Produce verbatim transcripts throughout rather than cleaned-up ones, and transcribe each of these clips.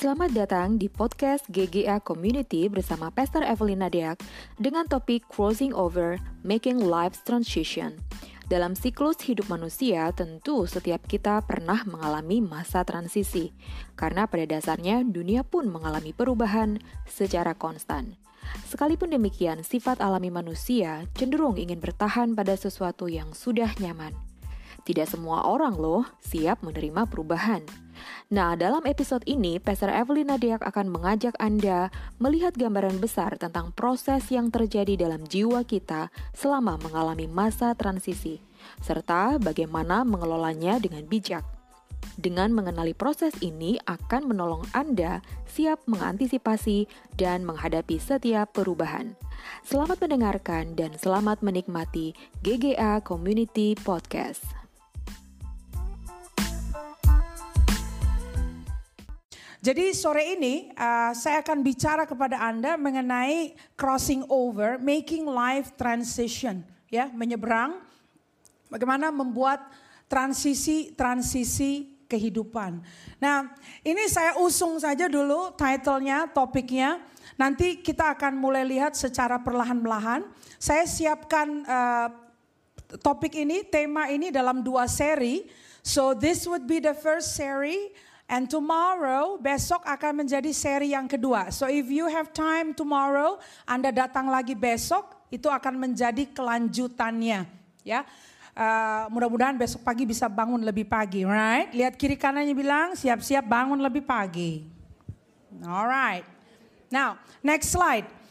Selamat datang di podcast G G A Community bersama Pastor Evelyn Nadiak dengan topik Crossing Over, Making Life Transition. Dalam siklus hidup manusia, tentu setiap kita pernah mengalami masa transisi, karena pada dasarnya dunia pun mengalami perubahan secara konstan. Sekalipun demikian, sifat alami manusia cenderung ingin bertahan pada sesuatu yang sudah nyaman. Tidak semua orang loh siap menerima perubahan. Nah, dalam episode ini, Pastor Evelyn Nadiak akan mengajak Anda melihat gambaran besar tentang proses yang terjadi dalam jiwa kita selama mengalami masa transisi, serta bagaimana mengelolanya dengan bijak. Dengan mengenali proses ini akan menolong Anda siap mengantisipasi dan menghadapi setiap perubahan. Selamat mendengarkan dan selamat menikmati G G A Community Podcast. Jadi sore ini uh, saya akan bicara kepada Anda mengenai crossing over, making life transition, ya, menyeberang, bagaimana membuat transisi-transisi kehidupan. Nah, ini saya usung saja dulu title-nya, topiknya. Nanti kita akan mulai lihat secara perlahan-lahan. Saya siapkan uh, topik ini, tema ini dalam dua seri. So this would be the first seri. And tomorrow, besok akan menjadi seri yang kedua. So if you have time tomorrow, Anda datang lagi besok, itu akan menjadi kelanjutannya. Ya, uh, mudah-mudahan besok pagi bisa bangun lebih pagi, right? Lihat kiri kanannya bilang, siap-siap bangun lebih pagi. Alright. Now, next slide.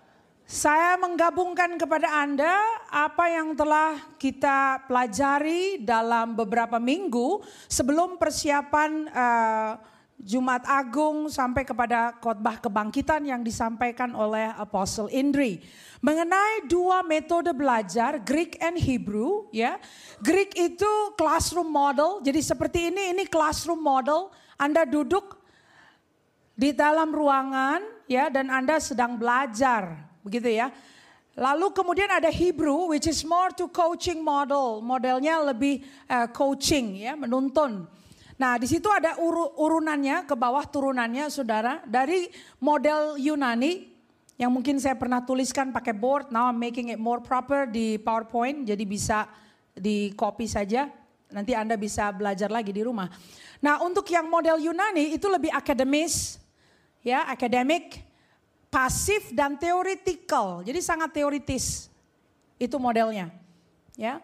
Saya menggabungkan kepada Anda apa yang telah kita pelajari dalam beberapa minggu sebelum persiapan uh, Jumat Agung sampai kepada khotbah kebangkitan yang disampaikan oleh Apostle Indri. Mengenai dua metode belajar, Greek and Hebrew, ya. Greek itu classroom model, jadi seperti ini, ini classroom model. Anda duduk di dalam ruangan, ya, dan Anda sedang belajar. Begitu ya. Lalu kemudian ada Hebrew, which is more to coaching model. Modelnya lebih uh, coaching, ya, menuntun. Nah, di situ ada uru, urunannya, ke bawah turunannya, saudara. Dari model Yunani, yang mungkin saya pernah tuliskan pakai board. Now I'm making it more proper di PowerPoint, jadi bisa di copy saja. Nanti Anda bisa belajar lagi di rumah. Nah, untuk yang model Yunani itu lebih akademis, ya, akademik. Pasif dan theoretical, jadi sangat teoritis itu modelnya, ya.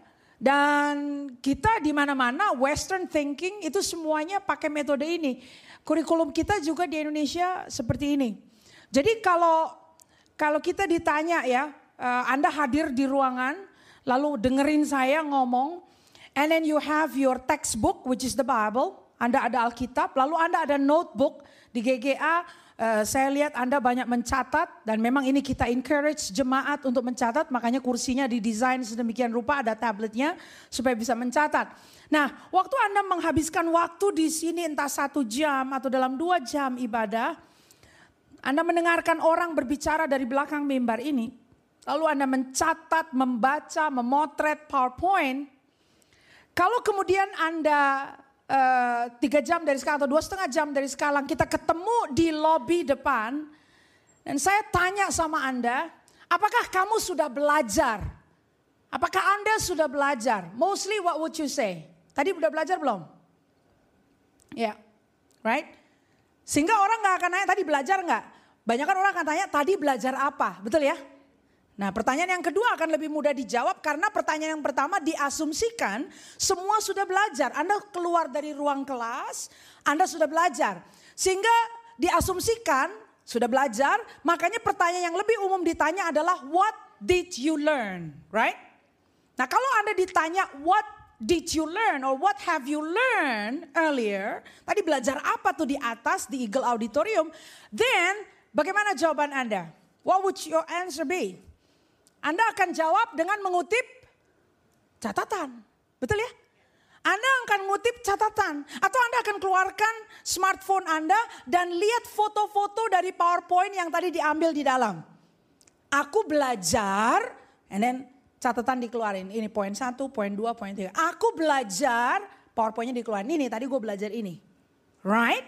Dan kita di mana-mana Western thinking itu semuanya pakai metode ini. Kurikulum kita juga di Indonesia seperti ini. Jadi kalau kalau kita ditanya ya, uh, Anda hadir di ruangan, lalu dengerin saya ngomong, and then you have your textbook which is the Bible, Anda ada Alkitab, lalu Anda ada notebook di G G A. Uh, saya lihat Anda banyak mencatat dan memang ini kita encourage jemaat untuk mencatat, makanya kursinya didesain sedemikian rupa, ada tabletnya supaya bisa mencatat. Nah, waktu Anda menghabiskan waktu di sini entah satu jam atau dalam dua jam ibadah, Anda mendengarkan orang berbicara dari belakang mimbar ini, lalu Anda mencatat, membaca, memotret PowerPoint. Kalau kemudian Anda Uh, tiga jam dari sekarang atau dua setengah jam dari sekarang kita ketemu di lobi depan dan saya tanya sama Anda, apakah kamu sudah belajar? Apakah Anda sudah belajar? Mostly what would you say? Tadi udah belajar belum? Ya, yeah. Right? Sehingga orang gak akan nanya tadi belajar gak? Banyak kan orang akan tanya tadi belajar apa? Betul ya? Nah, pertanyaan yang kedua akan lebih mudah dijawab karena pertanyaan yang pertama diasumsikan semua sudah belajar. Anda keluar dari ruang kelas, Anda sudah belajar. Sehingga diasumsikan sudah belajar, makanya pertanyaan yang lebih umum ditanya adalah what did you learn, right? Nah, kalau Anda ditanya what did you learn or what have you learned earlier, tadi belajar apa tuh di atas di Eagle Auditorium, then bagaimana jawaban Anda? What would your answer be? Anda akan jawab dengan mengutip catatan. Betul ya? Anda akan mengutip catatan. Atau Anda akan keluarkan smartphone Anda dan lihat foto-foto dari PowerPoint yang tadi diambil di dalam. Aku belajar, and then catatan dikeluarin. Ini poin satu, poin dua, poin tiga. Aku belajar, PowerPoint-nya dikeluarin. Ini tadi gue belajar ini. Right?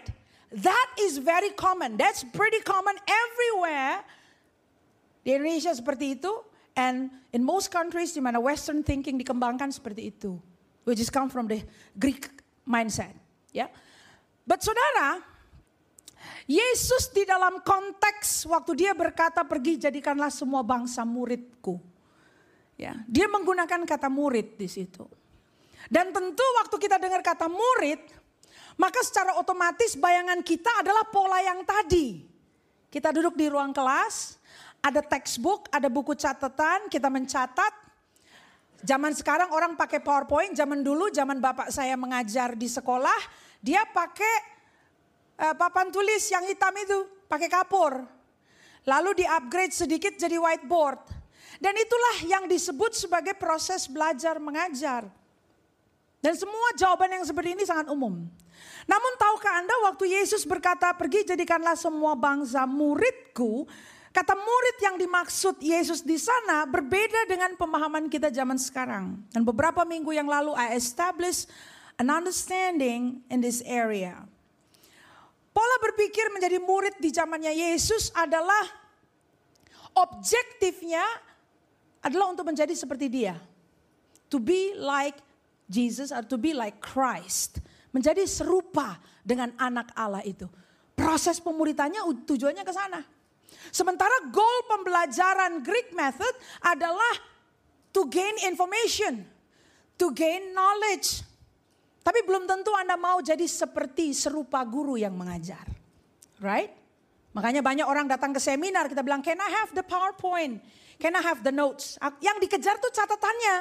that is very common. That's pretty common everywhere. Di Indonesia seperti itu. And in most countries di mana Western thinking dikembangkan seperti itu. Which is come from the Greek mindset. Ya. But saudara, Yesus di dalam konteks waktu dia berkata pergi jadikanlah semua bangsa muridku. Ya, dia menggunakan kata murid di situ. Dan tentu waktu kita dengar kata murid, maka secara otomatis bayangan kita adalah pola yang tadi. Kita duduk di ruang kelas, ada textbook, ada buku catatan, kita mencatat. Zaman sekarang orang pakai PowerPoint, zaman dulu, zaman bapak saya mengajar di sekolah, dia pakai uh, papan tulis yang hitam itu, pakai kapur. Lalu di-upgrade sedikit jadi whiteboard. Dan itulah yang disebut sebagai proses belajar mengajar. Dan semua jawaban yang seperti ini sangat umum. Namun tahukah Anda waktu Yesus berkata pergi jadikanlah semua bangsa muridku. Kata murid yang dimaksud Yesus di sana berbeda dengan pemahaman kita zaman sekarang. Dan beberapa minggu yang lalu I established an understanding in this area. Pola berpikir menjadi murid di zamannya Yesus adalah objektifnya adalah untuk menjadi seperti dia. To be like Jesus or to be like Christ. Menjadi serupa dengan anak Allah itu. Proses pemuridannya tujuannya ke sana. Sementara goal pembelajaran Greek method adalah to gain information. To gain knowledge. Tapi belum tentu Anda mau jadi seperti serupa guru yang mengajar. Right? Makanya banyak orang datang ke seminar kita bilang can I have the PowerPoint? Can I have the notes? Yang dikejar tuh catatannya.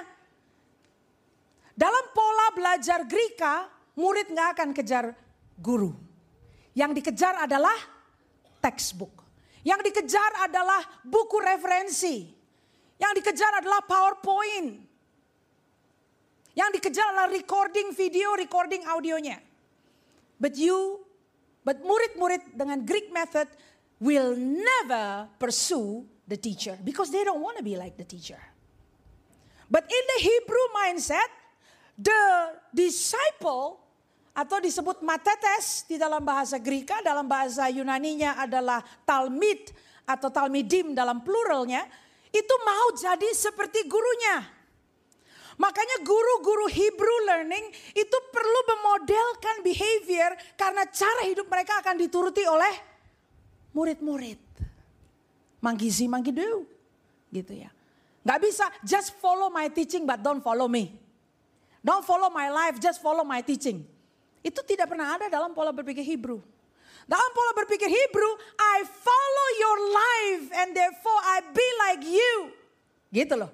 Dalam pola belajar Greka, murid gak akan kejar guru. Yang dikejar adalah textbook. Yang dikejar adalah buku referensi. Yang dikejar adalah PowerPoint. Yang dikejar adalah recording video, recording audionya. But you, but murid-murid dengan Greek method will never pursue the teacher because they don't want to be like the teacher. But in the Hebrew mindset, the disciple atau disebut matetes di dalam bahasa Greka, dalam bahasa Yunaninya adalah talmid atau talmidim dalam pluralnya, itu mau jadi seperti gurunya. Makanya guru-guru Hebrew learning itu perlu memodelkan behavior karena cara hidup mereka akan dituruti oleh murid-murid. Manggizi manggidu, gitu ya. Gak bisa just follow my teaching but don't follow me. Don't follow my life, just follow my teaching. Itu tidak pernah ada dalam pola berpikir Hebrew. Dalam pola berpikir Hebrew, I follow your life and therefore I be like you. Gitu loh.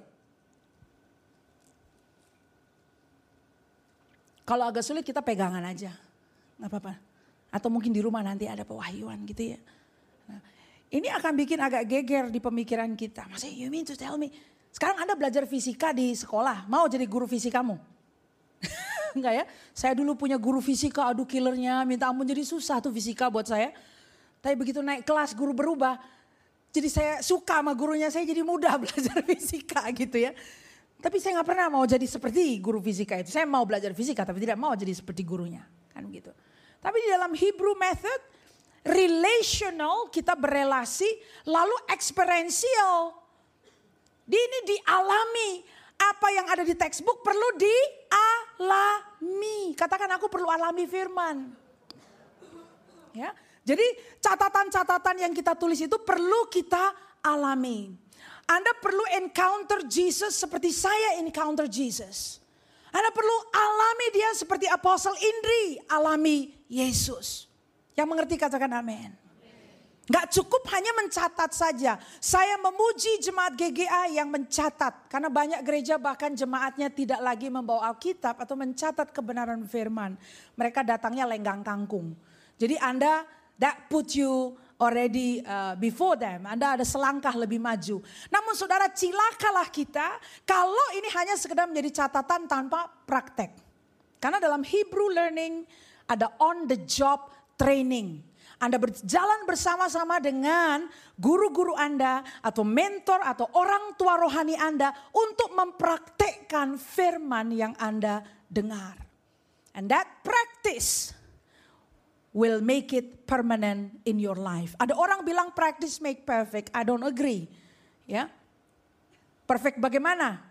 Kalau agak sulit kita pegangan aja. Gak apa-apa. Atau mungkin di rumah nanti ada pewahyuan gitu ya. Nah, ini akan bikin agak geger di pemikiran kita. Maksudnya you mean to tell me. Sekarang Anda belajar fisika di sekolah. Mau jadi guru fisikamu? Enggak ya. Saya dulu punya guru fisika. Aduh killernya. Minta ampun jadi susah tuh fisika buat saya. Tapi begitu naik kelas guru berubah. Jadi saya suka sama gurunya. Saya jadi mudah belajar fisika gitu ya. Tapi saya gak pernah mau jadi seperti guru fisika itu. Saya mau belajar fisika tapi tidak mau jadi seperti gurunya. Kan begitu. Tapi di dalam Hebrew method, relational kita berelasi, lalu experiential. Ini dialami. Apa yang ada di textbook perlu dialami. Katakan aku perlu alami firman. Ya. Jadi catatan-catatan yang kita tulis itu perlu kita alami. Anda perlu encounter Jesus seperti saya encounter Jesus. Anda perlu alami dia seperti Apostle Indri alami Yesus. Yang mengerti katakan amin. Gak cukup hanya mencatat saja. Saya memuji jemaat G G A yang mencatat. Karena banyak gereja bahkan jemaatnya tidak lagi membawa Alkitab atau mencatat kebenaran firman. Mereka datangnya lenggang kangkung. Jadi Anda, that put you already uh, before them. Anda ada selangkah lebih maju. Namun saudara, cilakalah kita kalau ini hanya sekedar menjadi catatan tanpa praktek. Karena dalam Hebrew learning ada on the job training. Anda berjalan bersama-sama dengan guru-guru Anda atau mentor atau orang tua rohani Anda untuk mempraktekkan firman yang Anda dengar. And that practice will make it permanent in your life. Ada orang bilang practice make perfect. I don't agree. Ya, perfect bagaimana?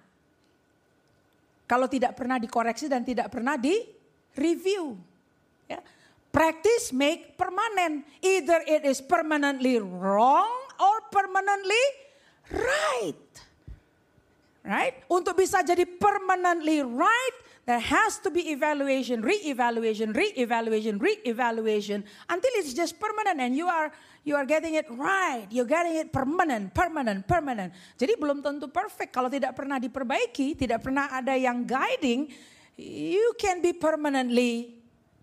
Kalau tidak pernah dikoreksi dan tidak pernah di-review. Ya. Practice make permanent. Either it is permanently wrong or permanently right. Right? Untuk bisa jadi permanently right, there has to be evaluation, re-evaluation, re-evaluation, re-evaluation until it's just permanent and you are you are getting it right. You're getting it permanent, permanent, permanent. Jadi belum tentu perfect kalau tidak pernah diperbaiki, tidak pernah ada yang guiding, you can be permanently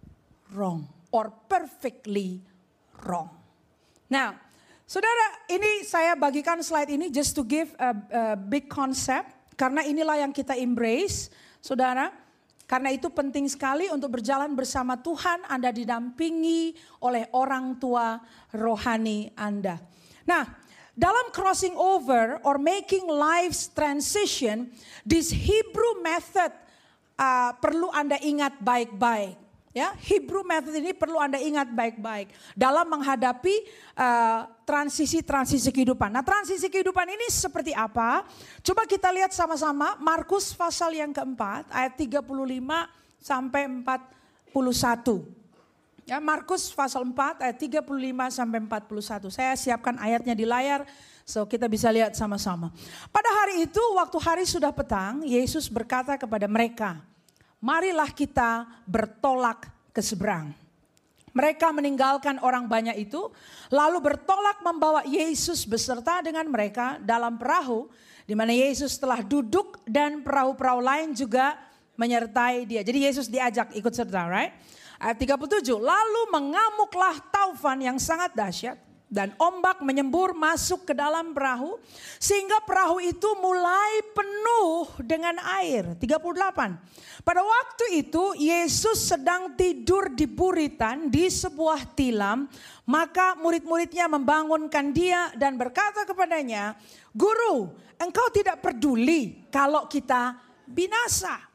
wrong or perfectly wrong. Now, saudara, ini saya bagikan slide ini just to give a, a big concept. Karena inilah yang kita embrace, saudara. Karena itu penting sekali untuk berjalan bersama Tuhan, Anda didampingi oleh orang tua rohani Anda. Nah, dalam crossing over or making life's transition, this Hebrew method uh, perlu Anda ingat baik-baik. Ya, Hebrew method ini perlu Anda ingat baik-baik dalam menghadapi uh, transisi-transisi kehidupan. Nah, transisi kehidupan ini seperti apa? Coba kita lihat sama-sama Markus pasal yang keempat ayat tiga puluh lima sampai empat puluh satu. Ya, Markus pasal empat ayat tiga puluh lima sampai empat puluh satu. Saya siapkan ayatnya di layar so kita bisa lihat sama-sama. Pada hari itu waktu hari sudah petang, Yesus berkata kepada mereka, marilah kita bertolak ke seberang. Mereka meninggalkan orang banyak itu, lalu bertolak membawa Yesus beserta dengan mereka dalam perahu, di mana Yesus telah duduk dan perahu-perahu lain juga menyertai dia. Jadi Yesus diajak ikut serta, right? Ayat tiga puluh tujuh, lalu mengamuklah taufan yang sangat dahsyat. Dan ombak menyembur masuk ke dalam perahu sehingga perahu itu mulai penuh dengan air. tiga puluh delapan. Pada waktu itu Yesus sedang tidur di buritan di sebuah tilam. Maka murid-muridnya membangunkan dia dan berkata kepadanya, Guru, engkau tidak peduli kalau kita binasa.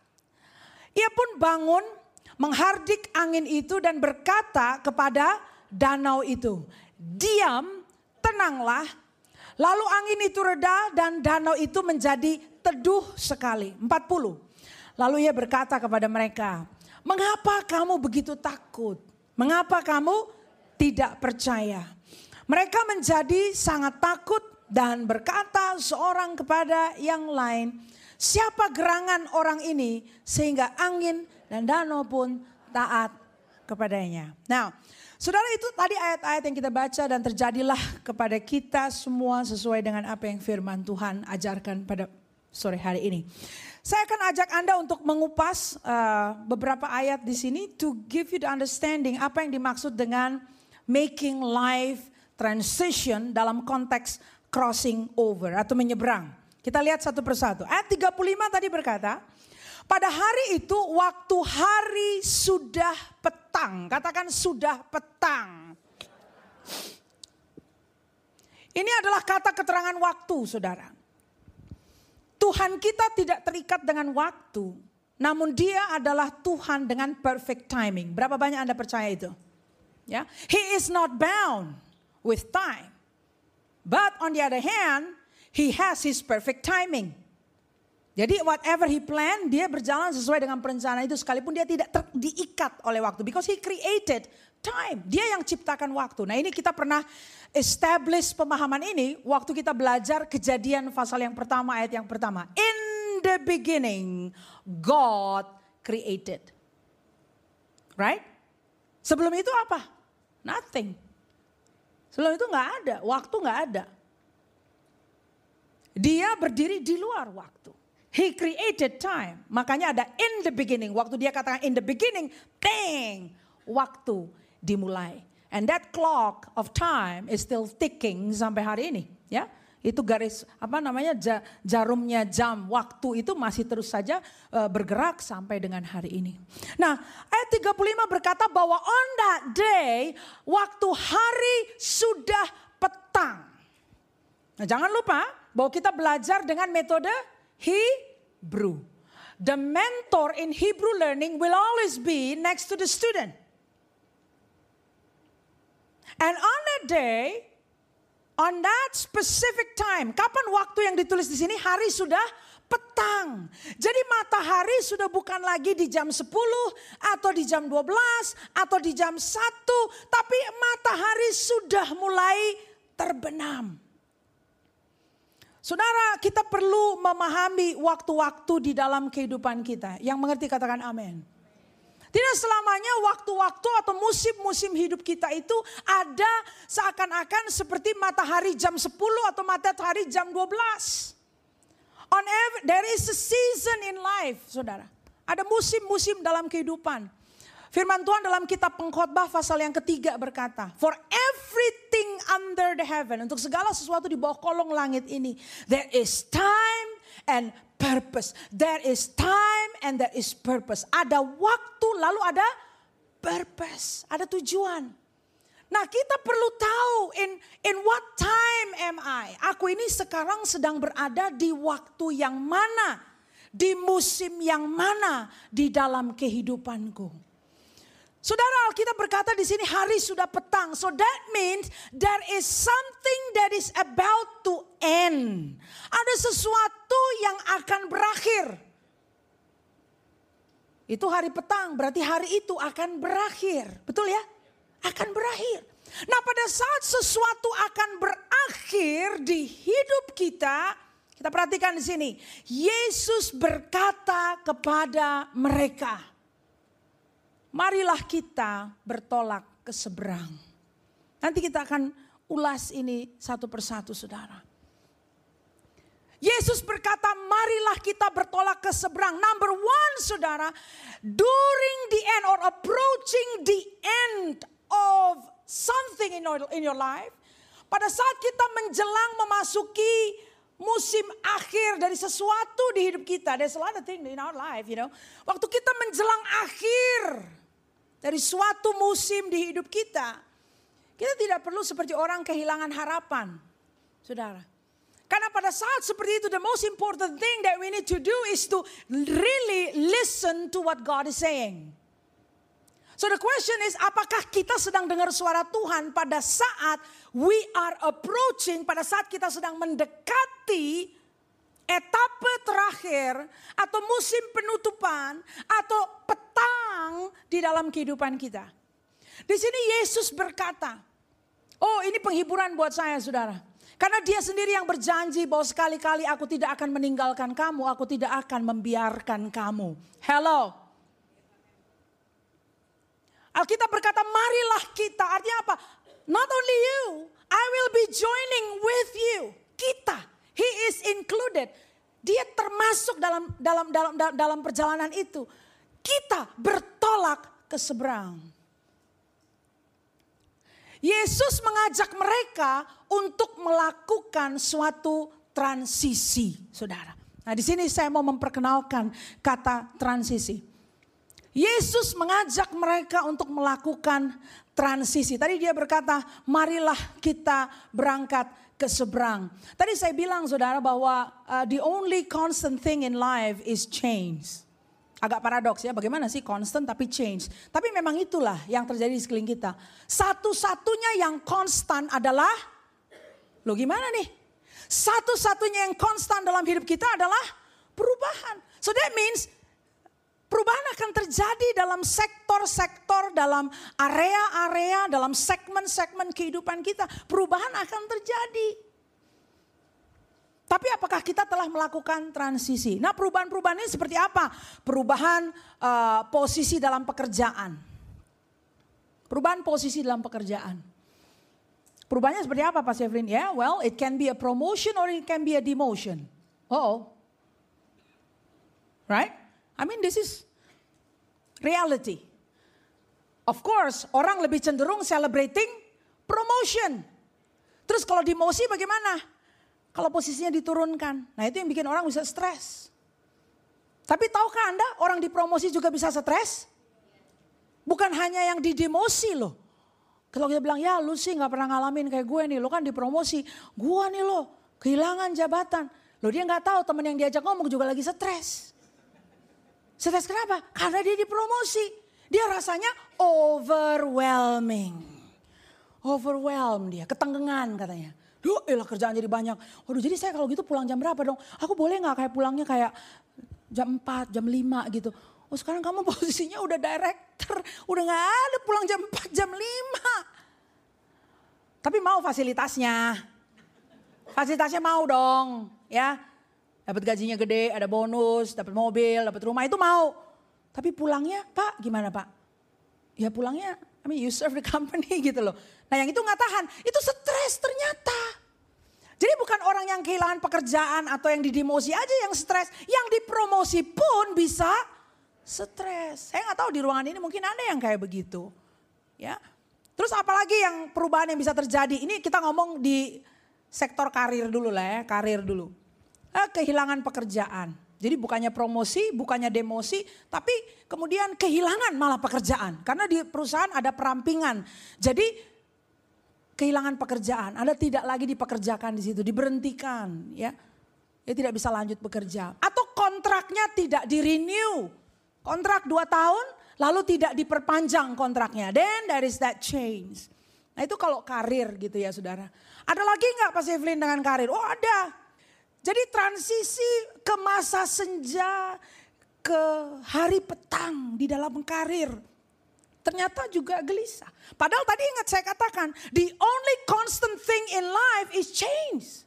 Ia pun bangun menghardik angin itu dan berkata kepada danau itu, diam, tenanglah. Lalu angin itu reda dan danau itu menjadi teduh sekali. empat puluh. Lalu ia berkata kepada mereka, mengapa kamu begitu takut? Mengapa kamu tidak percaya? Mereka menjadi sangat takut dan berkata seorang kepada yang lain, siapa gerangan orang ini sehingga angin dan danau pun taat kepadanya. Nah, saudara, itu tadi ayat-ayat yang kita baca dan terjadilah kepada kita semua sesuai dengan apa yang firman Tuhan ajarkan pada sore hari ini. Saya akan ajak Anda untuk mengupas uh, beberapa ayat di sini to give you the understanding apa yang dimaksud dengan making life transition dalam konteks crossing over atau menyeberang. Kita lihat satu persatu. Ayat tiga puluh lima tadi berkata, pada hari itu waktu hari sudah petang. Katakan sudah petang. Ini adalah kata keterangan waktu, saudara. Tuhan kita tidak terikat dengan waktu. Namun dia adalah Tuhan dengan perfect timing. Berapa banyak Anda percaya itu? Ya, He is not bound with time. But on the other hand, He has His perfect timing. Jadi whatever He planned, dia berjalan sesuai dengan perencanaan itu sekalipun dia tidak ter- diikat oleh waktu. Because He created time. Dia yang ciptakan waktu. Nah, ini kita pernah establish pemahaman ini waktu kita belajar Kejadian pasal yang pertama ayat yang pertama. In the beginning God created. Right? Sebelum itu apa? Nothing. Sebelum itu nggak ada, waktu nggak ada. Dia berdiri di luar waktu. He created time. Makanya ada in the beginning. Waktu dia katakan in the beginning, bang, waktu dimulai. And that clock of time is still ticking sampai hari ini. Ya, itu garis apa namanya jarumnya jam waktu itu masih terus saja uh, bergerak sampai dengan hari ini. Nah, ayat tiga puluh lima berkata bahwa on that day, waktu hari sudah petang. Nah, jangan lupa bahwa kita belajar dengan metode Hebrew. The mentor in Hebrew learning will always be next to the student. And on that day, on that specific time, kapan waktu yang ditulis di sini? Hari sudah petang. Jadi matahari sudah bukan lagi di jam sepuluh atau di jam dua belas atau di jam satu, tapi matahari sudah mulai terbenam. Saudara, kita perlu memahami waktu-waktu di dalam kehidupan kita. Yang mengerti katakan amin. Tidak selamanya waktu-waktu atau musim-musim hidup kita itu ada seakan-akan seperti matahari jam sepuluh atau matahari jam dua belas. On every, there is a season in life, saudara. Ada musim-musim dalam kehidupan. Firman Tuhan dalam kitab Pengkhotbah pasal yang ketiga berkata, for everything under the heaven, untuk segala sesuatu di bawah kolong langit ini, there is time and purpose. There is time and there is purpose. Ada waktu lalu ada purpose, ada tujuan. Nah, kita perlu tahu in in what time am I? Aku ini sekarang sedang berada di waktu yang mana? Di musim yang mana di dalam kehidupanku? Saudara, Alkitab berkata di sini hari sudah petang. So that means there is something that is about to end. Ada sesuatu yang akan berakhir. Itu hari petang, berarti hari itu akan berakhir. Betul ya? Akan berakhir. Nah, pada saat sesuatu akan berakhir di hidup kita, kita perhatikan di sini. Yesus berkata kepada mereka, marilah kita bertolak ke seberang. Nanti kita akan ulas ini satu persatu, saudara. Yesus berkata, marilah kita bertolak ke seberang. Number one, saudara, during the end or approaching the end of something in your, in your life. Pada saat kita menjelang memasuki musim akhir dari sesuatu di hidup kita. There's a lot of things in our life, you know. Waktu kita menjelang akhir dari suatu musim di hidup kita, kita tidak perlu seperti orang kehilangan harapan, saudara. Karena pada saat seperti itu, the most important thing that we need to do is to really listen to what God is saying. So the question is, apakah kita sedang dengar suara Tuhan pada saat we are approaching, pada saat kita sedang mendekati etape terakhir atau musim penutupan atau petang di dalam kehidupan kita. Di sini Yesus berkata, oh ini penghiburan buat saya, saudara. Karena dia sendiri yang berjanji bahwa sekali-kali aku tidak akan meninggalkan kamu, aku tidak akan membiarkan kamu. Hello. Alkitab berkata, marilah kita. Artinya apa? Not only you, I will be joining with you. Kita, he is included. Dia termasuk dalam dalam dalam dalam perjalanan itu. Kita bertolak ke seberang. Yesus mengajak mereka untuk melakukan suatu transisi, saudara. Nah, di sini saya mau memperkenalkan kata transisi. Yesus mengajak mereka untuk melakukan transisi. Tadi dia berkata, marilah kita berangkat ke seberang. Tadi saya bilang, saudara, bahwa uh, the only constant thing in life is change. Agak paradoks ya, bagaimana sih constant tapi change. Tapi memang itulah yang terjadi di sekeliling kita. Satu-satunya yang konstan adalah, loh gimana nih? Satu-satunya yang konstan dalam hidup kita adalah perubahan. So that means perubahan akan terjadi dalam sektor-sektor, dalam area-area, dalam segmen-segmen kehidupan kita. Perubahan akan terjadi. Tapi apakah kita telah melakukan transisi? Nah, perubahan-perubahan ini seperti apa? Perubahan uh, posisi dalam pekerjaan. Perubahan posisi dalam pekerjaan. Perubahannya seperti apa, Pak Shevlin? Ya, yeah, well, it can be a promotion or it can be a demotion. Oh, right? I mean, this is reality. Of course, orang lebih cenderung celebrating promotion. Terus kalau demosi bagaimana? Kalau posisinya diturunkan. Nah, itu yang bikin orang bisa stres. Tapi tahukah Anda orang dipromosi juga bisa stres? Bukan hanya yang didemosi loh. Kalau kita bilang, ya lu sih gak pernah ngalamin kayak gue nih. Lu kan dipromosi. Gue nih loh kehilangan jabatan. Loh dia gak tahu teman yang diajak ngomong juga lagi stres. Stres kenapa? Karena dia dipromosi. Dia rasanya overwhelming. overwhelmed dia, ketenggengan katanya. Duh, elah kerjaan jadi banyak. Waduh, jadi saya kalau gitu pulang jam berapa dong? Aku boleh gak kayak pulangnya kayak jam empat, jam lima gitu. Oh sekarang kamu posisinya udah director, udah gak ada pulang jam empat, jam lima. Tapi mau fasilitasnya. Fasilitasnya mau dong, ya. Dapat gajinya gede, ada bonus, dapat mobil, dapat rumah, itu mau. Tapi pulangnya, Pak gimana Pak? Ya pulangnya, I mean you serve the company gitu loh. Nah yang itu gak tahan, itu stres ternyata. Jadi bukan orang yang kehilangan pekerjaan atau yang didemosi aja yang stres. Yang dipromosi pun bisa stres. Saya gak tahu di ruangan ini mungkin ada yang kayak begitu. Ya. Terus apalagi yang perubahan yang bisa terjadi. Ini kita ngomong di sektor karir dulu lah ya, karir dulu. Eh, kehilangan pekerjaan. Jadi bukannya promosi, bukannya demosi, tapi kemudian kehilangan malah pekerjaan. Karena di perusahaan ada perampingan. Jadi kehilangan pekerjaan, Anda tidak lagi dipekerjakan di situ, diberhentikan, ya, dia tidak bisa lanjut bekerja. Atau kontraknya tidak di-renew, kontrak dua tahun, lalu tidak diperpanjang kontraknya. Then there is that change. Nah itu kalau karir gitu ya saudara. Ada lagi nggak Pak Evelyn dengan karir? Oh ada. Jadi transisi ke masa senja, ke hari petang di dalam karir. Ternyata juga gelisah. Padahal tadi ingat saya katakan, the only constant thing in life is change.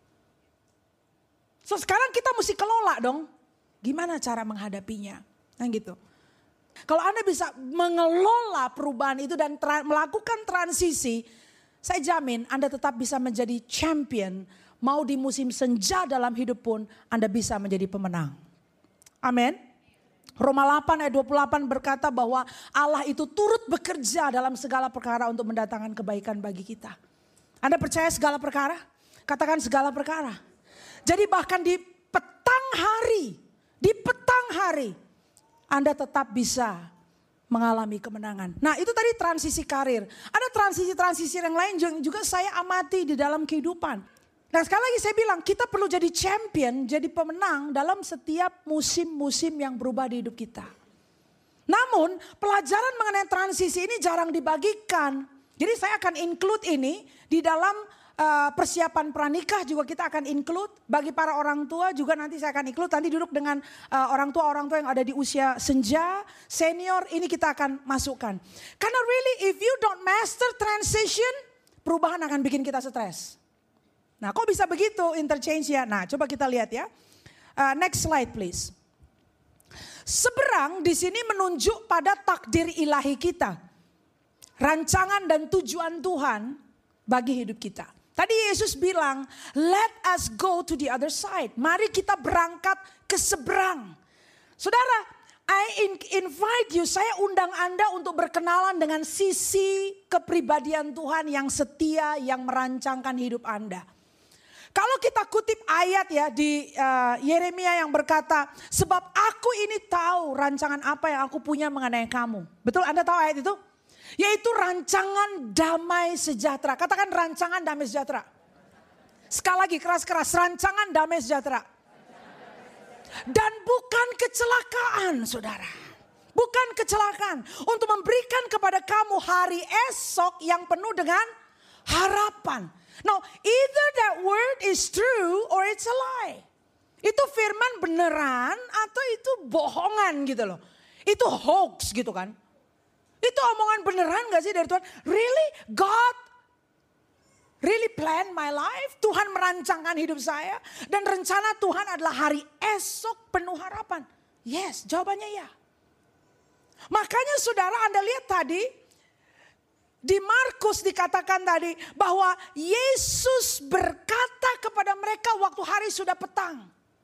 So sekarang kita mesti kelola dong. Gimana cara menghadapinya? Nah gitu. Kalau Anda bisa mengelola perubahan itu dan tra- melakukan transisi, saya jamin Anda tetap bisa menjadi champion. Mau di musim senja dalam hidup pun Anda bisa menjadi pemenang. Amin. Roma delapan ayat dua puluh delapan berkata bahwa Allah itu turut bekerja dalam segala perkara untuk mendatangkan kebaikan bagi kita. Anda percaya segala perkara? Katakan segala perkara. Jadi bahkan di petang hari, di petang hari Anda tetap bisa mengalami kemenangan. Nah itu tadi transisi karir. Ada transisi-transisi yang lain yang juga saya amati di dalam kehidupan. Nah sekali lagi saya bilang kita perlu jadi champion, jadi pemenang dalam setiap musim-musim yang berubah di hidup kita. Namun pelajaran mengenai transisi ini jarang dibagikan. Jadi saya akan include ini di dalam uh, persiapan pranikah juga kita akan include. Bagi para orang tua juga nanti saya akan include. Nanti duduk dengan uh, orang tua-orang tua yang ada di usia senja, senior, ini kita akan masukkan. Karena really if you don't master transition, perubahan akan bikin kita stres. Nah kok bisa begitu interchange ya? Nah coba kita lihat ya. Uh, next slide please. Seberang di sini menunjuk pada takdir ilahi kita. Rancangan dan tujuan Tuhan bagi hidup kita. Tadi Yesus bilang, let us go to the other side. Mari kita berangkat ke seberang. Saudara, I invite you, saya undang Anda untuk berkenalan dengan sisi kepribadian Tuhan yang setia, yang merancangkan hidup Anda. Kalau kita kutip ayat ya di uh, Yeremia yang berkata, sebab aku ini tahu rancangan apa yang aku punya mengenai kamu. Betul Anda tahu ayat itu? Yaitu rancangan damai sejahtera. Katakan rancangan damai sejahtera. Sekali lagi keras-keras, rancangan damai sejahtera. Dan bukan kecelakaan saudara. Bukan kecelakaan. Untuk memberikan kepada kamu hari esok yang penuh dengan harapan. Now, either that word is true or it's a lie. Itu firman beneran atau itu bohongan gitu loh. Itu hoax gitu kan. Itu omongan beneran gak sih dari Tuhan? Really? God really plan my life? Tuhan merancangkan hidup saya. Dan rencana Tuhan adalah hari esok penuh harapan. Yes, jawabannya ya. Makanya saudara Anda lihat tadi. Di Markus dikatakan tadi bahwa Yesus berkata kepada mereka waktu hari sudah petang.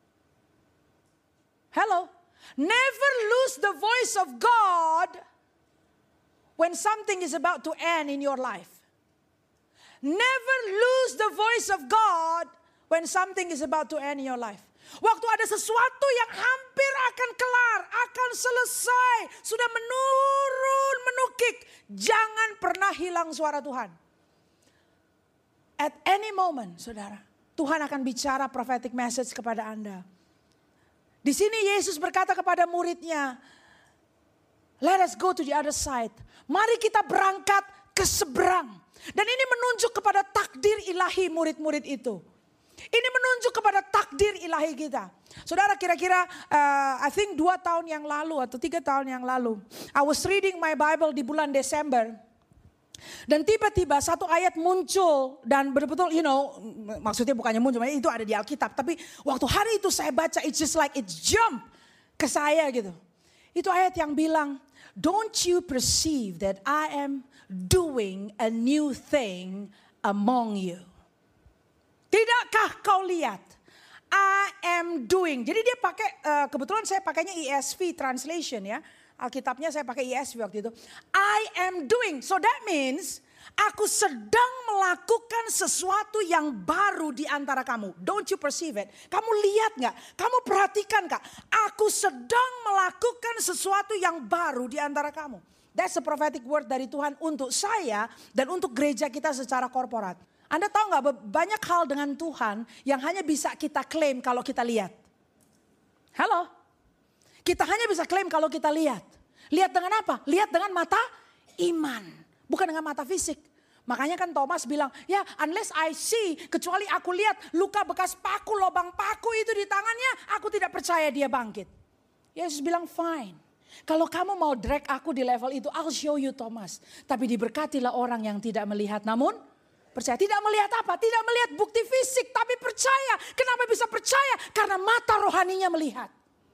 Hello, never lose the voice of God when something is about to end in your life. Never lose the voice of God when something is about to end in your life. Waktu ada sesuatu yang hampir akan kelar, akan selesai, sudah menurun, menukik, jangan pernah hilang suara Tuhan. At any moment, saudara, Tuhan akan bicara prophetic message kepada Anda. Di sini Yesus berkata kepada muridnya, let us go to the other side. Mari kita berangkat ke seberang. Dan ini menunjuk kepada takdir ilahi murid-murid itu. Ini menunjuk kepada takdir ilahi kita. Saudara, kira-kira uh, I think dua tahun yang lalu atau tiga tahun yang lalu, I was reading my Bible di bulan Desember. Dan tiba-tiba satu ayat muncul dan betul-betul, you know, maksudnya bukannya muncul, itu ada di Alkitab. Tapi waktu hari itu saya baca, it's just like it jump ke saya gitu. Itu ayat yang bilang, don't you perceive that I am doing a new thing among you. Tidakkah kau lihat? I am doing. Jadi dia pakai, uh, kebetulan saya pakainya E S V translation ya. Alkitabnya saya pakai E S V waktu itu. I am doing. So that means aku sedang melakukan sesuatu yang baru di antara kamu. Don't you perceive it? Kamu lihat gak? Kamu perhatikan gak? Aku sedang melakukan sesuatu yang baru di antara kamu. That's a prophetic word dari Tuhan untuk saya dan untuk gereja kita secara korporat. Anda tahu gak banyak hal dengan Tuhan yang hanya bisa kita klaim kalau kita lihat. Halo? Kita hanya bisa klaim kalau kita lihat. Lihat dengan apa? Lihat dengan mata iman. Bukan dengan mata fisik. Makanya kan Thomas bilang, ya unless I see, kecuali aku lihat luka bekas paku, lubang paku itu di tangannya, aku tidak percaya dia bangkit. Yesus bilang fine. Kalau kamu mau drag aku di level itu, I'll show you Thomas. Tapi diberkatilah orang yang tidak melihat namun percaya. Tidak melihat apa? Tidak melihat bukti fisik tapi percaya. Kenapa bisa percaya? Karena mata rohaninya melihat.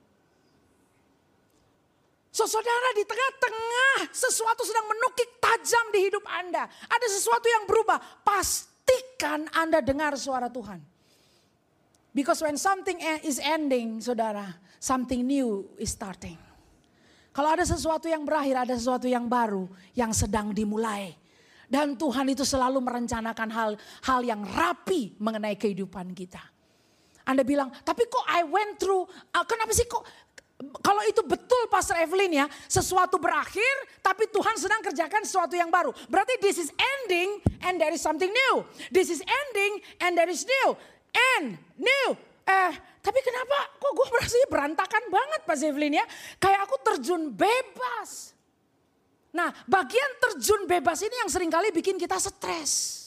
So saudara, di tengah-tengah sesuatu sedang menukik tajam di hidup Anda. Ada sesuatu yang berubah. Pastikan Anda dengar suara Tuhan. Because when something is ending, saudara, something new is starting. Kalau ada sesuatu yang berakhir, ada sesuatu yang baru yang sedang dimulai. Dan Tuhan itu selalu merencanakan hal-hal yang rapi mengenai kehidupan kita. Anda bilang, tapi kok I went through, uh, kenapa sih kok, kalau itu betul Pastor Evelyn ya, sesuatu berakhir tapi Tuhan sedang kerjakan sesuatu yang baru. Berarti this is ending and there is something new. This is ending and there is new. And new. Eh, tapi kenapa kok gue merasanya berantakan banget Pastor Evelyn ya. Kayak aku terjun bebas. Nah, bagian terjun bebas ini yang seringkali bikin kita stres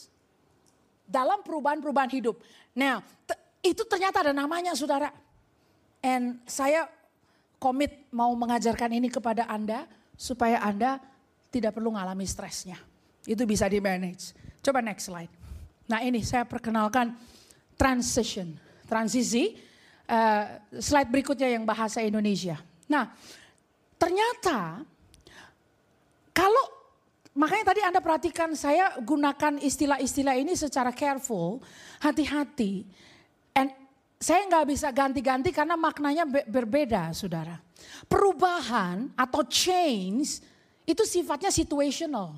dalam perubahan-perubahan hidup. Nah, te- itu ternyata ada namanya saudara. And saya komit mau mengajarkan ini kepada Anda supaya Anda tidak perlu mengalami stresnya. Itu bisa di manage. Coba next slide. Nah ini saya perkenalkan transition, transisi. Uh, slide berikutnya yang bahasa Indonesia. Nah ternyata kalau, makanya tadi Anda perhatikan saya gunakan istilah-istilah ini secara careful, hati-hati. And saya nggak bisa ganti-ganti karena maknanya be- berbeda saudara. Perubahan atau change itu sifatnya situational.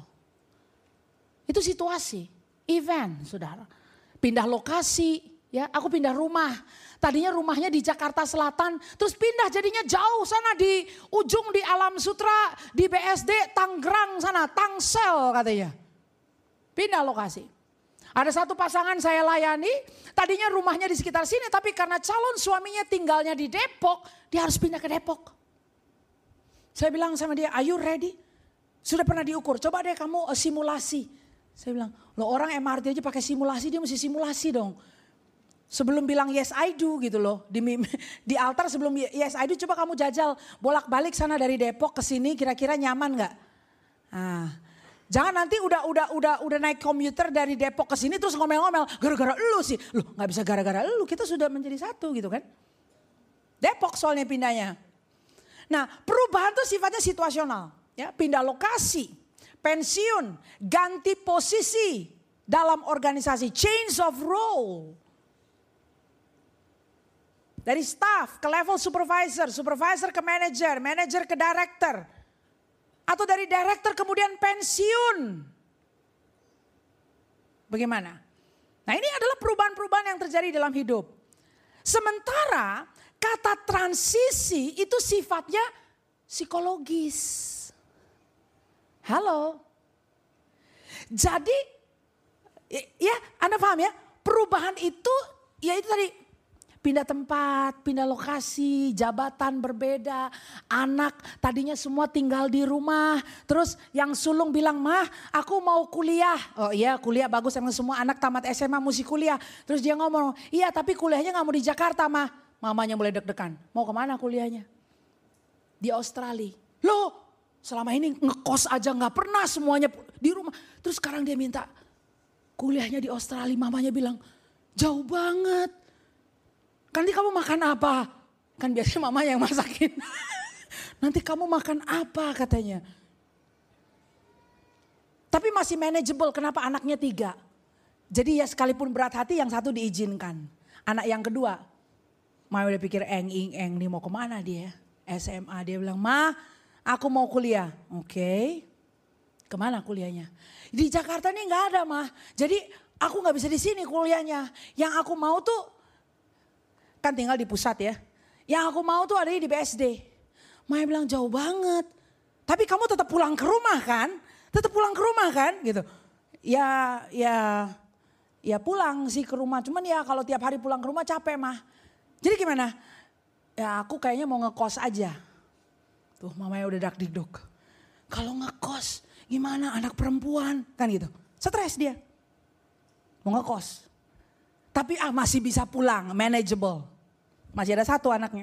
Itu situasi, event saudara. Pindah lokasi, ya aku pindah rumah. Tadinya rumahnya di Jakarta Selatan, terus pindah jadinya jauh sana di ujung di Alam Sutra, di B S D Tangerang sana, Tangsel katanya. Pindah lokasi. Ada satu pasangan saya layani, tadinya rumahnya di sekitar sini, tapi karena calon suaminya tinggalnya di Depok, dia harus pindah ke Depok. Saya bilang sama dia, are you ready? Sudah pernah diukur, coba deh kamu simulasi. Saya bilang, lo orang M R T aja pakai simulasi, dia mesti simulasi dong. Sebelum bilang yes I do gitu loh, di, di altar sebelum yes I do coba kamu jajal bolak-balik sana dari Depok ke sini kira-kira nyaman gak? Nah, jangan nanti udah udah udah udah naik komuter dari Depok ke sini terus ngomel-ngomel gara-gara elu sih. Loh nggak bisa gara-gara elu, kita sudah menjadi satu gitu kan. Depok soalnya pindahnya. Nah perubahan itu sifatnya situasional. Ya, pindah lokasi, pensiun, ganti posisi dalam organisasi, change of role. Dari staff ke level supervisor, supervisor ke manager, manager ke director. Atau dari director kemudian pensiun. Bagaimana? Nah ini adalah perubahan-perubahan yang terjadi dalam hidup. Sementara kata transisi itu sifatnya psikologis. Halo. Jadi ya Anda paham ya, perubahan itu ya itu tadi Pindah tempat, pindah lokasi, jabatan berbeda. Anak tadinya semua tinggal di rumah. Terus yang sulung bilang, "Mah, aku mau kuliah." Oh iya, kuliah bagus, emang semua anak tamat S M A mesti kuliah. Terus dia ngomong, "Iya tapi kuliahnya gak mau di Jakarta, Mah." Mamanya mulai deg-degan. Mau kemana kuliahnya? Di Australia. Loh, selama ini ngekos aja gak pernah, semuanya di rumah. Terus sekarang dia minta kuliahnya di Australia. Mamanya bilang, "Jauh banget. Nanti kamu makan apa?" Kan biasanya mama yang masakin. "Nanti kamu makan apa?" katanya. Tapi masih manageable, kenapa anaknya tiga? Jadi ya sekalipun berat hati yang satu diizinkan. Anak yang kedua, Mama udah pikir eng ing eng nih mau kemana dia? S M A, dia bilang, "Ma, aku mau kuliah." Oke, okay. Kemana kuliahnya? Di Jakarta nih gak ada, Ma. Jadi aku gak bisa di sini kuliahnya. Yang aku mau tuh, kan tinggal di pusat ya. Yang aku mau tuh ada di B S D. Maya bilang jauh banget. Tapi kamu tetap pulang ke rumah kan? Tetap pulang ke rumah kan? Gitu. Ya, ya, ya pulang sih ke rumah. Cuman ya kalau tiap hari pulang ke rumah capek mah. Jadi gimana? Ya aku kayaknya mau ngekos aja. Tuh mamanya udah dak-dikduk. Kalau ngekos gimana anak perempuan? Kan gitu. Stres dia. Mau ngekos. Tapi ah masih bisa pulang, manageable. Masih ada satu anaknya.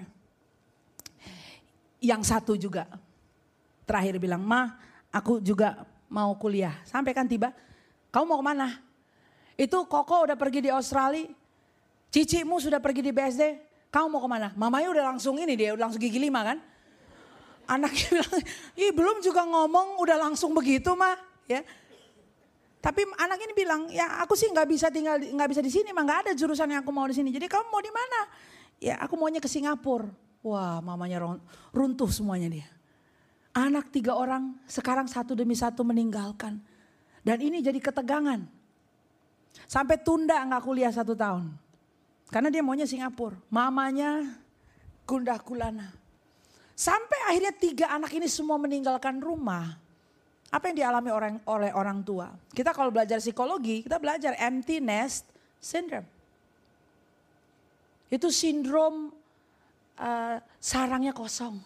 Yang satu juga terakhir bilang, "Ma, aku juga mau kuliah." Sampai kan tiba, "Kamu mau kemana?" Itu Koko udah pergi di Australia, cicimu sudah pergi di B S D, "Kamu mau kemana?" Mamanya udah langsung ini dia, udah langsung gigi lima kan. Anaknya bilang, "Ih belum juga ngomong udah langsung begitu mah." Ya. Tapi anak ini bilang, "Ya aku sih nggak bisa tinggal, nggak bisa di sini, mah nggak ada jurusan yang aku mau di sini. Jadi kamu mau di mana?" "Ya aku maunya ke Singapura." Wah mamanya runtuh semuanya dia. Anak tiga orang sekarang satu demi satu meninggalkan. Dan ini jadi ketegangan. Sampai tunda nggak kuliah satu tahun. Karena dia maunya Singapura. Mamanya gundah gulana. Sampai akhirnya tiga anak ini semua meninggalkan rumah. Apa yang dialami orang, oleh orang tua? Kita kalau belajar psikologi, kita belajar empty nest syndrome. Itu sindrom uh, sarangnya kosong.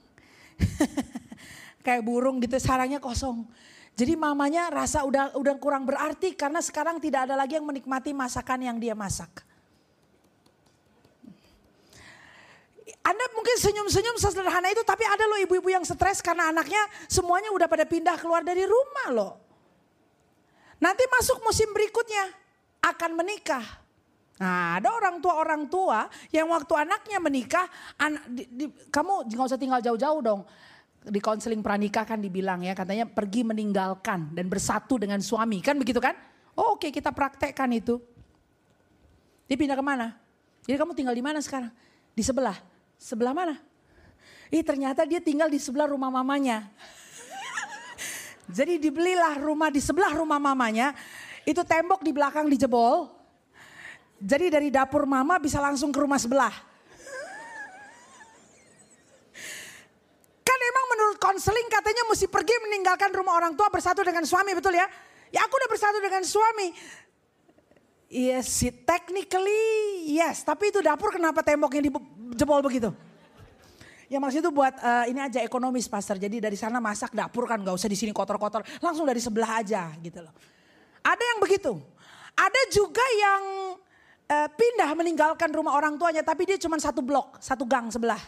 Kayak burung gitu, sarangnya kosong. Jadi mamanya rasa udah udah kurang berarti karena sekarang tidak ada lagi yang menikmati masakan yang dia masak. Anda mungkin senyum-senyum sesederhana itu, tapi ada loh ibu-ibu yang stres karena anaknya semuanya udah pada pindah keluar dari rumah loh. Nanti masuk musim berikutnya akan menikah. Nah ada orang tua-orang tua yang waktu anaknya menikah, anak, di, di, kamu gak usah tinggal jauh-jauh dong. Di konseling pranikah kan dibilang ya, katanya pergi meninggalkan dan bersatu dengan suami. Kan begitu kan? Oh, oke kita praktekkan itu. Dia pindah kemana? Jadi kamu tinggal di mana sekarang? Di sebelah. Sebelah mana? Ih ternyata dia tinggal di sebelah rumah mamanya. Jadi dibelilah rumah di sebelah rumah mamanya. Itu tembok di belakang dijebol. Jadi dari dapur mama bisa langsung ke rumah sebelah. Kan emang menurut konseling katanya mesti pergi meninggalkan rumah orang tua bersatu dengan suami, betul ya? Ya aku udah bersatu dengan suami. Yes, technically yes. Tapi itu dapur kenapa temboknya dijebol begitu? Ya maksud itu buat uh, ini aja ekonomis pastor. Jadi dari sana masak dapur kan gak usah di sini kotor-kotor. Langsung dari sebelah aja gitu loh. Ada yang begitu. Ada juga yang uh, pindah meninggalkan rumah orang tuanya. Tapi dia cuma satu blok, satu gang sebelah.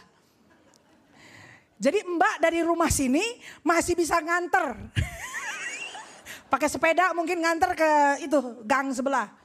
Jadi mbak dari rumah sini masih bisa nganter. Pakai sepeda mungkin nganter ke itu gang sebelah.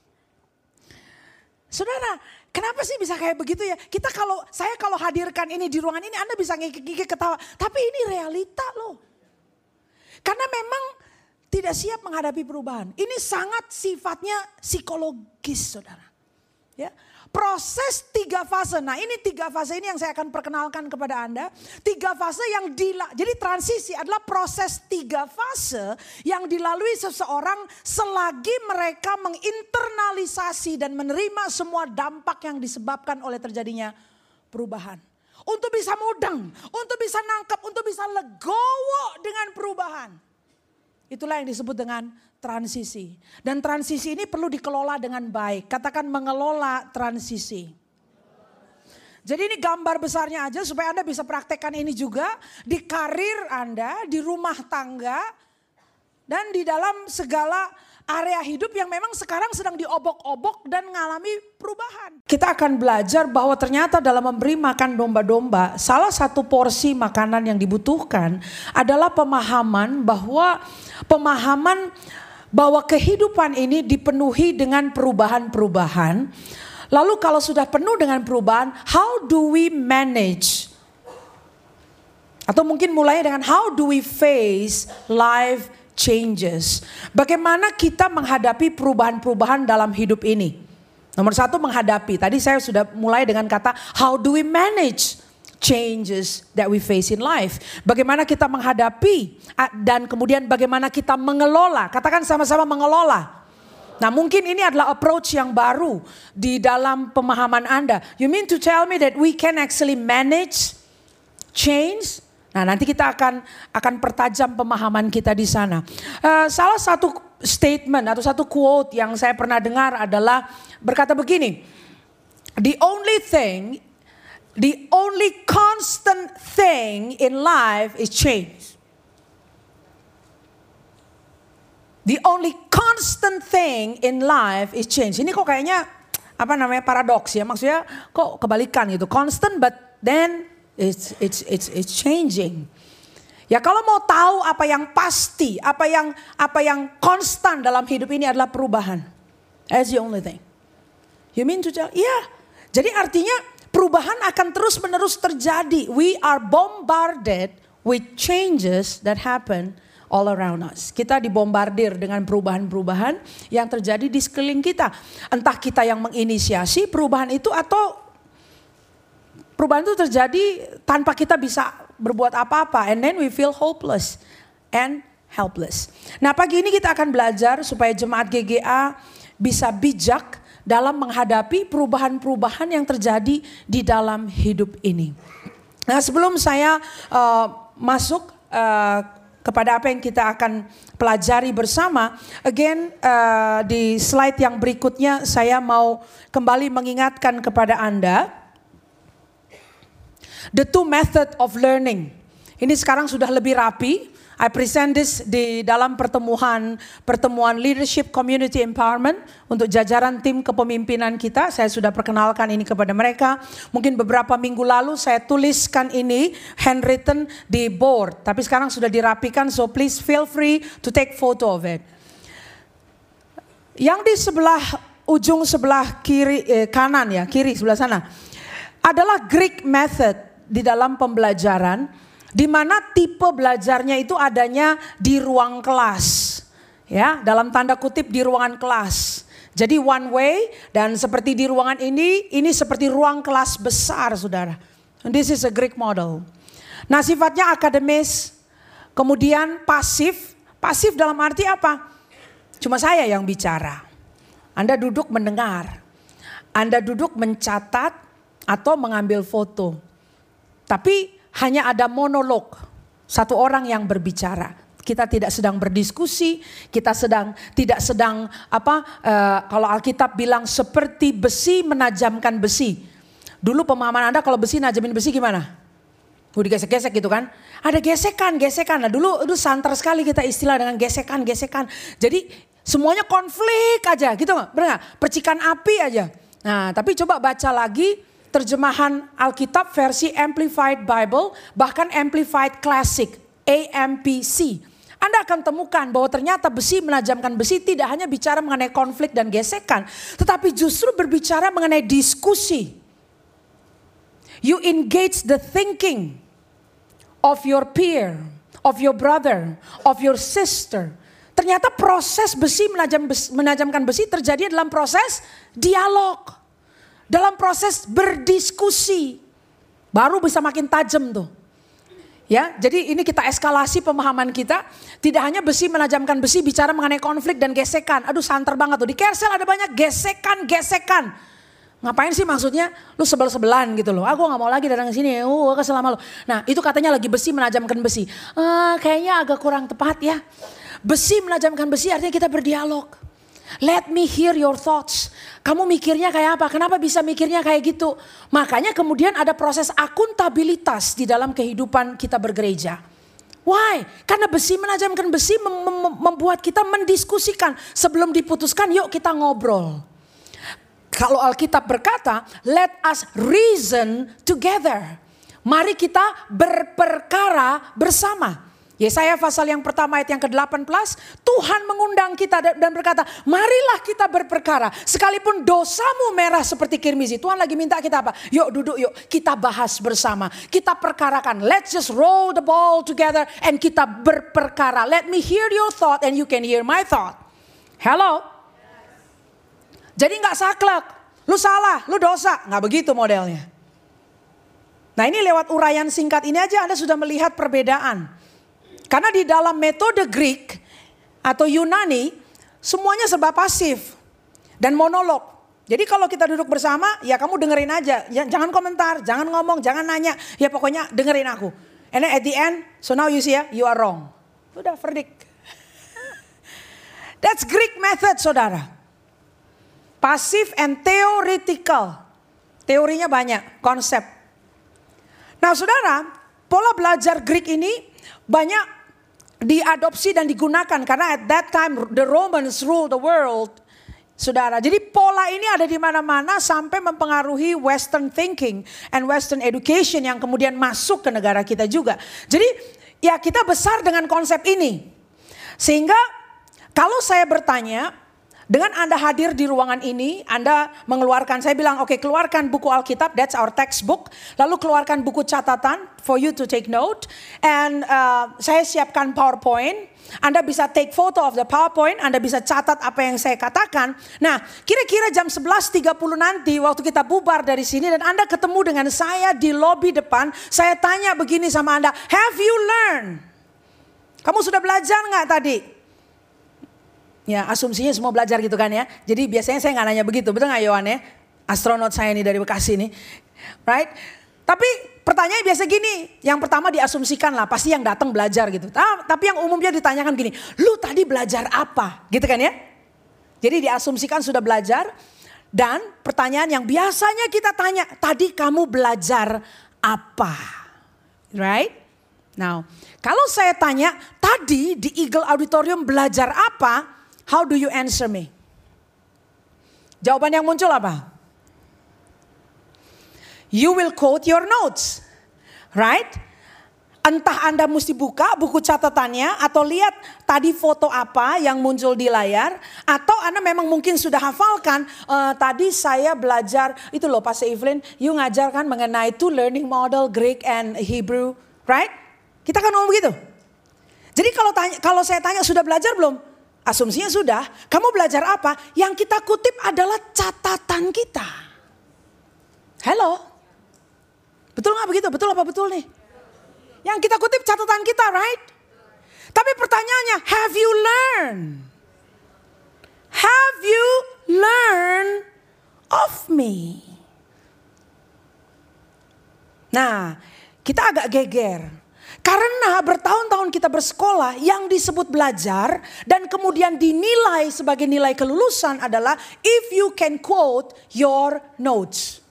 Saudara, kenapa sih bisa kayak begitu ya? Kita kalau, saya kalau hadirkan ini di ruangan ini Anda bisa ngikik-ngikik ketawa. Tapi ini realita loh. Karena memang tidak siap menghadapi perubahan. Ini sangat sifatnya psikologis saudara. Ya. Proses tiga fase. Nah ini tiga fase ini yang saya akan perkenalkan kepada Anda. Tiga fase yang dila, jadi transisi adalah proses tiga fase yang dilalui seseorang selagi mereka menginternalisasi dan menerima semua dampak yang disebabkan oleh terjadinya perubahan. Untuk bisa mudeng, untuk bisa nangkep, untuk bisa legowo dengan perubahan. Itulah yang disebut dengan transisi. Dan transisi ini perlu dikelola dengan baik. Katakan mengelola transisi. Jadi ini gambar besarnya aja supaya Anda bisa praktekkan ini juga di karir Anda, di rumah tangga, dan di dalam segala area hidup yang memang sekarang sedang diobok-obok dan mengalami perubahan. Kita akan belajar bahwa ternyata dalam memberi makan domba-domba, salah satu porsi makanan yang dibutuhkan adalah pemahaman bahwa pemahaman bahwa kehidupan ini dipenuhi dengan perubahan-perubahan. Lalu kalau sudah penuh dengan perubahan, how do we manage? Atau mungkin mulai dengan how do we face life changes? Bagaimana kita menghadapi perubahan-perubahan dalam hidup ini? Nomor satu, menghadapi. Tadi saya sudah mulai dengan kata how do we manage changes that we face in life? Bagaimana kita menghadapi dan kemudian bagaimana kita mengelola? Katakan sama-sama mengelola. Nah, mungkin ini adalah approach yang baru di dalam pemahaman Anda. You mean to tell me that we can actually manage change? Nah, nanti kita akan akan pertajam pemahaman kita di sana. Uh, salah satu statement atau satu quote yang saya pernah dengar adalah berkata begini. The only thing, the only constant thing in life is change. The only constant thing in life is change. Ini kok kayaknya apa namanya paradoks ya, maksudnya kok kebalikan gitu. Constant but then it's it's it's it's changing. Ya kalau mau tahu apa yang pasti, apa yang apa yang konstan dalam hidup ini adalah perubahan. That's the only thing. You mean to tell? Iya. Yeah. Jadi artinya perubahan akan terus-menerus terjadi. We are bombarded with changes that happen all around us. Kita dibombardir dengan perubahan-perubahan yang terjadi di sekeliling kita. Entah kita yang menginisiasi perubahan itu atau perubahan itu terjadi tanpa kita bisa berbuat apa-apa. And then we feel hopeless and helpless. Nah, pagi ini kita akan belajar supaya jemaat G G A bisa bijak dalam menghadapi perubahan-perubahan yang terjadi di dalam hidup ini. Nah, sebelum saya uh, masuk uh, kepada apa yang kita akan pelajari bersama. Again, uh, di slide yang berikutnya saya mau kembali mengingatkan kepada Anda. The two method of learning. Ini sekarang sudah lebih rapi. I present this di dalam pertemuan pertemuan Leadership Community Empowerment untuk jajaran tim kepemimpinan kita. Saya sudah perkenalkan ini kepada mereka. Mungkin beberapa minggu lalu saya tuliskan ini handwritten di board, tapi sekarang sudah dirapikan, so please feel free to take photo of it. Yang di sebelah ujung sebelah kiri eh, kanan ya, kiri sebelah sana adalah Greek method di dalam pembelajaran. Di mana tipe belajarnya itu adanya di ruang kelas. Ya, dalam tanda kutip di ruangan kelas. Jadi one way dan seperti di ruangan ini, ini seperti ruang kelas besar, Saudara. And this is a Greek model. Nah, sifatnya akademis, kemudian pasif. Pasif dalam arti apa? Cuma saya yang bicara. Anda duduk mendengar. Anda duduk mencatat atau mengambil foto. Tapi hanya ada monolog, satu orang yang berbicara. Kita tidak sedang berdiskusi, kita sedang tidak sedang apa? Uh, kalau Alkitab bilang seperti besi menajamkan besi. Dulu pemahaman Anda kalau besi najamin besi gimana? Udah gesek-gesek gitu kan? Ada gesekan, gesekan. Nah dulu itu santer sekali kita istilah dengan gesekan, gesekan. Jadi semuanya konflik aja, gitu nggak? Benar nggak? Percikan api aja. Nah tapi coba baca lagi. Terjemahan Alkitab versi Amplified Bible, bahkan Amplified Classic, A M P C. Anda akan temukan bahwa ternyata besi menajamkan besi tidak hanya bicara mengenai konflik dan gesekan, tetapi justru berbicara mengenai diskusi. You engage the thinking of your peer, of your brother, of your sister. Ternyata proses besi menajam, menajamkan besi terjadi dalam proses dialog. Dalam proses berdiskusi, baru bisa makin tajam tuh. Ya, jadi ini kita eskalasi pemahaman kita. Tidak hanya besi menajamkan besi, bicara mengenai konflik dan gesekan. Aduh santer banget tuh, di Kersel ada banyak gesekan-gesekan. Ngapain sih maksudnya? Lu sebel-sebelan gitu loh. Ah gue gak mau lagi datang ke sini, uh kesel sama lu. Nah itu katanya lagi besi menajamkan besi. Ah, kayaknya agak kurang tepat ya. Besi menajamkan besi artinya kita berdialog. Let me hear your thoughts. Kamu mikirnya kayak apa? Kenapa bisa mikirnya kayak gitu? Makanya kemudian ada proses akuntabilitas di dalam kehidupan kita bergereja. Why? Karena besi menajamkan besi mem- mem- membuat kita mendiskusikan. Sebelum diputuskan, yuk kita ngobrol. Kalau Alkitab berkata, let us reason together. Mari kita berperkara bersama. Yesaya pasal yang pertama ayat yang ke delapan belas, Tuhan mengundang kita dan berkata, marilah kita berperkara. Sekalipun dosamu merah seperti kirmizi. Tuhan lagi minta kita apa? Yuk duduk yuk, kita bahas bersama. Kita perkarakan. Let's just roll the ball together and kita berperkara. Let me hear your thought and you can hear my thought. Hello? Jadi gak saklek. Lu salah, lu dosa. Gak begitu modelnya. Nah ini lewat uraian singkat ini aja Anda sudah melihat perbedaan. Karena di dalam metode Greek atau Yunani semuanya serba pasif dan monolog. Jadi kalau kita duduk bersama ya kamu dengerin aja. Jangan komentar, jangan ngomong, jangan nanya. Ya pokoknya dengerin aku. And then at the end, so now you see ya, you are wrong. Udah verdict. That's Greek method saudara. Pasif and theoretical. Teorinya banyak, konsep. Nah saudara, pola belajar Greek ini banyak diadopsi dan digunakan karena at that time the Romans rule the world, saudara. Jadi pola ini ada di mana-mana sampai mempengaruhi Western thinking and Western education yang kemudian masuk ke negara kita juga. Jadi ya kita besar dengan konsep ini. Sehingga kalau saya bertanya, dengan Anda hadir di ruangan ini, Anda mengeluarkan, saya bilang oke okay, keluarkan buku Alkitab, that's our textbook. Lalu keluarkan buku catatan for you to take note. And uh, saya siapkan PowerPoint. Anda bisa take photo of the PowerPoint, Anda bisa catat apa yang saya katakan. Nah kira-kira jam sebelas tiga puluh nanti waktu kita bubar dari sini dan Anda ketemu dengan saya di lobi depan. Saya tanya begini sama Anda, have you learned? Kamu sudah belajar nggak tadi? Ya asumsinya semua belajar gitu kan ya. Jadi biasanya saya gak nanya begitu. Betul gak Yohan ya? Astronot saya nih dari Bekasi nih. Right? Tapi pertanyaannya biasa gini. Yang pertama diasumsikan lah. Pasti yang datang belajar gitu. Tapi yang umumnya ditanyakan gini. Lu tadi belajar apa? Gitu kan ya? Jadi diasumsikan sudah belajar. Dan pertanyaan yang biasanya kita tanya. Tadi kamu belajar apa? Right? Now kalau saya tanya. Tadi di Eagle Auditorium belajar apa? How do you answer me? Jawaban yang muncul apa? You will quote your notes. Right? Entah Anda mesti buka buku catatannya atau lihat tadi foto apa yang muncul di layar. Atau Anda memang mungkin sudah hafalkan. Uh, tadi saya belajar, itu loh Pastor Evelyn, you ngajarkan mengenai two learning model Greek and Hebrew. Right? Kita kan ngomong begitu. Jadi kalau tanya, kalau saya tanya sudah belajar belum? Asumsinya sudah. Kamu belajar apa? Yang kita kutip adalah catatan kita. Hello? Betul gak begitu? Betul apa betul nih? Yang kita kutip catatan kita, right? Tapi pertanyaannya, have you learned? Have you learned of me? Nah, kita agak geger. Karena bertahun-tahun kita bersekolah yang disebut belajar dan kemudian dinilai sebagai nilai kelulusan adalah if you can quote your notes.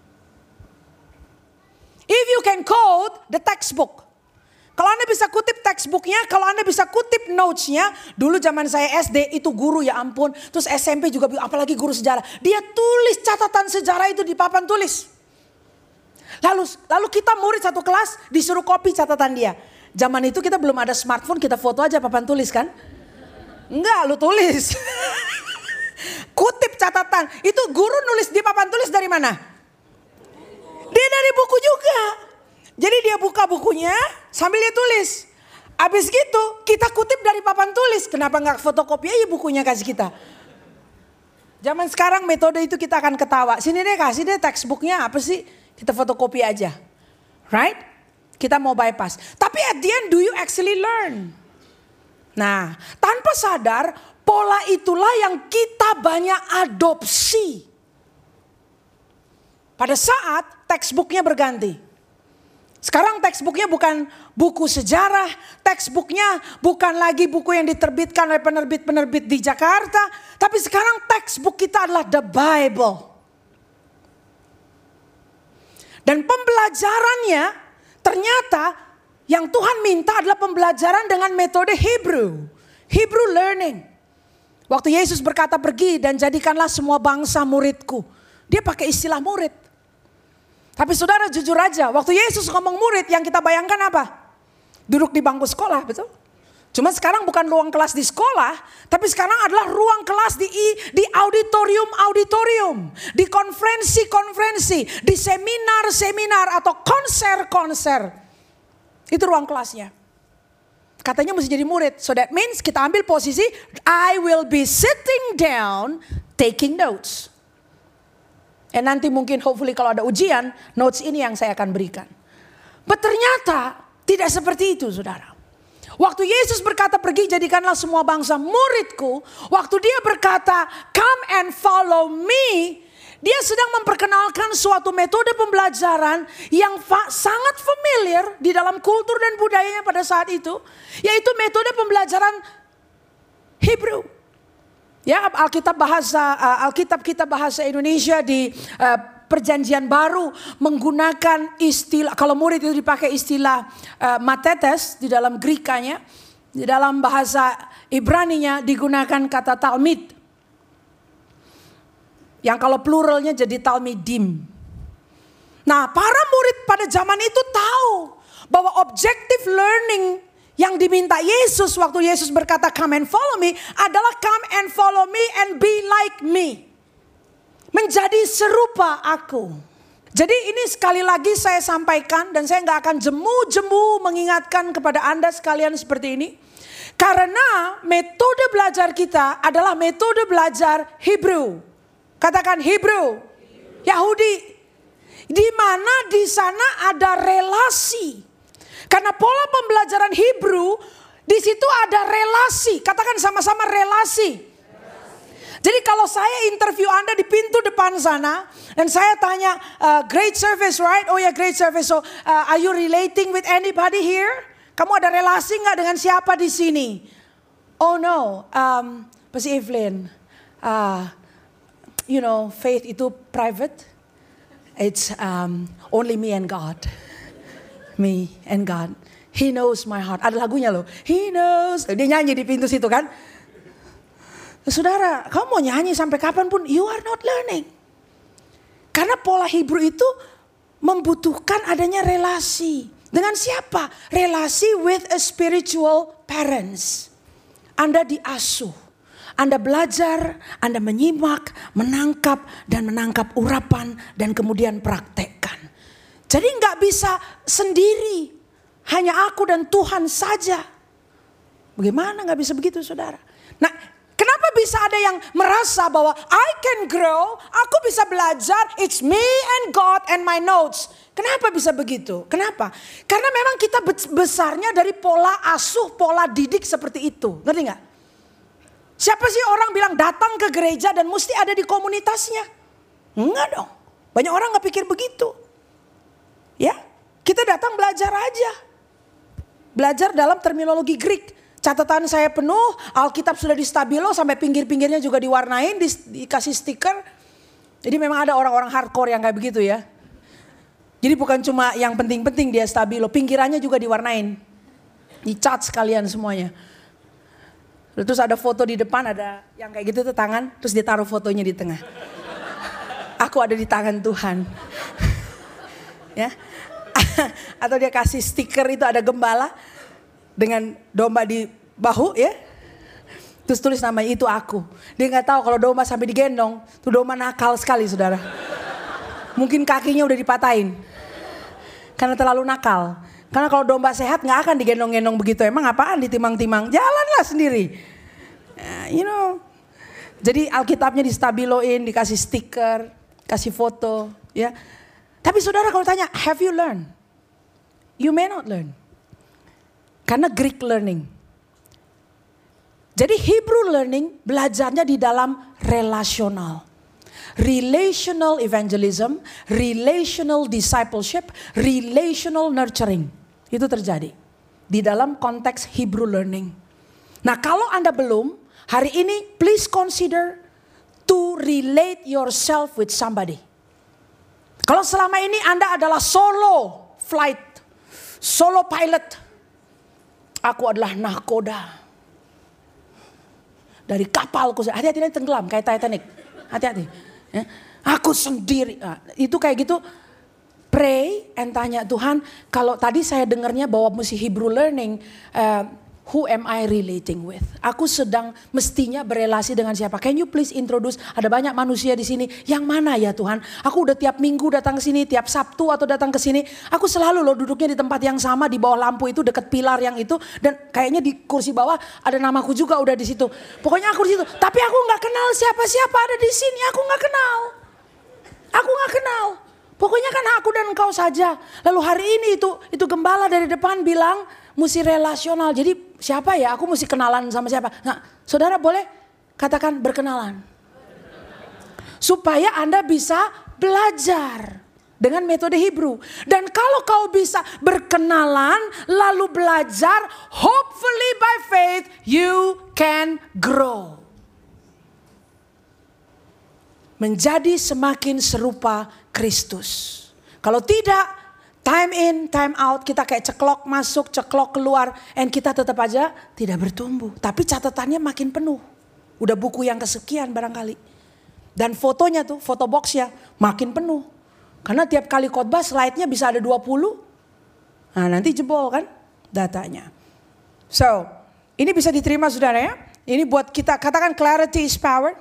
If you can quote the textbook. Kalau Anda bisa kutip textbooknya, kalau Anda bisa kutip notesnya. Dulu zaman saya S D itu guru ya ampun. Terus S M P juga apalagi guru sejarah. Dia tulis catatan sejarah itu di papan tulis. Lalu lalu kita murid satu kelas disuruh copy catatan dia. Zaman itu kita belum ada smartphone, kita foto aja papan tulis kan? Enggak, lu tulis. Kutip catatan. Itu guru nulis di papan tulis dari mana? Dia dari buku juga. Jadi dia buka bukunya sambil dia tulis. Habis gitu kita kutip dari papan tulis. Kenapa nggak fotokopi aja bukunya kasih kita? Zaman sekarang metode itu kita akan ketawa. Sini deh kasih deh textbooknya apa sih? Kita fotokopi aja. Right? Kita mau bypass. Tapi at the end do you actually learn? Nah, tanpa sadar pola itulah yang kita banyak adopsi. Pada saat textbooknya berganti. Sekarang textbooknya bukan buku sejarah, textbooknya bukan lagi buku yang diterbitkan oleh penerbit-penerbit di Jakarta. Tapi sekarang textbook kita adalah the Bible. Dan pembelajarannya ternyata yang Tuhan minta adalah pembelajaran dengan metode Hebrew. Hebrew learning. Waktu Yesus berkata pergi dan jadikanlah semua bangsa muridku. Dia pakai istilah murid. Tapi saudara jujur aja, waktu Yesus ngomong murid yang kita bayangkan apa? Duduk di bangku sekolah, betul? Cuma sekarang bukan ruang kelas di sekolah, tapi sekarang adalah ruang kelas di di auditorium-auditorium, di konferensi-konferensi, di seminar-seminar atau konser-konser. Itu ruang kelasnya. Katanya mesti jadi murid. So that means kita ambil posisi, I will be sitting down taking notes. Dan nanti mungkin hopefully kalau ada ujian, notes ini yang saya akan berikan. But ternyata tidak seperti itu saudara. Waktu Yesus berkata pergi jadikanlah semua bangsa muridku. Waktu dia berkata come and follow me. Dia sedang memperkenalkan suatu metode pembelajaran yang fa- sangat familiar di dalam kultur dan budayanya pada saat itu. Yaitu metode pembelajaran Hebrew. Ya, Alkitab bahasa uh, Alkitab kita bahasa Indonesia di uh, Perjanjian Baru menggunakan istilah, kalau murid itu dipakai istilah uh, matetes di dalam Grekanya, di dalam bahasa Ibraninya digunakan kata talmid. Yang kalau pluralnya jadi talmidim. Nah, para murid pada zaman itu tahu bahwa objective learning yang diminta Yesus waktu Yesus berkata come and follow me adalah come and follow me and be like me. Menjadi serupa aku. Jadi ini sekali lagi saya sampaikan dan saya nggak akan jemu-jemu mengingatkan kepada Anda sekalian seperti ini. Karena metode belajar kita adalah metode belajar Hebrew. Katakan Hebrew. Yahudi. Di mana di sana ada relasi. Karena pola pembelajaran Hebrew, di situ ada relasi. Katakan sama-sama relasi. Jadi kalau saya interview Anda di pintu depan sana, dan saya tanya, uh, great service right? Oh ya, yeah, great service. So uh, are you relating with anybody here? Kamu ada relasi nggak dengan siapa di sini? Oh no, um, Pak si Evelyn, uh, you know, faith itu private. It's um, only me and God. Me and God. He knows my heart. Ada lagunya loh. He knows. Dia nyanyi di pintu situ kan. Saudara, kamu mau nyanyi sampai kapanpun, you are not learning. Karena pola Hebrew itu membutuhkan adanya relasi. Dengan siapa? Relasi with a spiritual parents. Anda diasuh. Anda belajar, Anda menyimak, menangkap, dan menangkap urapan, dan kemudian praktekkan. Jadi nggak bisa sendiri, hanya aku dan Tuhan saja. Bagaimana nggak bisa begitu saudara? Nah, kenapa bisa ada yang merasa bahwa I can grow, aku bisa belajar, it's me and God and my notes. Kenapa bisa begitu? Kenapa? Karena memang kita besarnya dari pola asuh, pola didik seperti itu. Ngerti nggak? Siapa sih orang bilang datang ke gereja dan mesti ada di komunitasnya? Enggak dong. Banyak orang nggak pikir begitu. Ya, kita datang belajar aja. Belajar dalam terminologi Greek. Catatan saya penuh, Alkitab sudah di stabilo sampai pinggir-pinggirnya juga diwarnain, di, dikasih stiker. Jadi memang ada orang-orang hardcore yang kayak begitu ya. Jadi bukan cuma yang penting-penting dia stabilo, pinggirannya juga diwarnain. Dicat sekalian semuanya. Terus ada foto di depan, ada yang kayak gitu tuh tangan, terus dia taruh fotonya di tengah. Aku ada di tangan Tuhan. Ya, atau dia kasih stiker itu ada gembala dengan domba di bahu ya, terus tulis namanya itu aku. Dia nggak tahu kalau domba sampai digendong, tuh domba nakal sekali saudara. Mungkin kakinya udah dipatahin karena terlalu nakal. Karena kalau domba sehat nggak akan digendong-gendong begitu. Emang apaan ditimang-timang? Jalanlah sendiri. Uh, you know. Jadi Alkitabnya distabiloin, dikasih stiker, kasih foto, ya. Tapi saudara kalau tanya, have you learned? You may not learn. Karena Greek learning. Jadi Hebrew learning belajarnya di dalam relasional. relational evangelism, relational discipleship, relational nurturing. Itu terjadi di dalam konteks Hebrew learning. Nah, kalau Anda belum, hari ini please consider to relate yourself with somebody. Kalau selama ini Anda adalah solo flight, solo pilot. Aku adalah nahkoda. Dari kapalku, hati-hati nanti tenggelam kayak Titanic. Hati-hati. Ya. Aku sendiri. Nah, itu kayak gitu. Pray and tanya Tuhan. Kalau tadi saya dengarnya bahwa mesti Hebrew learning. Uh, who am I relating with? Aku sedang mestinya berelasi dengan siapa? Can you please introduce? Ada banyak manusia di sini. Yang mana ya Tuhan? Aku udah tiap minggu datang ke sini. Tiap Sabtu atau datang ke sini. Aku selalu loh duduknya di tempat yang sama. Di bawah lampu itu dekat pilar yang itu. Dan kayaknya di kursi bawah ada namaku juga udah di situ. Pokoknya aku di situ. Tapi aku gak kenal siapa-siapa ada di sini. Aku gak kenal. Aku gak kenal. Pokoknya kan aku dan engkau saja. Lalu hari ini itu itu gembala dari depan bilang mesti relasional. Jadi siapa ya? Aku mesti kenalan sama siapa? Nah, saudara boleh katakan berkenalan. Supaya Anda bisa belajar dengan metode Hebrew. Dan kalau kau bisa berkenalan lalu belajar, hopefully by faith you can grow. Menjadi semakin serupa Kristus. Kalau tidak, time in, time out, kita kayak ceklok masuk, ceklok keluar, and kita tetap aja tidak bertumbuh. Tapi catatannya makin penuh. Udah buku yang kesekian barangkali. Dan fotonya tuh, foto boxnya makin penuh. Karena tiap kali khotbah slide-nya bisa ada dua puluh. Nah nanti jebol kan datanya. So, ini bisa diterima saudara ya. Ini buat kita, katakan clarity is power.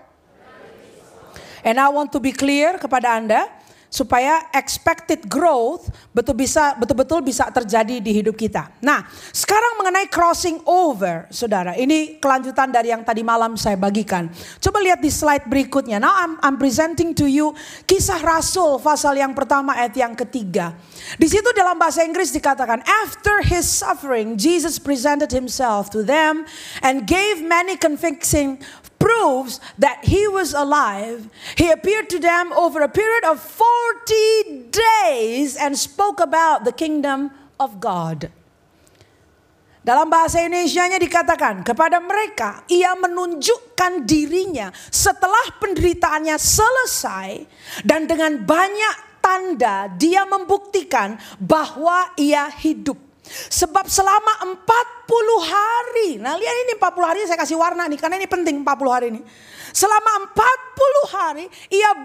And I want to be clear kepada Anda supaya expected growth betul bisa betul-betul bisa terjadi di hidup kita. Nah, sekarang mengenai crossing over, saudara. Ini kelanjutan dari yang tadi malam saya bagikan. Coba lihat di slide berikutnya. Now I'm, I'm presenting to you Kisah Rasul pasal yang pertama ayat yang ketiga. Di situ dalam bahasa Inggris dikatakan, after his suffering, Jesus presented himself to them and gave many convincing proves that he was alive. He appeared to them over a period of forty days and spoke about the kingdom of God. Dalam bahasa Indonesianya dikatakan, kepada mereka ia menunjukkan dirinya setelah penderitaannya selesai, dan dengan banyak tanda dia membuktikan bahwa ia hidup. Sebab selama empat puluh hari, nah lihat ini empat puluh hari saya kasih warna nih karena ini penting empat puluh hari ini. Selama empat puluh hari ia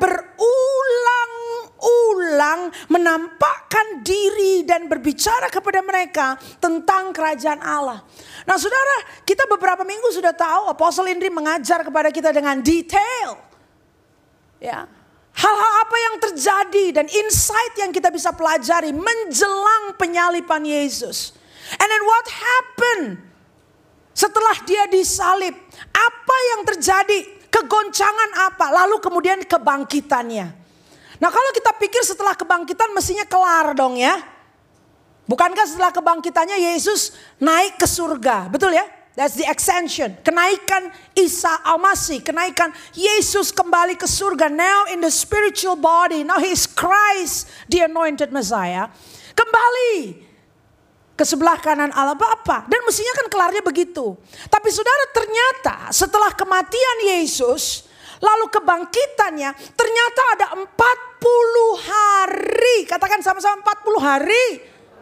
berulang-ulang menampakkan diri dan berbicara kepada mereka tentang kerajaan Allah. Nah saudara, kita beberapa minggu sudah tahu Apostle Indri mengajar kepada kita dengan detail. Ya. Hal-hal apa yang terjadi dan insight yang kita bisa pelajari menjelang penyalipan Yesus. And then what happened setelah dia disalib? Apa yang terjadi? Kegoncangan apa? Lalu kemudian kebangkitannya. Nah kalau kita pikir setelah kebangkitan mestinya kelar dong ya. Bukankah setelah kebangkitannya Yesus naik ke surga? Betul ya? That's the ascension. Kenaikan Isa Al-Masih. Kenaikan Yesus kembali ke surga. Now in the spiritual body. Now he is Christ, the anointed Messiah. Kembali ke sebelah kanan Allah Bapa. Dan mestinya kan kelarnya begitu. Tapi saudara ternyata setelah kematian Yesus. Lalu kebangkitannya. Ternyata ada empat puluh hari. Katakan sama-sama empat puluh hari.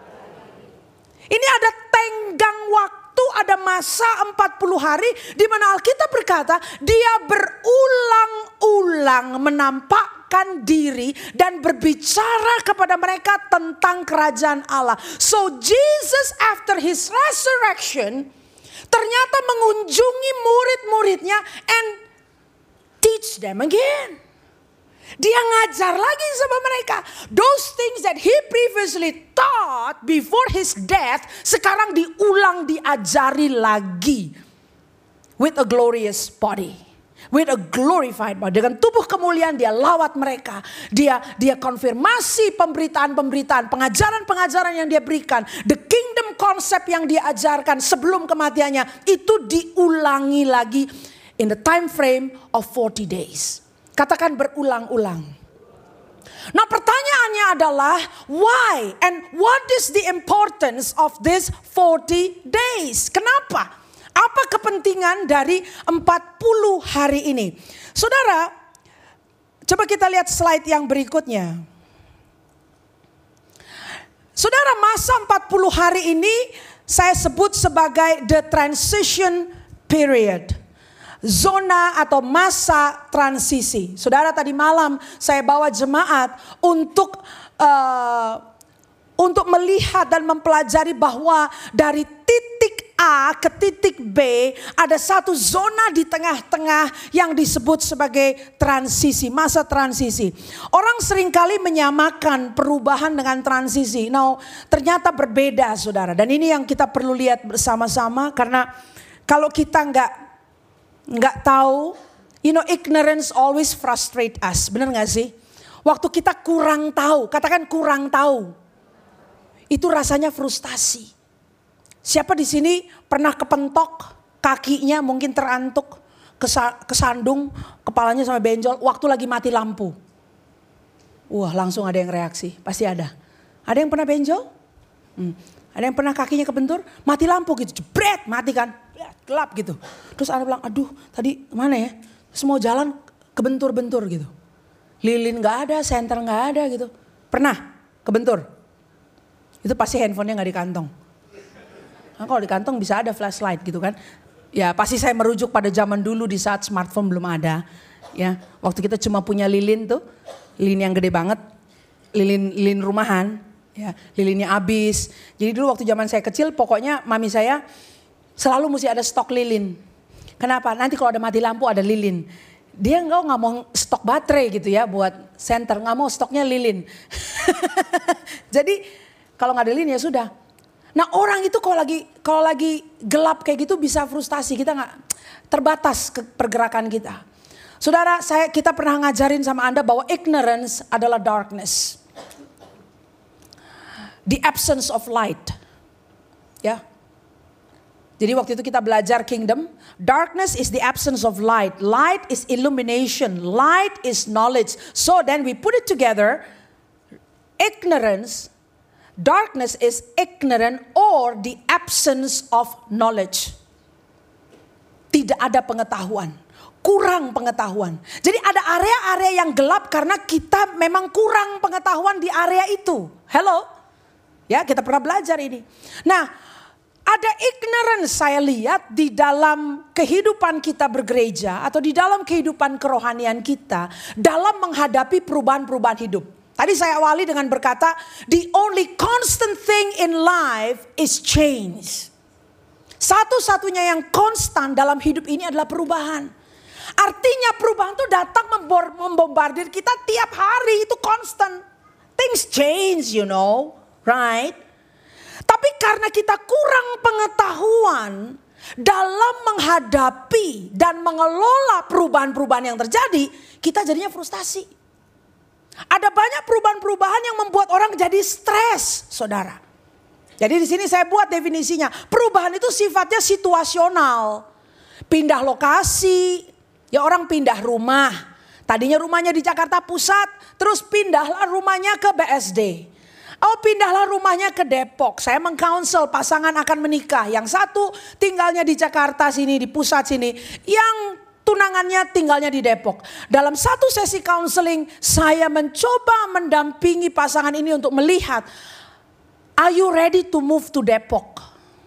Ini ada tenggang waktu. Ada masa empat puluh hari di mana Alkitab berkata dia berulang-ulang menampakkan diri dan berbicara kepada mereka tentang kerajaan Allah. So Jesus after his resurrection ternyata mengunjungi murid-muridnya and teach them again. Dia ngajar lagi sama mereka. Those things that he previously taught before his death, sekarang diulang diajari lagi. With a glorious body. With a glorified body. Dengan tubuh kemuliaan dia lawat mereka. Dia dia konfirmasi pemberitaan-pemberitaan, pengajaran-pengajaran yang dia berikan. The kingdom concept yang dia ajarkan sebelum kematiannya. Itu diulangi lagi in the time frame of forty days. Katakan berulang-ulang. Nah pertanyaannya adalah why and what is the importance of this forty days? Kenapa? Apa kepentingan dari empat puluh hari ini? Saudara, coba kita lihat slide yang berikutnya. Saudara, masa empat puluh hari ini saya sebut sebagai the transition period. Zona atau masa transisi. Saudara, tadi malam saya bawa jemaat untuk uh, untuk melihat dan mempelajari bahwa dari titik A ke titik B ada satu zona di tengah-tengah yang disebut sebagai transisi, masa transisi. Orang seringkali menyamakan perubahan dengan transisi. Nah, ternyata berbeda, saudara. Dan ini yang kita perlu lihat bersama-sama, karena kalau kita nggak nggak tahu, you know, ignorance always frustrate us. Benar nggak sih? Waktu kita kurang tahu, katakan kurang tahu, itu rasanya frustasi. Siapa di sini pernah kepentok, kakinya mungkin terantuk, kesa- kesandung, kepalanya sampai benjol waktu lagi mati lampu? Wah, langsung ada yang reaksi, pasti ada. Ada yang pernah benjol? Hmm. Ada yang pernah kakinya kebentur, mati lampu gitu, jebret, mati kan, gelap gitu. Terus ada bilang, aduh tadi kemana ya? Semua jalan kebentur-bentur gitu. Lilin gak ada, senter gak ada gitu. Pernah kebentur? Itu pasti handphonenya gak di kantong. Nah, kalau di kantong bisa ada flashlight gitu kan. Ya pasti saya merujuk pada zaman dulu di saat smartphone belum ada. Ya, waktu kita cuma punya lilin tuh, lilin yang gede banget, lilin lilin rumahan. Ya, lilinnya habis. Jadi dulu waktu zaman saya kecil pokoknya mami saya selalu mesti ada stok lilin. Kenapa? Nanti kalau ada mati lampu ada lilin. Dia enggak nggak mau stok baterai gitu ya buat senter, nggak mau stoknya lilin. Jadi kalau nggak ada lilin ya sudah. Nah orang itu kalau lagi kalau lagi gelap kayak gitu bisa frustasi, kita nggak terbatas ke pergerakan kita. Saudara, saya kita pernah ngajarin sama Anda bahwa ignorance adalah darkness. The absence of light. Ya. Jadi waktu itu kita belajar kingdom. Darkness is the absence of light. Light is illumination. Light is knowledge. So then we put it together. Ignorance. Darkness is ignorant or the absence of knowledge. Tidak ada pengetahuan. Kurang pengetahuan. Jadi ada area-area yang gelap karena kita memang kurang pengetahuan di area itu. Hello? Ya, kita pernah belajar ini. Nah, ada ignorance saya lihat di dalam kehidupan kita bergereja atau di dalam kehidupan kerohanian kita dalam menghadapi perubahan-perubahan hidup. Tadi saya awali dengan berkata, the only constant thing in life is change. Satu-satunya yang konstan dalam hidup ini adalah perubahan. Artinya perubahan itu datang membombardir kita tiap hari, itu constant. Things change, you know. Right? Tapi karena kita kurang pengetahuan dalam menghadapi dan mengelola perubahan-perubahan yang terjadi, kita jadinya frustasi. Ada banyak perubahan-perubahan yang membuat orang jadi stres, saudara. Jadi di sini saya buat definisinya. Perubahan itu sifatnya situasional. Pindah lokasi, ya orang pindah rumah. Tadinya rumahnya di Jakarta Pusat, terus pindahlah rumahnya ke B S D. Oh pindahlah rumahnya ke Depok. Saya mengkaunsel pasangan akan menikah. Yang satu tinggalnya di Jakarta sini, di pusat sini. Yang tunangannya tinggalnya di Depok. Dalam satu sesi counseling saya mencoba mendampingi pasangan ini untuk melihat. Are you ready to move to Depok?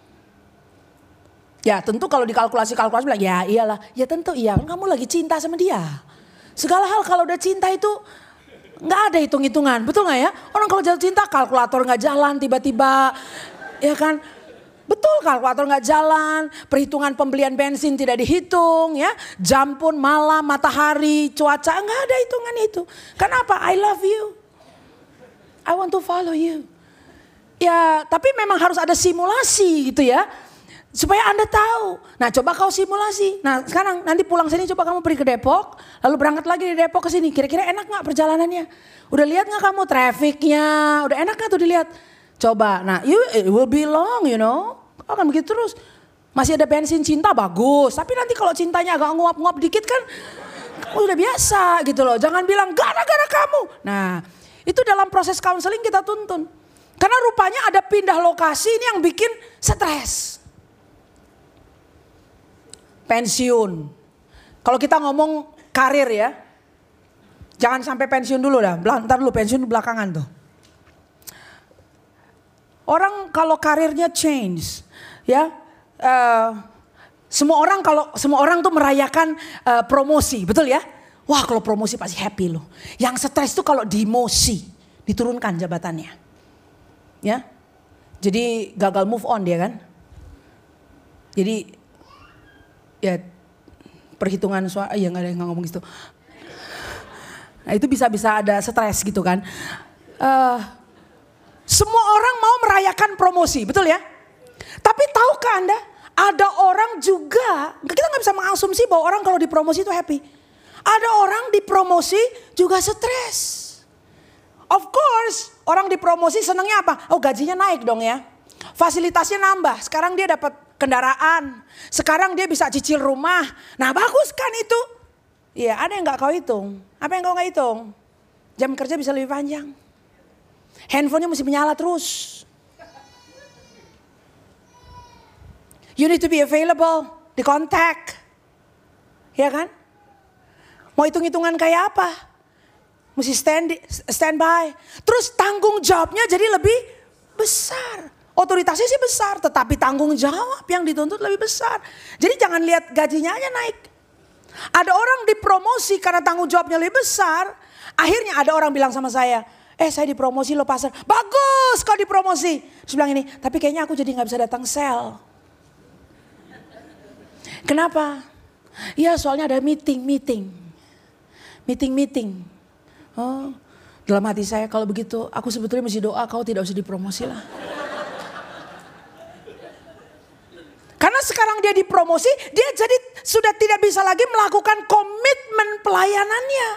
Ya tentu kalau dikalkulasi-kalkulasi bilang ya iyalah. Ya tentu iya, kamu lagi cinta sama dia. Segala hal kalau udah cinta itu nggak ada hitung-hitungan, betul nggak ya? Orang kalau jatuh cinta kalkulator nggak jalan tiba-tiba, ya kan? Betul, kalkulator nggak jalan, perhitungan pembelian bensin tidak dihitung, ya, jam pun malam, matahari, cuaca nggak ada hitungan itu. Kenapa? I love you, I want to follow you. Ya, tapi memang harus ada simulasi gitu ya. Supaya Anda tahu. Nah coba kau simulasi. Nah sekarang nanti pulang sini coba kamu pergi ke Depok. Lalu berangkat lagi dari Depok ke sini. Kira-kira enak gak perjalanannya? Udah lihat gak kamu trafiknya? Udah enak gak tuh dilihat? Coba. Nah you, it will be long you know. Akan begitu terus. Masih ada bensin cinta bagus. Tapi nanti kalau cintanya agak nguap-nguap dikit kan. Kamu udah biasa gitu loh. Jangan bilang gara-gara kamu. Nah itu dalam proses counseling kita tuntun. Karena rupanya ada pindah lokasi ini yang bikin stres. Pensiun. Kalau kita ngomong karir ya. Jangan sampai pensiun dulu dah. Ntar dulu pensiun belakangan tuh. Orang kalau karirnya change. Ya. Uh, semua orang kalau semua orang tuh merayakan uh, promosi. Betul ya? Wah kalau promosi pasti happy loh. Yang stres tuh kalau demosi. Diturunkan jabatannya. Ya. Jadi gagal move on dia kan. Jadi. Ya. Perhitungan suara. Ya gak ada yang ngomong gitu. Nah itu bisa-bisa ada stres gitu kan. Uh, semua orang mau merayakan promosi, betul ya? Tapi tahukah Anda, ada orang juga, kita gak bisa mengasumsi bahwa orang kalau dipromosi itu happy. Ada orang dipromosi juga stres. Of course, orang dipromosi senangnya apa? Oh gajinya naik dong ya. Fasilitasnya nambah, sekarang dia dapat kendaraan. Sekarang dia bisa cicil rumah. Nah bagus kan itu. Iya ada yang gak kau hitung. Apa yang kau gak hitung? Jam kerja bisa lebih panjang. Handphonenya mesti menyala terus. You need to be available. Di kontak. Ya kan? Mau hitung-hitungan kayak apa? Mesti stand, stand by. Terus tanggung jawabnya jadi lebih besar. Otoritasnya sih besar. Tetapi tanggung jawab yang dituntut lebih besar. Jadi jangan lihat gajinya aja naik. Ada orang dipromosi karena tanggung jawabnya lebih besar. Akhirnya ada orang bilang sama saya, eh saya dipromosi lo pasar. Bagus kau dipromosi. Terus bilang ini, tapi kayaknya aku jadi gak bisa datang sel. Kenapa? Ya soalnya ada meeting, meeting. Meeting, meeting. Oh, dalam hati saya kalau begitu aku sebetulnya mesti doa kau tidak usah dipromosi lah. Karena sekarang dia dipromosi, dia jadi sudah tidak bisa lagi melakukan komitmen pelayanannya.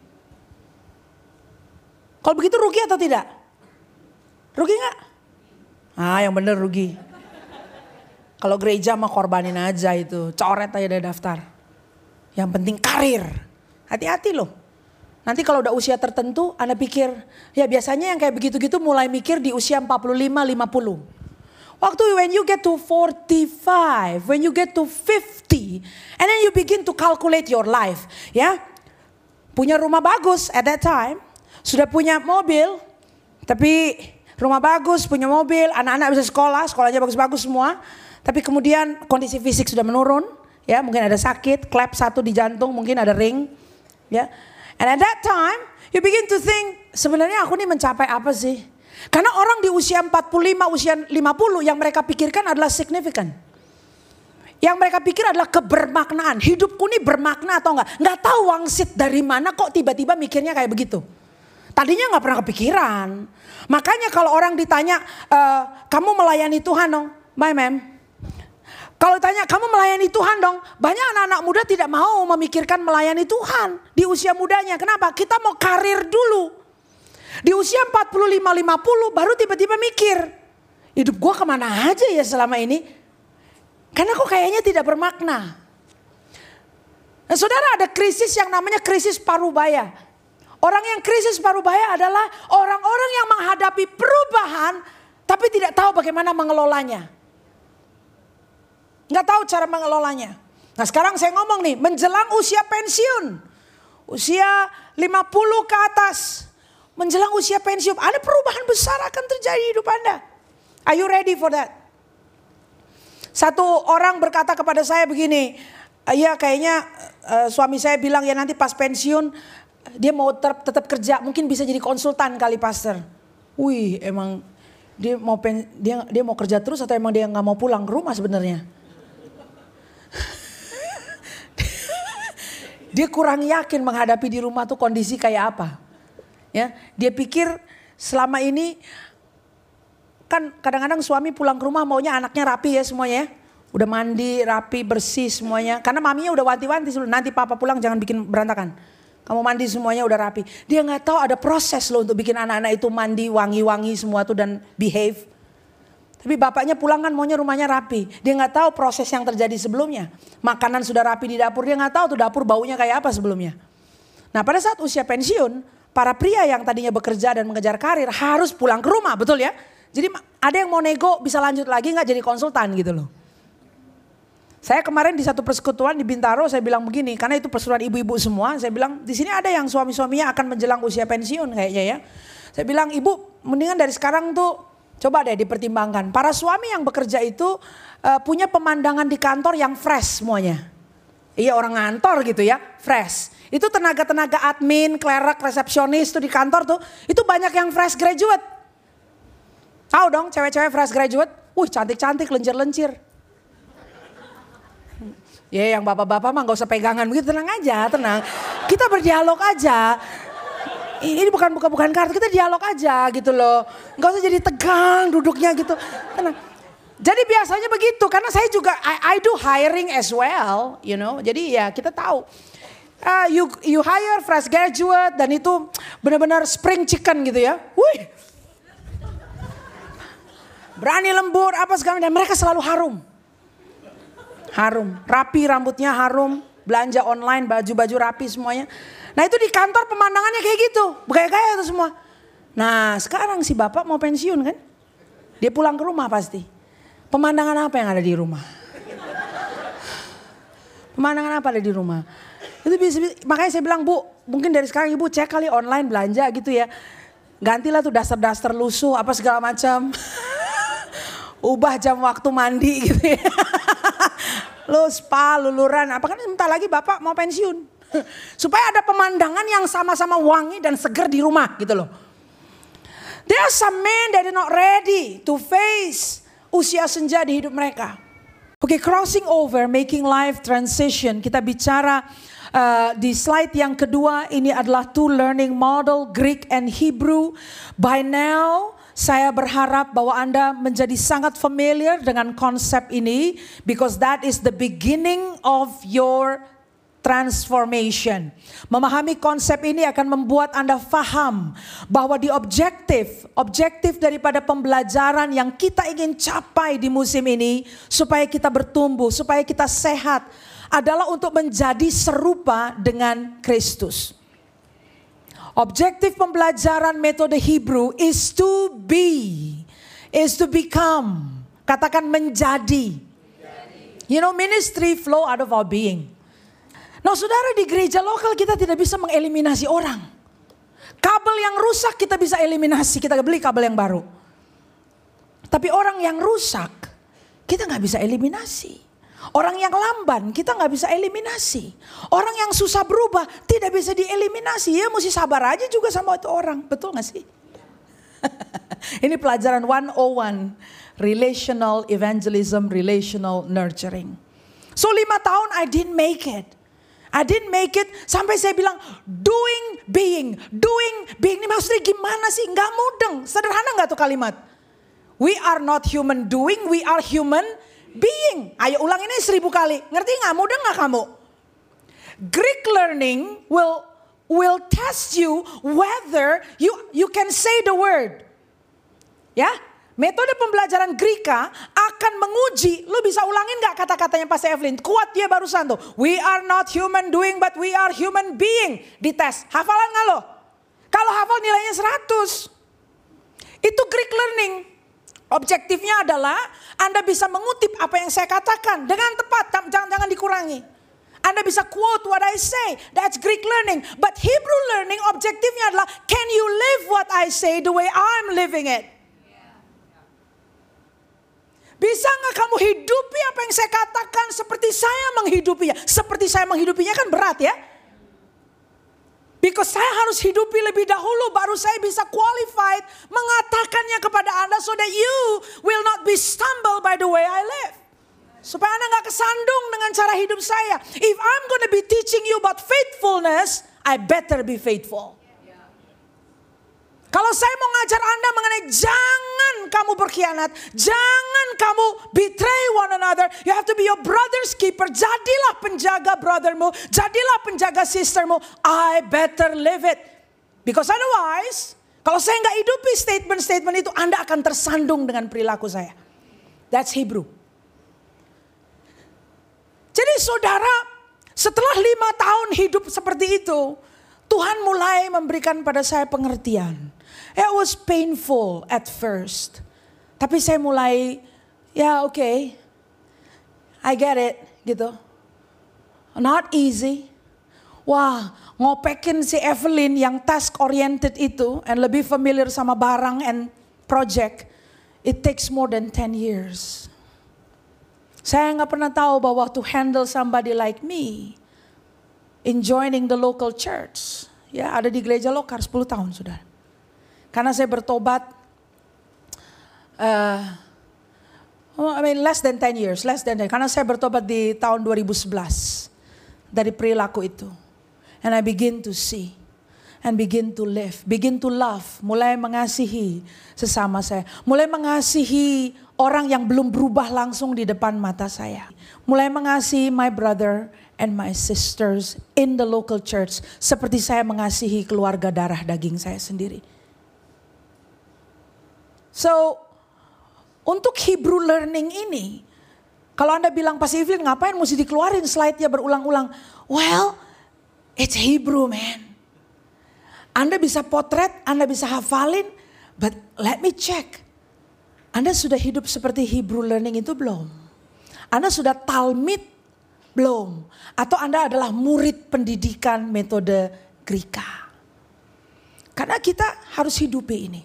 Kalau begitu rugi atau tidak? Rugi gak? Ah yang bener rugi. Kalau gereja mah korbanin aja itu, coret aja dari daftar. Yang penting karir, hati-hati loh. Nanti kalau udah usia tertentu, Anda pikir, ya biasanya yang kayak begitu-gitu mulai mikir di usia empat puluh lima lima puluh. Waktu when you get to forty-five, when you get to fifty, and then you begin to calculate your life, ya. Punya rumah bagus at that time, sudah punya mobil, tapi rumah bagus, punya mobil, anak-anak bisa sekolah, sekolahnya bagus-bagus semua, tapi kemudian kondisi fisik sudah menurun, ya, mungkin ada sakit, klep satu di jantung, mungkin ada ring, ya. And at that time, you begin to think, sebenarnya aku nih mencapai apa sih? Karena orang di usia empat puluh lima, usia lima puluh yang mereka pikirkan adalah signifikan. Yang mereka pikir adalah kebermaknaan. Hidupku ini bermakna atau enggak. Enggak tahu wangsit dari mana kok tiba-tiba mikirnya kayak begitu. Tadinya enggak pernah kepikiran. Makanya kalau orang ditanya, e, kamu melayani Tuhan dong? Bye ma'am. Kalau ditanya, kamu melayani Tuhan dong? Banyak anak-anak muda tidak mau memikirkan melayani Tuhan di usia mudanya. Kenapa? Kita mau karir dulu. Di usia empat puluh lima lima puluh baru tiba-tiba mikir. Hidup gue kemana aja ya selama ini? Karena kok kayaknya tidak bermakna. Nah saudara ada krisis yang namanya krisis parubaya. Orang yang krisis parubaya adalah orang-orang yang menghadapi perubahan tapi tidak tahu bagaimana mengelolanya. Nggak tahu cara mengelolanya. Nah sekarang saya ngomong nih menjelang usia pensiun. Usia lima puluh ke atas. Menjelang usia pensiun, ada perubahan besar akan terjadi di hidup Anda. Are you ready for that? Satu orang berkata kepada saya begini, ya kayaknya uh, suami saya bilang ya nanti pas pensiun dia mau tetap, tetap kerja, mungkin bisa jadi konsultan kali pastor. Wih, emang dia mau pen, dia dia mau kerja terus atau emang dia nggak mau pulang ke rumah sebenarnya? Dia kurang yakin menghadapi di rumah tuh kondisi kayak apa. Ya, dia pikir selama ini kan kadang-kadang suami pulang ke rumah maunya anaknya rapi ya semuanya ya. Udah mandi, rapi, bersih semuanya. Karena maminya udah wanti-wanti nanti papa pulang jangan bikin berantakan. Kamu mandi semuanya udah rapi. Dia gak tahu ada proses loh untuk bikin anak-anak itu mandi wangi-wangi semua tuh dan behave. Tapi bapaknya pulang kan maunya rumahnya rapi. Dia nggak tahu proses yang terjadi sebelumnya. Makanan sudah rapi di dapur, dia nggak tahu tuh dapur baunya kayak apa sebelumnya. Nah pada saat usia pensiun, para pria yang tadinya bekerja dan mengejar karir harus pulang ke rumah, betul ya? Jadi ada yang mau nego bisa lanjut lagi nggak jadi konsultan gitu loh. Saya kemarin di satu persekutuan di Bintaro saya bilang begini, karena itu persekutuan ibu-ibu semua. Saya bilang di sini ada yang suami-suaminya akan menjelang usia pensiun kayaknya ya. Saya bilang ibu mendingan dari sekarang tuh coba deh dipertimbangkan. Para suami yang bekerja itu uh, punya pemandangan di kantor yang fresh semuanya. Iya orang ngantor gitu ya, fresh. Itu tenaga-tenaga admin, clerk, resepsionis tuh di kantor tuh. Itu banyak yang fresh graduate. Tahu dong cewek-cewek fresh graduate? Wih cantik-cantik, lencir-lencir. Ya yang bapak-bapak mah gak usah pegangan begitu, tenang aja, tenang. Kita berdialog aja. Ini bukan buka-bukaan kartu, kita dialog aja gitu loh. Gak usah jadi tegang duduknya gitu, tenang. Jadi biasanya begitu, karena saya juga I, I do hiring as well, you know. Jadi ya kita tahu. Uh, you you hire fresh graduate dan itu benar-benar spring chicken gitu ya. Wih. Berani lembur apa segala dan mereka selalu harum. Harum, rapi rambutnya harum, belanja online, baju-baju rapi semuanya. Nah itu di kantor pemandangannya kayak gitu, bergaya-gaya itu semua. Nah sekarang si bapak mau pensiun kan, dia pulang ke rumah pasti. Pemandangan apa yang ada di rumah? Pemandangan apa ada di rumah? Itu bisa, makanya saya bilang bu, mungkin dari sekarang ibu cek kali online belanja gitu ya. Gantilah tuh daster-daster lusuh apa segala macam. Ubah jam waktu mandi gitu ya. Lu spa, luluran, apa kan sebentar lagi bapak mau pensiun. Supaya ada pemandangan yang sama-sama wangi dan seger di rumah gitu loh. There are some men that are not ready to face usia senja di hidup mereka. Oke, okay, crossing over, making life transition. Kita bicara uh, di slide yang kedua, ini adalah two learning model, Greek and Hebrew. By now, saya berharap bahwa Anda menjadi sangat familiar dengan konsep ini because that is the beginning of your transformation. Memahami konsep ini akan membuat Anda faham bahwa di objektif, objektif daripada pembelajaran yang kita ingin capai di musim ini supaya kita bertumbuh, supaya kita sehat adalah untuk menjadi serupa dengan Kristus. Objektif pembelajaran metode Hebrew is to be, is to become. Katakan menjadi. You know, ministry flow out of our being. Nah saudara, di gereja lokal kita tidak bisa mengeliminasi orang. Kabel yang rusak kita bisa eliminasi, kita beli kabel yang baru. Tapi orang yang rusak, kita gak bisa eliminasi. Orang yang lamban kita gak bisa eliminasi. Orang yang susah berubah tidak bisa dieliminasi. Ya mesti sabar aja juga sama itu orang. Betul gak sih? Ini pelajaran one oh one. Relational evangelism, relational nurturing. So lima tahun I didn't make it. I didn't make it sampai saya bilang doing being. Doing being. Ini maksudnya gimana sih? Gak mudeng. Sederhana gak tuh kalimat? We are not human doing, we are human being. Ayo ulang ini seribu kali. Ngerti gak? Mudah gak kamu? Greek learning will will test you whether you you can say the word. Ya, metode pembelajaran Greka akan menguji. Lu bisa ulangin gak kata-katanya Pastor Evelyn? Kuat dia barusan tuh. We are not human doing but we are human being. Dites. Hafalan gak lo? Kalau hafal nilainya seratus. Itu Greek learning. Objektifnya adalah Anda bisa mengutip apa yang saya katakan dengan tepat, jangan-jangan dikurangi. Anda bisa quote what I say, that's Greek learning. But Hebrew learning objektifnya adalah can you live what I say the way I'm living it? Bisa gak kamu hidupi apa yang saya katakan seperti saya menghidupinya? Seperti saya menghidupinya kan berat ya. Because saya harus hidupi lebih dahulu baru saya bisa qualified mengatakannya kepada Anda so that you will not be stumbled by the way I live. Supaya Anda gak kesandung dengan cara hidup saya. If I'm going to be teaching you about faithfulness, I better be faithful. Kalau saya mau ngajar Anda mengenai jangan kamu berkhianat, jangan kamu betray one another, you have to be your brother's keeper. Jadilah penjaga brothermu, jadilah penjaga sistermu. I better live it. Because otherwise, kalau saya nggak hidupi statement-statement itu, Anda akan tersandung dengan perilaku saya. That's Hebrew. Jadi saudara, setelah lima tahun hidup seperti itu, Tuhan mulai memberikan pada saya pengertian. It was painful at first. Tapi saya mulai, ya oke, okay, I get it, gitu. Not easy. Wah, ngopekin si Evelyn yang task oriented itu, and lebih familiar sama barang and project, it takes more than ten years. Saya nggak pernah tahu bahwa to handle somebody like me in joining the local church. Ya, ada di gereja lokal sepuluh tahun sudah. Karena saya bertobat, uh, oh, I mean less than ten years, less than ten. Karena saya bertobat di tahun dua ribu sebelas dari perilaku itu. And I begin to see and begin to live, begin to love, mulai mengasihi sesama saya, mulai mengasihi orang yang belum berubah langsung di depan mata saya. Mulai mengasihi my brother and my sisters in the local church seperti saya mengasihi keluarga darah daging saya sendiri. So, untuk Hebrew learning ini, kalau Anda bilang Pastor Evelyn ngapain mesti dikeluarin slide-nya berulang-ulang? Well, it's Hebrew, man. Anda bisa potret, Anda bisa hafalin, but let me check. Anda sudah hidup seperti Hebrew learning itu belum? Anda sudah Talmud belum? Atau Anda adalah murid pendidikan metode Greka? Karena kita harus hidupi ini.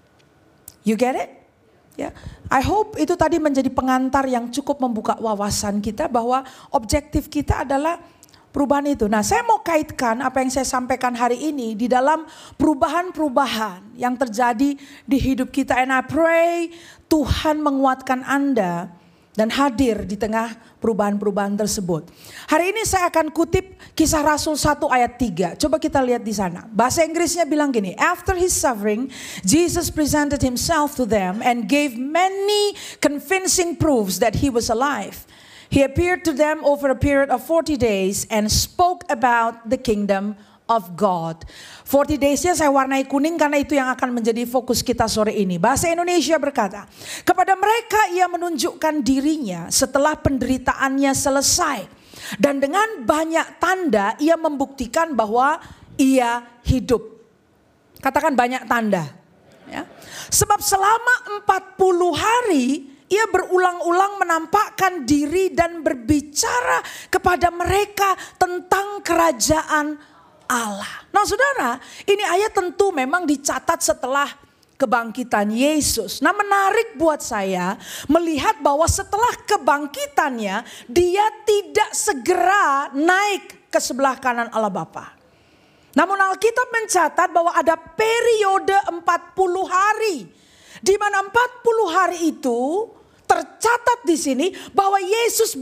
You get it? Ya, I hope itu tadi menjadi pengantar yang cukup membuka wawasan kita bahwa objektif kita adalah perubahan itu. Nah, saya mau kaitkan apa yang saya sampaikan hari ini di dalam perubahan-perubahan yang terjadi di hidup kita. And I pray Tuhan menguatkan Anda dan hadir di tengah perubahan-perubahan tersebut. Hari ini saya akan kutip Kisah Rasul satu ayat tiga. Coba kita lihat di sana. Bahasa Inggrisnya bilang gini. After his suffering, Jesus presented himself to them and gave many convincing proofs that he was alive. He appeared to them over a period of forty days and spoke about the kingdom of God. forty days-nya saya warnai kuning karena itu yang akan menjadi fokus kita sore ini. Bahasa Indonesia berkata, kepada mereka ia menunjukkan dirinya setelah penderitaannya selesai. Dan dengan banyak tanda ia membuktikan bahwa ia hidup. Katakan banyak tanda. Ya. Sebab selama empat puluh hari ia berulang-ulang menampakkan diri dan berbicara kepada mereka tentang kerajaan Allah. Nah saudara, ini ayat tentu memang dicatat setelah kebangkitan Yesus. Nah menarik buat saya melihat bahwa setelah kebangkitannya dia tidak segera naik ke sebelah kanan Allah Bapa. Namun Alkitab mencatat bahwa ada periode empat puluh hari. Di mana empat puluh hari itu tercatat di sini bahwa Yesus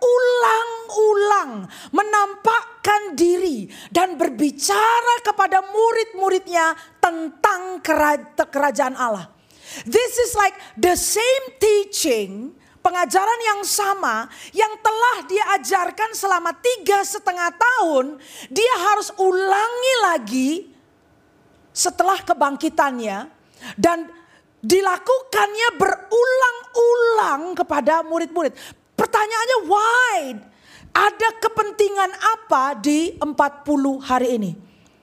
berulang-ulang menampakkan diri dan berbicara kepada murid-muridnya tentang kerajaan Allah. This is like the same teaching, pengajaran yang sama yang telah dia ajarkan selama tiga setengah tahun, dia harus ulangi lagi setelah kebangkitannya dan dilakukannya berulang-ulang kepada murid-murid. Pertanyaannya why? Ada kepentingan apa di empat puluh hari ini?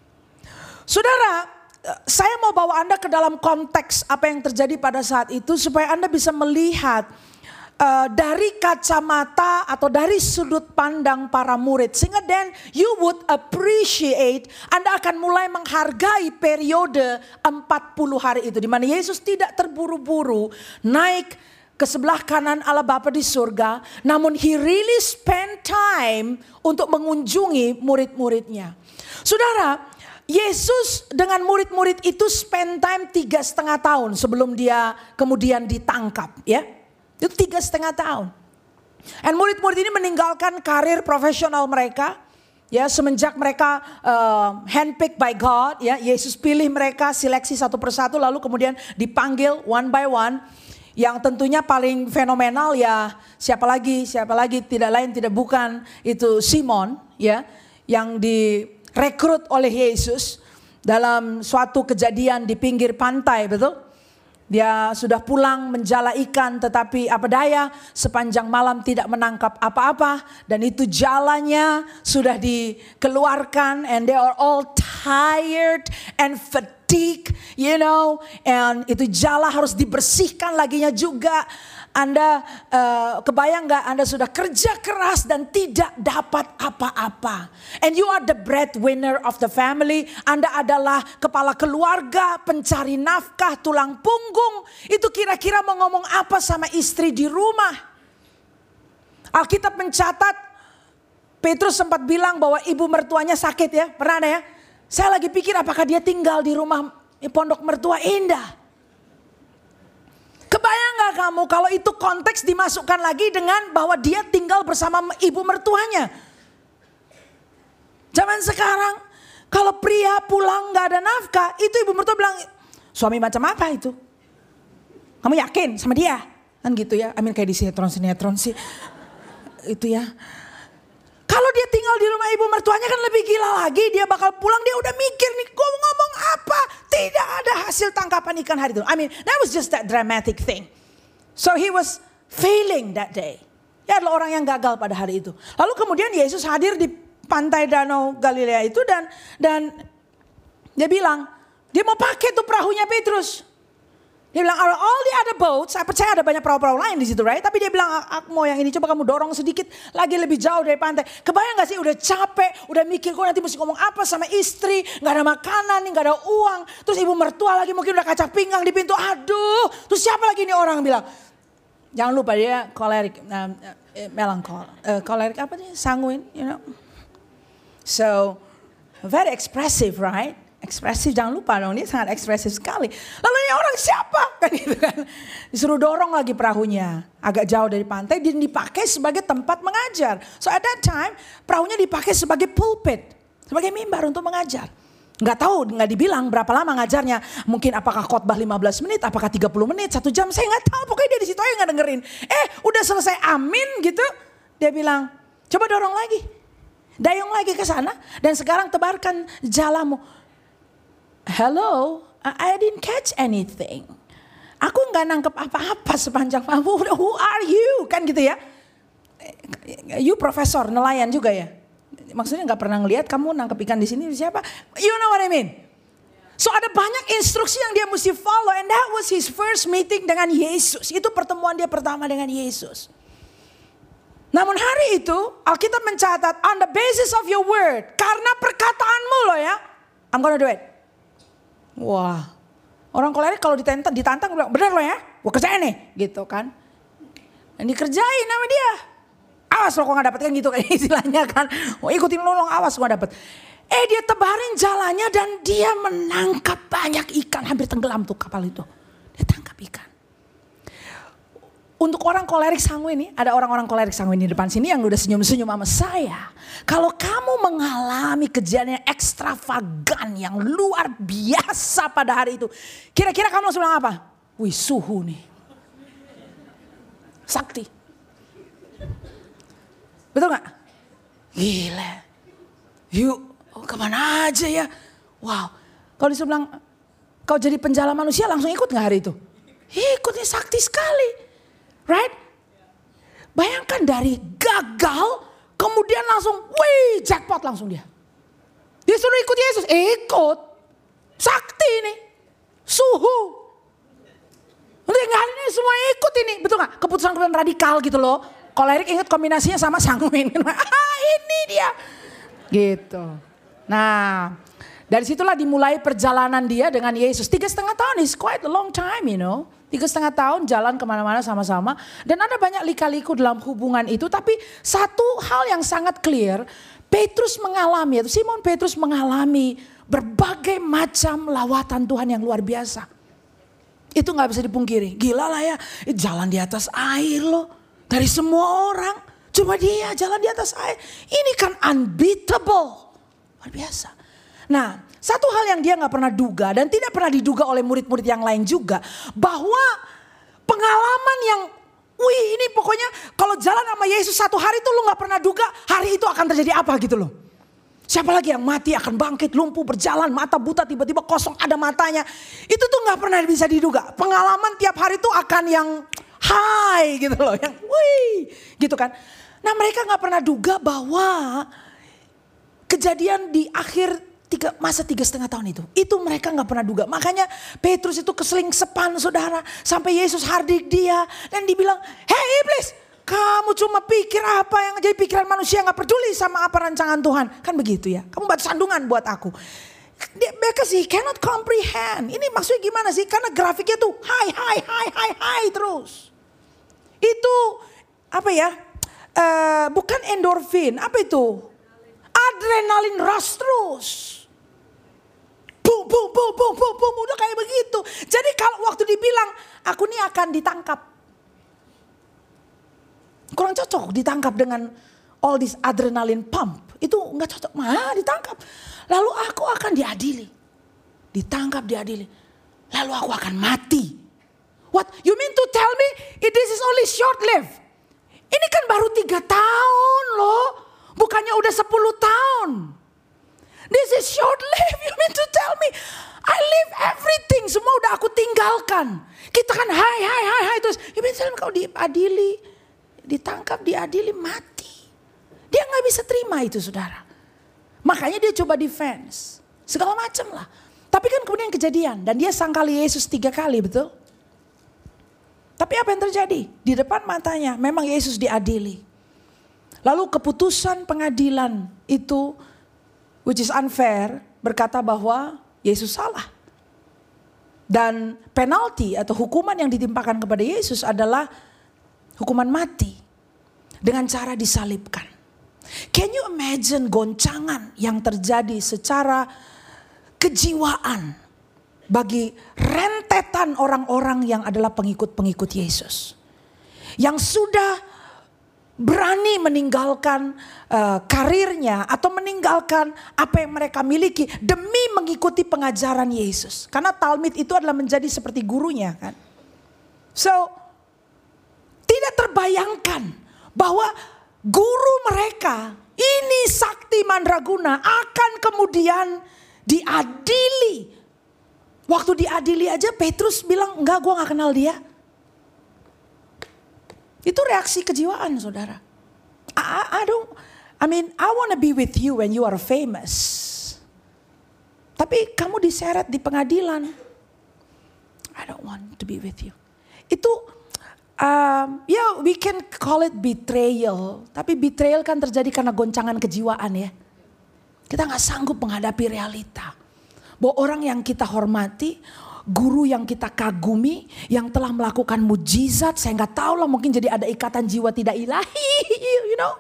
Saudara, saya mau bawa Anda ke dalam konteks apa yang terjadi pada saat itu supaya Anda bisa melihat uh, dari kacamata atau dari sudut pandang para murid. Sehingga then you would appreciate, Anda akan mulai menghargai periode empat puluh hari itu. Di mana Yesus tidak terburu-buru naik ke sebelah kanan Allah Bapa di surga. Namun he really spend time untuk mengunjungi murid-muridnya. Saudara, Yesus dengan murid-murid itu spend time tiga setengah tahun sebelum dia kemudian ditangkap, ya. Itu tiga setengah tahun. Dan murid-murid ini meninggalkan karir profesional mereka, ya, semenjak mereka uh, handpicked by God, ya. Yesus pilih mereka, seleksi satu persatu, lalu kemudian dipanggil one by one. Yang tentunya paling fenomenal ya siapa lagi, siapa lagi tidak lain tidak bukan itu Simon, ya, yang direkrut oleh Yesus dalam suatu kejadian di pinggir pantai, betul? Dia sudah pulang menjala ikan, tetapi apa daya sepanjang malam tidak menangkap apa-apa. Dan itu jalannya sudah dikeluarkan, and they are all tired and fatigued, you know. And itu jala harus dibersihkan laginya juga. Anda uh, kebayang gak, Anda sudah kerja keras dan tidak dapat apa-apa. And you are the breadwinner of the family. Anda adalah kepala keluarga, pencari nafkah, tulang punggung. Itu kira-kira mau ngomong apa sama istri di rumah? Alkitab mencatat, Petrus sempat bilang bahwa ibu mertuanya sakit ya. Pernah ada ya? Saya lagi pikir apakah dia tinggal di rumah pondok mertua indah. Kebayang gak kamu kalau itu konteks dimasukkan lagi dengan bahwa dia tinggal bersama ibu mertuanya. Zaman sekarang kalau pria pulang gak ada nafkah, itu ibu mertua bilang, suami macam apa itu? Kamu yakin sama dia? Kan gitu ya, amin kayak di sinetron-sinetron sih. Itu ya. Kalau dia tinggal di rumah ibu mertuanya kan lebih gila lagi. Dia bakal pulang, dia udah mikir nih, gue mau ngomong apa? Tidak ada hasil tangkapan ikan hari itu. I mean, that was just that dramatic thing. So he was failing that day. Dia adalah orang yang gagal pada hari itu. Lalu kemudian Yesus hadir di pantai Danau Galilea itu dan dan dia bilang, dia mau pakai tuh perahunya Petrus. Dia bilang, all the other boats, saya percaya ada banyak perahu-perahu lain di situ, right? Tapi dia bilang, aku mau yang ini, coba kamu dorong sedikit lagi lebih jauh dari pantai. Kebayang gak sih, udah capek, udah mikir gue nanti mesti ngomong apa sama istri, gak ada makanan nih, gak ada uang. Terus ibu mertua lagi mungkin udah kaca pinggang di pintu, aduh. Terus siapa lagi nih orang bilang, jangan lupa dia kolerik, uh, melankol, uh, kolerik apa nih, sanguin, you know. So, very expressive, right? Ekspresif, jangan lupa dong, dia sangat ekspresif sekali. Lalu ini orang siapa? Kan gitu kan. Disuruh dorong lagi perahunya agak jauh dari pantai dan dipakai sebagai tempat mengajar. So at that time perahunya dipakai sebagai pulpit, sebagai mimbar untuk mengajar. Nggak tahu, nggak dibilang berapa lama ngajarnya. Mungkin apakah khotbah lima belas menit, apakah tiga puluh menit, satu jam, saya nggak tahu. Pokoknya dia di situ aja nggak dengerin. Eh udah selesai amin gitu, dia bilang coba dorong lagi, dayung lagi ke sana dan sekarang tebarkan jalamu. Hello, I didn't catch anything. Aku nggak nangkep apa-apa sepanjang malam. Who are you? Kan gitu ya. You profesor, nelayan juga ya. Maksudnya nggak pernah ngelihat kamu nangkep ikan di sini siapa? You know what I mean? So ada banyak instruksi yang dia mesti follow, and that was his first meeting dengan Yesus. Itu pertemuan dia pertama dengan Yesus. Namun hari itu Alkitab mencatat on the basis of your word, karena perkataanmu loh ya, I'm gonna do it. Wah, orang kolerik kalau ditantang, ditantang bilang, bener loh ya, gue kerjain nih, gitu kan. Dan dikerjain sama dia. Awas lo kok gak dapet kan gitu kan istilahnya kan. Oh, ikutin lo, lo awas gue dapet. Eh dia tebarin jalannya dan dia menangkap banyak ikan. Hampir tenggelam tuh kapal itu. Dia tangkap ikan. Untuk orang kolerik sanguin nih, ada orang-orang kolerik sanguin di depan sini yang udah senyum-senyum sama saya. Kalau kamu mengalami kejadian yang ekstravagan, yang luar biasa pada hari itu. Kira-kira kamu langsung bilang apa? Wih suhu nih. Sakti. Betul gak? Gila. Yuk, oh, kemana aja ya? Wow. Kalau disuruh bilang, kau jadi penjala manusia langsung ikut gak hari itu? Ikutnya sakti sekali. Right? Bayangkan dari gagal, kemudian langsung, wih jackpot langsung dia. Dia suruh ikut Yesus, ikut. Sakti ini, suhu. Nanti enggak ini semua ikut ini, betul gak? Keputusan-keputusan radikal gitu loh. Kolerik ingat kombinasinya sama sanguin. Ah ini dia. Gitu. Nah dari situlah dimulai perjalanan dia dengan Yesus. Tiga setengah tahun is quite a long time you know. Tiga setengah tahun jalan kemana-mana sama-sama. Dan ada banyak lika-liku dalam hubungan itu. Tapi satu hal yang sangat clear. Petrus mengalami, atau Simon Petrus mengalami berbagai macam lawatan Tuhan yang luar biasa. Itu gak bisa dipungkiri. Gila lah ya, jalan di atas air loh. Dari semua orang. Cuma dia jalan di atas air. Ini kan unbeatable. Luar biasa. Nah, satu hal yang dia gak pernah duga dan tidak pernah diduga oleh murid-murid yang lain juga. Bahwa pengalaman yang, wih ini pokoknya kalau jalan sama Yesus satu hari itu lu gak pernah duga hari itu akan terjadi apa gitu loh. Siapa lagi yang mati akan bangkit, lumpuh berjalan, mata buta tiba-tiba kosong ada matanya. Itu tuh gak pernah bisa diduga. Pengalaman tiap hari tuh akan yang high gitu loh. Yang wih gitu kan. Nah mereka gak pernah duga bahwa kejadian di akhir tiga, masa tiga setengah tahun itu. Itu mereka gak pernah duga. Makanya Petrus itu keselingsepan saudara. Sampai Yesus hardik dia dan dibilang, hei iblis. Kamu cuma pikir apa yang jadi pikiran manusia, gak peduli sama apa rancangan Tuhan. Kan begitu ya. Kamu batu sandungan buat aku. Dia, mereka sih cannot comprehend. Ini maksudnya gimana sih? Karena grafiknya tuh high, high, high, high, high terus. Itu apa ya? Uh, bukan endorfin. Apa itu? Adrenalin rush terus. Boom, boom, boom, boom, boom, boom. Udah kayak begitu. Jadi kalau waktu dibilang, aku nih akan ditangkap. Kurang cocok ditangkap dengan all this adrenaline pump. Itu gak cocok. Mah ditangkap. Lalu aku akan diadili. Ditangkap, diadili. Lalu aku akan mati. What? You mean to tell me this is only short lived? Ini kan baru tiga tahun loh. Bukannya udah sepuluh tahun. This is short lived. You mean to tell me I live everything. Semua udah aku tinggalkan. Kita kan hai hai hai hai terus. You mean to tell me kau diadili. Ditangkap, diadili, mati. Dia gak bisa terima itu saudara. Makanya dia coba defense. Segala macam lah. Tapi kan kemudian kejadian. Dan dia sangkali Yesus tiga kali, betul? Tapi apa yang terjadi? Di depan matanya memang Yesus diadili. Lalu keputusan pengadilan itu, which is unfair, berkata bahwa Yesus salah. Dan penalti atau hukuman yang ditimpakan kepada Yesus adalah hukuman mati dengan cara disalibkan. Can you imagine goncangan yang terjadi secara kejiwaan bagi rentetan orang-orang yang adalah pengikut-pengikut Yesus. Yang sudah berani meninggalkan uh, karirnya atau meninggalkan apa yang mereka miliki demi mengikuti pengajaran Yesus. Karena Talmid itu adalah menjadi seperti gurunya kan. So tidak terbayangkan bahwa guru mereka ini Sakti Mandraguna akan kemudian diadili. Waktu diadili aja Petrus bilang enggak, gue gak kenal dia. Itu reaksi kejiwaan saudara. I, I don't, I mean I wanna be with you when you are famous. Tapi kamu diseret di pengadilan. I don't want to be with you. Itu Um, ya yeah, we can call it betrayal. Tapi betrayal kan terjadi karena goncangan kejiwaan ya. Kita gak sanggup menghadapi realita. Bahwa orang yang kita hormati, guru yang kita kagumi, yang telah melakukan mujizat. Saya gak tahu lah, mungkin jadi ada ikatan jiwa tidak ilahi, you know.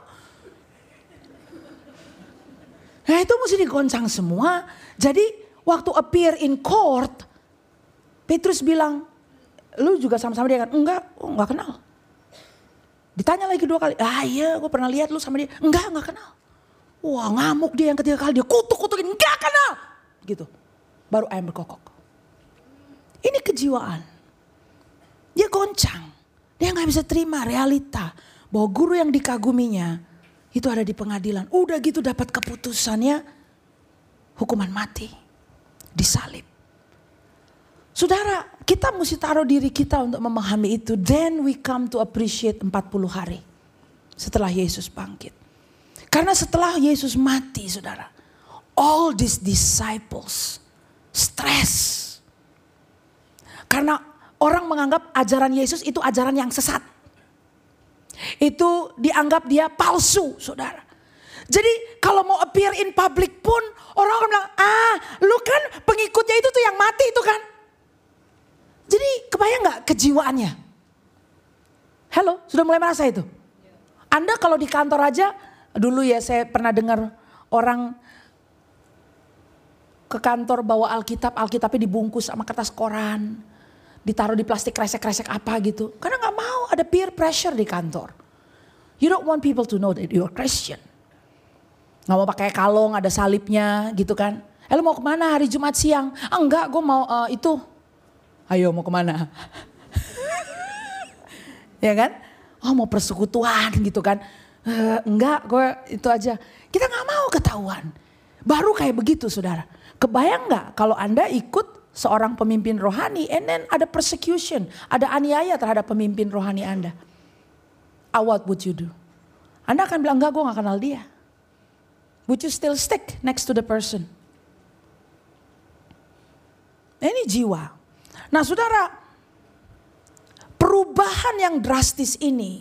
Nah itu mesti digoncang semua. Jadi waktu appear in court, Petrus bilang, lu juga sama-sama dia kan? Enggak, oh, enggak kenal. Ditanya lagi dua kali, ah iya gue pernah lihat lu sama dia. Enggak, enggak kenal. Wah ngamuk dia yang ketiga kali, dia kutuk-kutukin, enggak kenal. Gitu, baru ayam berkokok. Ini kejiwaan. Dia goncang, dia gak bisa terima realita. Bahwa guru yang dikaguminya, itu ada di pengadilan. Udah gitu dapat keputusannya, hukuman mati, disalib. Saudara, kita mesti taruh diri kita untuk memahami itu. Then we come to appreciate empat puluh hari setelah Yesus bangkit. Karena setelah Yesus mati saudara, all these disciples stress. Karena orang menganggap ajaran Yesus itu ajaran yang sesat. Itu dianggap dia palsu saudara. Jadi kalau mau appear in public pun orang akan bilang, ah lu kan pengikutnya itu tuh yang mati itu kan. Jadi kebayang gak kejiwaannya? Halo, sudah mulai merasa itu? Anda kalau di kantor aja, dulu ya saya pernah dengar orang ke kantor bawa Alkitab, Alkitabnya dibungkus sama kertas koran. Ditaruh di plastik kresek-kresek apa gitu. Karena gak mau ada peer pressure di kantor. You don't want people to know that you're Christian. Gak mau pakai kalung, ada salibnya gitu kan. Eh lu mau kemana hari Jumat siang? Ah, enggak, gue mau uh, itu. Ayo mau kemana? Ya kan? Oh mau persekutuan gitu kan. E, enggak gue itu aja. Kita gak mau ketahuan. Baru kayak begitu saudara. Kebayang gak kalau Anda ikut seorang pemimpin rohani and then ada persecution, ada aniaya terhadap pemimpin rohani Anda. Ah, what would you do? Anda akan bilang, enggak, gue gak kenal dia. Would you still stick next to the person? Nah, ini jiwa. Nah saudara, perubahan yang drastis ini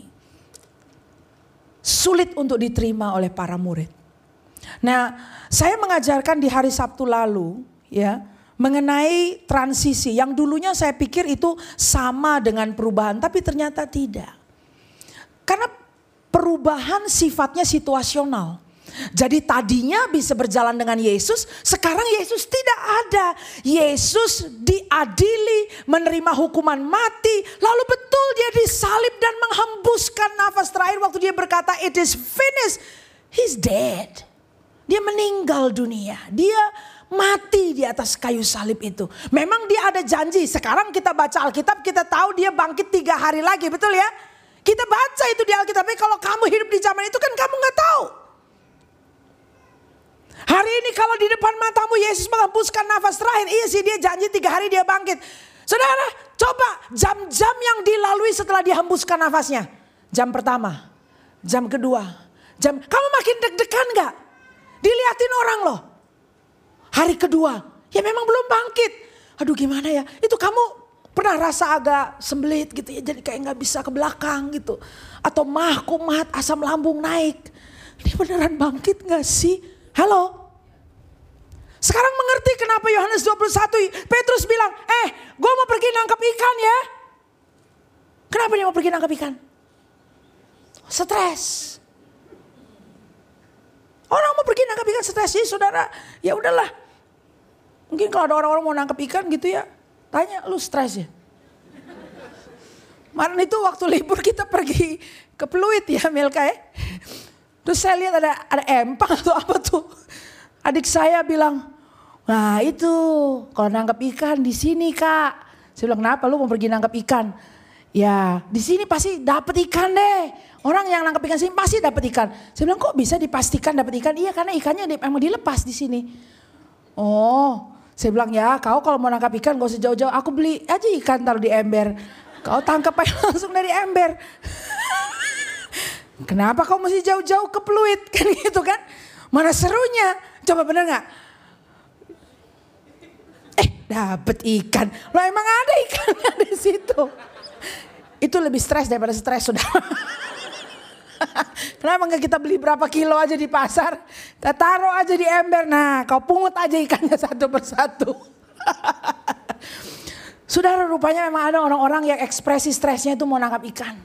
sulit untuk diterima oleh para murid. Nah, saya mengajarkan di hari Sabtu lalu ya mengenai transisi yang dulunya saya pikir itu sama dengan perubahan, tapi ternyata tidak. Karena perubahan sifatnya situasional. Jadi tadinya bisa berjalan dengan Yesus, sekarang Yesus tidak ada. Yesus diadili, menerima hukuman mati, lalu betul dia disalib dan menghembuskan nafas terakhir waktu dia berkata, "It is finished." He's dead. Dia meninggal dunia. Dia mati di atas kayu salib itu. Memang dia ada janji. Sekarang kita baca Alkitab, kita tahu dia bangkit tiga hari lagi, betul ya? Kita baca itu di Alkitab. Tapi kalau kamu hidup di zaman itu kan kamu gak tahu. Hari ini kalau di depan matamu Yesus menghembuskan nafas terakhir. Iya sih, dia janji tiga hari dia bangkit. Saudara, coba jam-jam yang dilalui setelah dia hembuskan nafasnya. Jam pertama, jam kedua, jam. Kamu makin deg-degan gak? Diliatin orang loh. Hari kedua, ya memang belum bangkit. Aduh gimana ya, itu kamu pernah rasa agak sembelit gitu ya. Jadi kayak gak bisa ke belakang gitu. Atau mah kumat, asam lambung naik. Ini beneran bangkit gak sih? Halo? Sekarang mengerti kenapa Yohanes dua puluh satu Petrus bilang, eh gue mau pergi nangkap ikan ya. Kenapa dia mau pergi nangkap ikan? Stres. Orang mau pergi nangkap ikan stres sih saudara. Ya udahlah. Mungkin kalau ada orang-orang mau nangkap ikan gitu ya. Tanya, lu stres ya? Kemarin itu waktu libur kita pergi ke Pluit ya Milka ya. Terus saya lihat ada ada empang atau apa tuh. Adik saya bilang, nah itu kalau nangkap ikan di sini kak. Saya bilang, kenapa lu mau pergi nangkap ikan? Ya di sini pasti dapat ikan deh. Orang yang nangkap ikan sini pasti dapat ikan. Saya bilang, kok bisa dipastikan dapat ikan? Iya karena ikannya emang dilepas di sini. Oh, saya bilang ya kau kalau mau nangkap ikan gak usah jauh-jauh. Aku beli aja ikan taruh di ember. Kau tangkap aja langsung dari ember. Kenapa kau mesti jauh-jauh ke Pluit? Kan gitu kan. Mana serunya? Coba bener gak? Eh dapet ikan. Lo emang ada ikannya di situ. Itu lebih stres daripada stres saudara. Kenapa gak kita beli berapa kilo aja di pasar? Kita taruh aja di ember. Nah kau pungut aja ikannya satu persatu. Saudara rupanya memang ada orang-orang yang ekspresi stresnya itu mau nangkap ikan.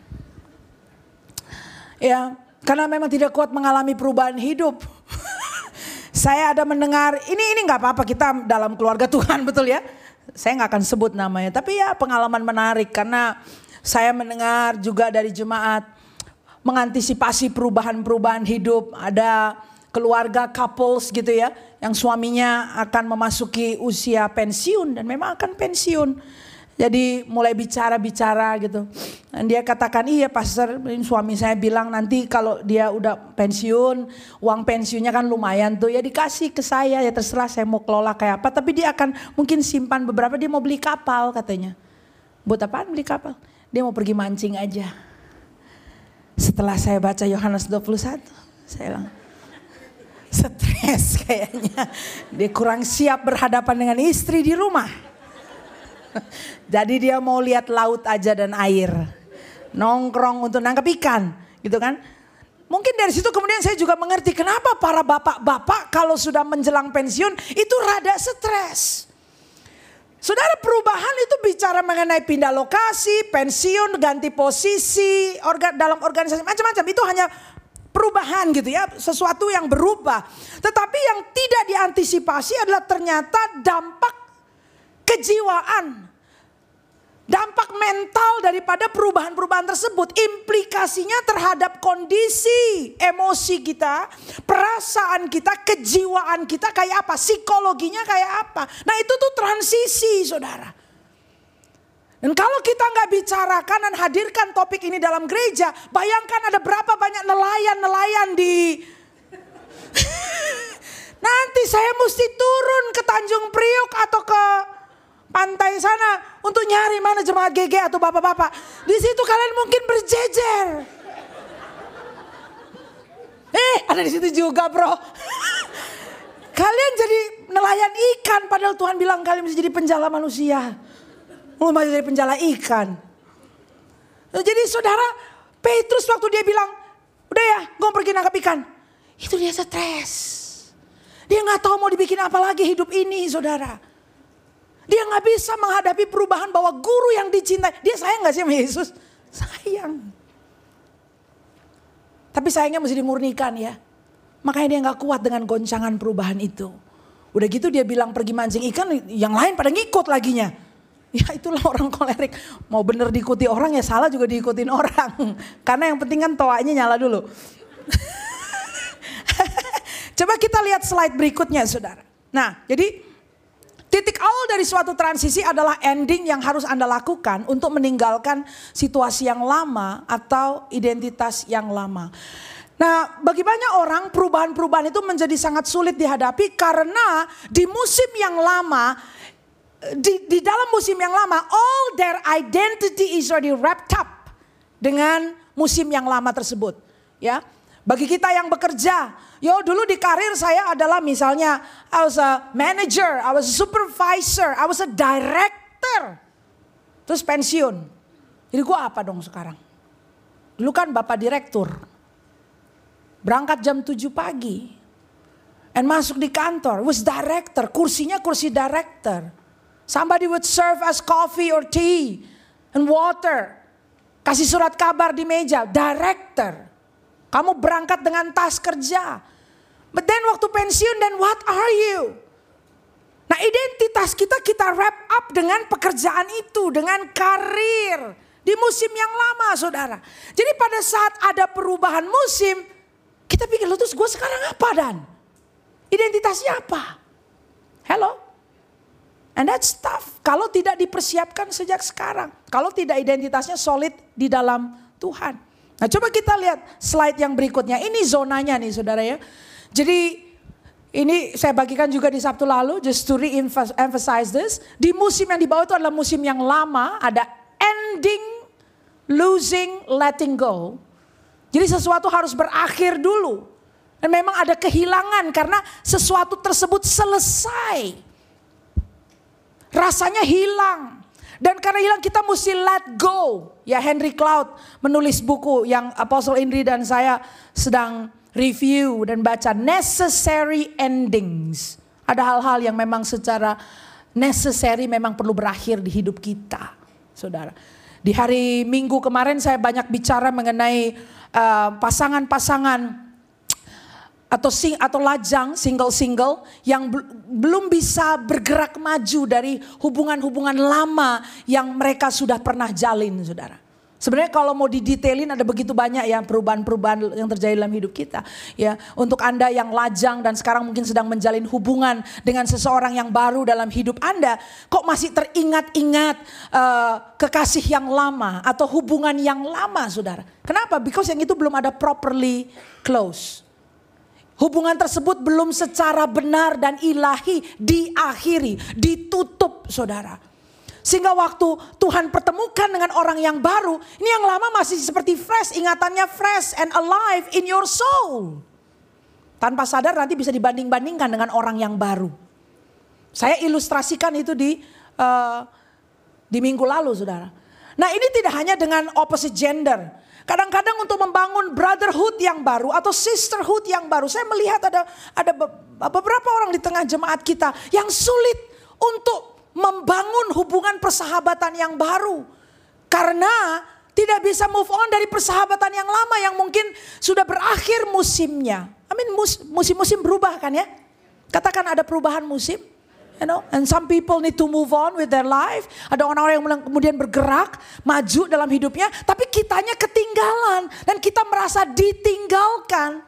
Ya karena memang tidak kuat mengalami perubahan hidup. Saya ada mendengar, ini ini nggak apa-apa kita dalam keluarga Tuhan betul ya. Saya nggak akan sebut namanya, tapi ya pengalaman menarik karena saya mendengar juga dari jemaat mengantisipasi perubahan-perubahan hidup. Ada keluarga couples gitu ya, yang suaminya akan memasuki usia pensiun dan memang akan pensiun. Jadi mulai bicara-bicara gitu. Dan dia katakan, iya pastor, suami saya bilang nanti kalau dia udah pensiun, uang pensiunnya kan lumayan tuh ya dikasih ke saya, ya terserah saya mau kelola kayak apa. Tapi dia akan mungkin simpan beberapa, dia mau beli kapal katanya. Buat apaan beli kapal? Dia mau pergi mancing aja. Setelah saya baca Yohanes dua puluh satu, saya bilang, stres kayaknya. Dia kurang siap berhadapan dengan istri di rumah. Jadi dia mau lihat laut aja dan air. Nongkrong untuk nangkap ikan gitu kan. Mungkin dari situ kemudian saya juga mengerti kenapa para bapak-bapak kalau sudah menjelang pensiun itu rada stres. Saudara, perubahan itu bicara mengenai pindah lokasi, pensiun, ganti posisi, organ, dalam organisasi macam-macam. Itu hanya perubahan gitu ya, sesuatu yang berubah. Tetapi yang tidak diantisipasi adalah ternyata dampak kejiwaan, dampak mental daripada perubahan-perubahan tersebut. Implikasinya terhadap kondisi emosi kita, perasaan kita, kejiwaan kita kayak apa, psikologinya kayak apa. Nah itu tuh transisi saudara. Dan kalau kita nggak bicarakan dan hadirkan topik ini dalam gereja, bayangkan ada berapa banyak nelayan-nelayan di Nanti saya mesti turun ke Tanjung Priok atau ke pantai sana untuk nyari mana jemaat G G A atau bapak-bapak. Di situ kalian mungkin berjejer. Eh, ada di situ juga, bro. Kalian jadi nelayan ikan padahal Tuhan bilang kalian mesti jadi penjala manusia. Lu mau jadi penjala ikan. Jadi saudara, Petrus waktu dia bilang, udah ya, gue pergi nangkap ikan. Itu dia stres. Dia gak tahu mau dibikin apa lagi hidup ini, saudara. Dia gak bisa menghadapi perubahan bahwa guru yang dicintai. Dia sayang gak sih sama Yesus? Sayang. Tapi sayangnya mesti dimurnikan ya. Makanya dia gak kuat dengan goncangan perubahan itu. Udah gitu dia bilang pergi mancing ikan, yang lain pada ngikut laginya. Ya itulah orang kolerik. Mau bener diikuti orang ya salah juga diikutin orang. Karena yang penting kan toanya nyala dulu. Coba kita lihat slide berikutnya saudara. Nah jadi titik awal dari suatu transisi adalah ending yang harus Anda lakukan untuk meninggalkan situasi yang lama atau identitas yang lama. Nah bagi banyak orang perubahan-perubahan itu menjadi sangat sulit dihadapi karena di musim yang lama, di, di dalam musim yang lama all their identity is already wrapped up dengan musim yang lama tersebut. Ya, bagi kita yang bekerja, yo dulu di karir saya adalah misalnya I was a manager, I was a supervisor, I was a director. Terus pensiun. Jadi gue apa dong sekarang? Dulu kan bapak direktur. Berangkat jam tujuh pagi. And masuk di kantor, was director, kursinya kursi director. Somebody would serve us coffee or tea and water. Kasih surat kabar di meja, director. Kamu berangkat dengan tas kerja. But then waktu pensiun, then what are you? Nah identitas kita kita wrap up dengan pekerjaan itu, dengan karir. Di musim yang lama saudara. Jadi pada saat ada perubahan musim, kita pikir, loh terus gue sekarang apa Dan? Identitasnya apa? Hello? And that's tough. Kalau tidak dipersiapkan sejak sekarang. Kalau tidak identitasnya solid di dalam Tuhan. Nah coba kita lihat slide yang berikutnya. Ini zonanya nih saudara ya. Jadi ini saya bagikan juga di Sabtu lalu. Just to re-emphasize this. Di musim yang di bawah itu adalah musim yang lama. Ada ending, losing, letting go. Jadi sesuatu harus berakhir dulu. Dan memang ada kehilangan karena sesuatu tersebut selesai. Rasanya hilang. Dan karena hilang kita mesti let go. Ya Henry Cloud menulis buku yang Apostle Indri dan saya sedang review dan baca. Necessary endings. Ada hal-hal yang memang secara necessary memang perlu berakhir di hidup kita. Saudara. Di hari Minggu kemarin saya banyak bicara mengenai uh, pasangan-pasangan atau sing atau lajang single-single yang bel- belum bisa bergerak maju dari hubungan-hubungan lama yang mereka sudah pernah jalin, saudara. Sebenarnya kalau mau didetailin ada begitu banyak ya perubahan-perubahan yang terjadi dalam hidup kita. Ya, untuk Anda yang lajang dan sekarang mungkin sedang menjalin hubungan dengan seseorang yang baru dalam hidup Anda, kok masih teringat-ingat uh, kekasih yang lama atau hubungan yang lama, saudara? Kenapa? Because yang itu belum ada properly close. Hubungan tersebut belum secara benar dan ilahi diakhiri, ditutup saudara. Sehingga waktu Tuhan pertemukan dengan orang yang baru, ini yang lama masih seperti fresh, ingatannya fresh and alive in your soul. Tanpa sadar nanti bisa dibanding-bandingkan dengan orang yang baru. Saya ilustrasikan itu di uh, di minggu lalu saudara. Nah ini tidak hanya dengan opposite gender. Kadang-kadang untuk membangun brotherhood yang baru atau sisterhood yang baru. Saya melihat ada ada beberapa orang di tengah jemaat kita yang sulit untuk membangun hubungan persahabatan yang baru. Karena tidak bisa move on dari persahabatan yang lama yang mungkin sudah berakhir musimnya. I mean mus, musim-musim berubah kan ya. Katakan ada perubahan musim. You know, and some people need to move on with their life. Ada orang-orang yang kemudian bergerak, maju dalam hidupnya. Tapi kitanya ketinggalan. Dan kita merasa ditinggalkan.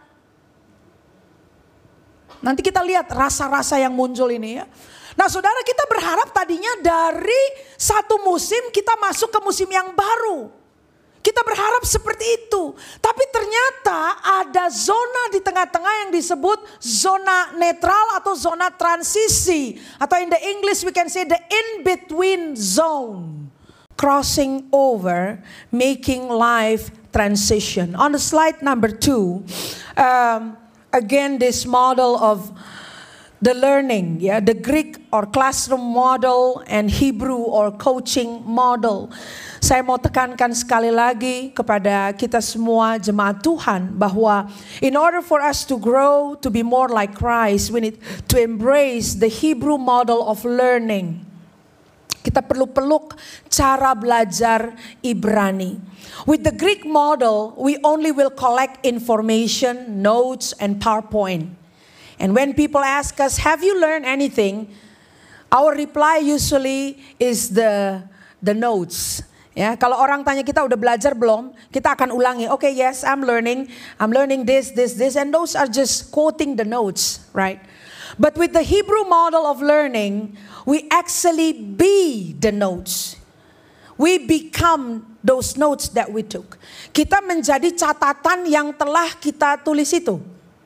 Nanti kita lihat rasa-rasa yang muncul ini ya. Nah saudara kita berharap tadinya dari satu musim kita masuk ke musim yang baru. Kita berharap seperti itu. Tapi ternyata ada zona di tengah-tengah yang disebut zona netral atau zona transisi. Atau in the English we can say the in-between zone. Crossing over, making life transition. On the slide number two, um, again this model of the learning, yeah, the Greek or classroom model and Hebrew or coaching model. Saya mau tekankan sekali lagi kepada kita semua jemaat Tuhan bahwa in order for us to grow to be more like Christ, we need to embrace the Hebrew model of learning. Kita perlu peluk cara belajar Ibrani. With the Greek model, we only will collect information, notes, and PowerPoint. And when people ask us, have you learned anything? Our reply usually is the the notes. Ya, kalau orang tanya kita udah belajar belum, kita akan ulangi. Okay, yes, I'm learning. I'm learning this, this, this, and those are just quoting the notes, right? But with the Hebrew model of learning, we actually be the notes. We become those notes that we took. Kita menjadi catatan yang telah kita tulis itu.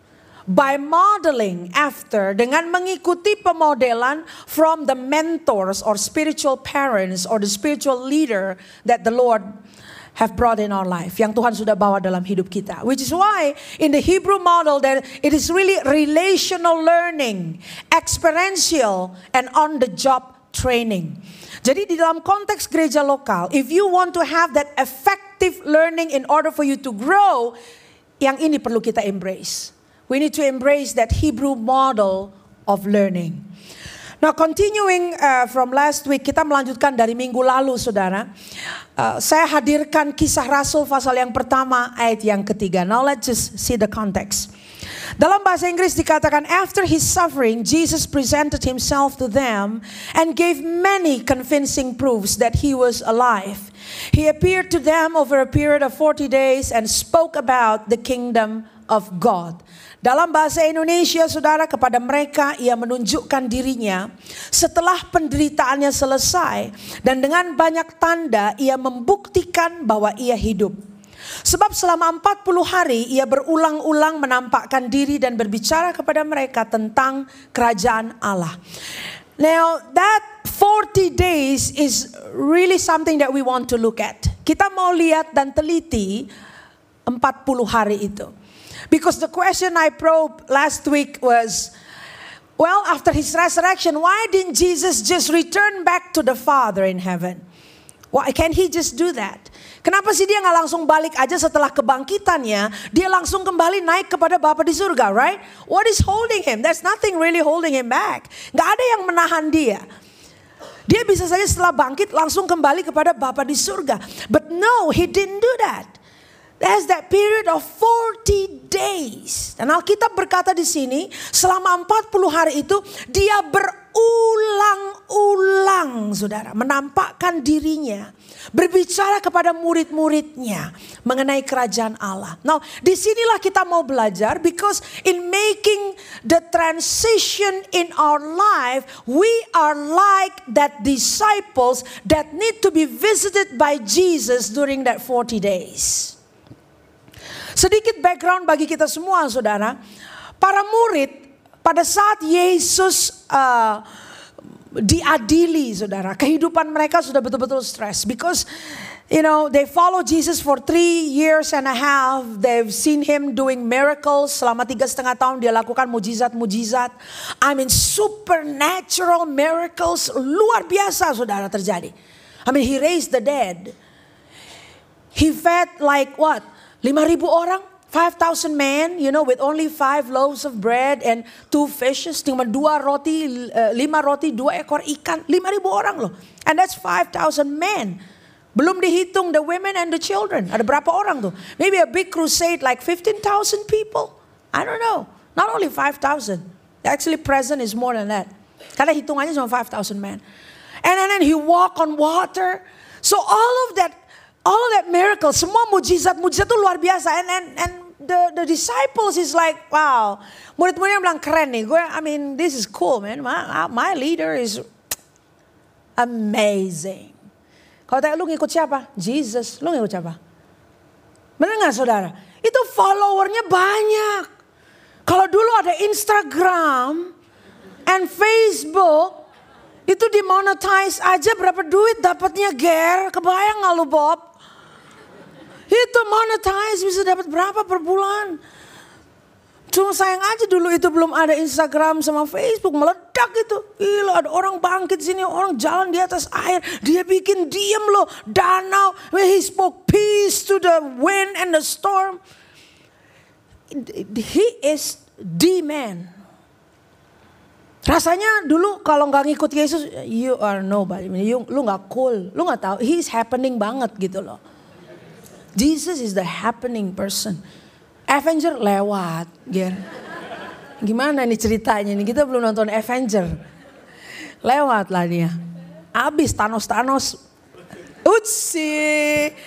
By modeling after, dengan mengikuti pemodelan from the mentors or spiritual parents or the spiritual leader that the Lord have brought in our life, yang Tuhan sudah bawa dalam hidup kita. Which is why in the Hebrew model that it is really relational learning, experiential and on the job training. Jadi di dalam konteks gereja lokal, if you want to have that effective learning in order for you to grow, yang ini perlu kita embrace. We need to embrace that Hebrew model of learning. Now continuing uh, from last week, kita melanjutkan dari minggu lalu saudara. Uh, saya hadirkan kisah Rasul pasal yang pertama ayat yang ketiga. Now let's just see the context. Dalam bahasa Inggris dikatakan, after his suffering, Jesus presented himself to them and gave many convincing proofs that he was alive. He appeared to them over a period of forty days and spoke about the kingdom of God. Dalam bahasa Indonesia, saudara, kepada mereka ia menunjukkan dirinya setelah penderitaannya selesai. Dan dengan banyak tanda ia membuktikan bahwa ia hidup. Sebab selama empat puluh hari ia berulang-ulang menampakkan diri dan berbicara kepada mereka tentang kerajaan Allah. Now that forty days is really something that we want to look at. Kita mau lihat dan teliti empat puluh hari itu. Because the question I probed last week was, well, after his resurrection, why didn't Jesus just return back to the Father in heaven? Why can't he just do that? Kenapa sih dia nggak langsung balik aja setelah kebangkitannya, dia langsung kembali naik kepada Bapa di surga, right? What is holding him? There's nothing really holding him back. Nggak ada yang menahan dia. Dia bisa saja setelah bangkit langsung kembali kepada Bapa di surga. But no, he didn't do that. There's that period of forty days. Dan Alkitab berkata di sini, selama empat puluh hari itu dia berulang-ulang, saudara, menampakkan dirinya, berbicara kepada murid-muridnya mengenai kerajaan Allah. Now, disinilah kita mau belajar, because in making the transition in our life, we are like that disciples that need to be visited by Jesus during that forty days. Sedikit background bagi kita semua, saudara. Para murid pada saat Yesus uh, diadili, saudara, kehidupan mereka sudah betul-betul stres. Because, you know, they follow Jesus for three years and a half. They've seen him doing miracles. Selama tiga setengah tahun dia lakukan mujizat-mujizat. I mean, supernatural miracles luar biasa, saudara, terjadi. I mean, he raised the dead. He fed like what? lima ribu orang, five thousand men, you know, with only five loaves of bread and two fishes. Cuma dua roti, lima roti, dua ekor ikan, lima ribu orang loh. And that's five thousand men. Belum dihitung the women and the children. Ada berapa orang tuh? Maybe a big crusade like fifteen thousand people. I don't know. Not only five thousand. Actually present is more than that. Karena hitungannya cuma five thousand men. And then he walk on water. So all of that, all of that miracle, semua mujizat-mujizat itu luar biasa. And and and the the disciples is like, wow. Murid-muridnya bilang keren nih. Gue, I mean, this is cool, man. My, my leader is amazing. Kalau tanya lu ngikut siapa? Jesus. Lu ngikut siapa? Benar nggak, saudara? itu followernya banyak. Kalau dulu ada Instagram and Facebook, itu dimonetize aja berapa duit dapatnya, Ger? Kebayang gak lu, Bob? Itu monetize bisa dapat berapa per bulan? Cuma sayang aja dulu itu belum ada Instagram sama Facebook, meledak itu. Gila, ada orang bangkit sini, orang jalan di atas air. Dia bikin diem loh, danau. He spoke peace to the wind and the storm. He is the man. Rasanya dulu kalau nggak ngikut Yesus, you are nobody. You, lu nggak cool, lu nggak tahu. He's happening banget gitu loh. Jesus is the happening person. Avenger lewat, Ger. Gimana nih ceritanya nih? Kita belum nonton Avenger. Lewat lah dia. Abis Thanos-Thanos. Utsi.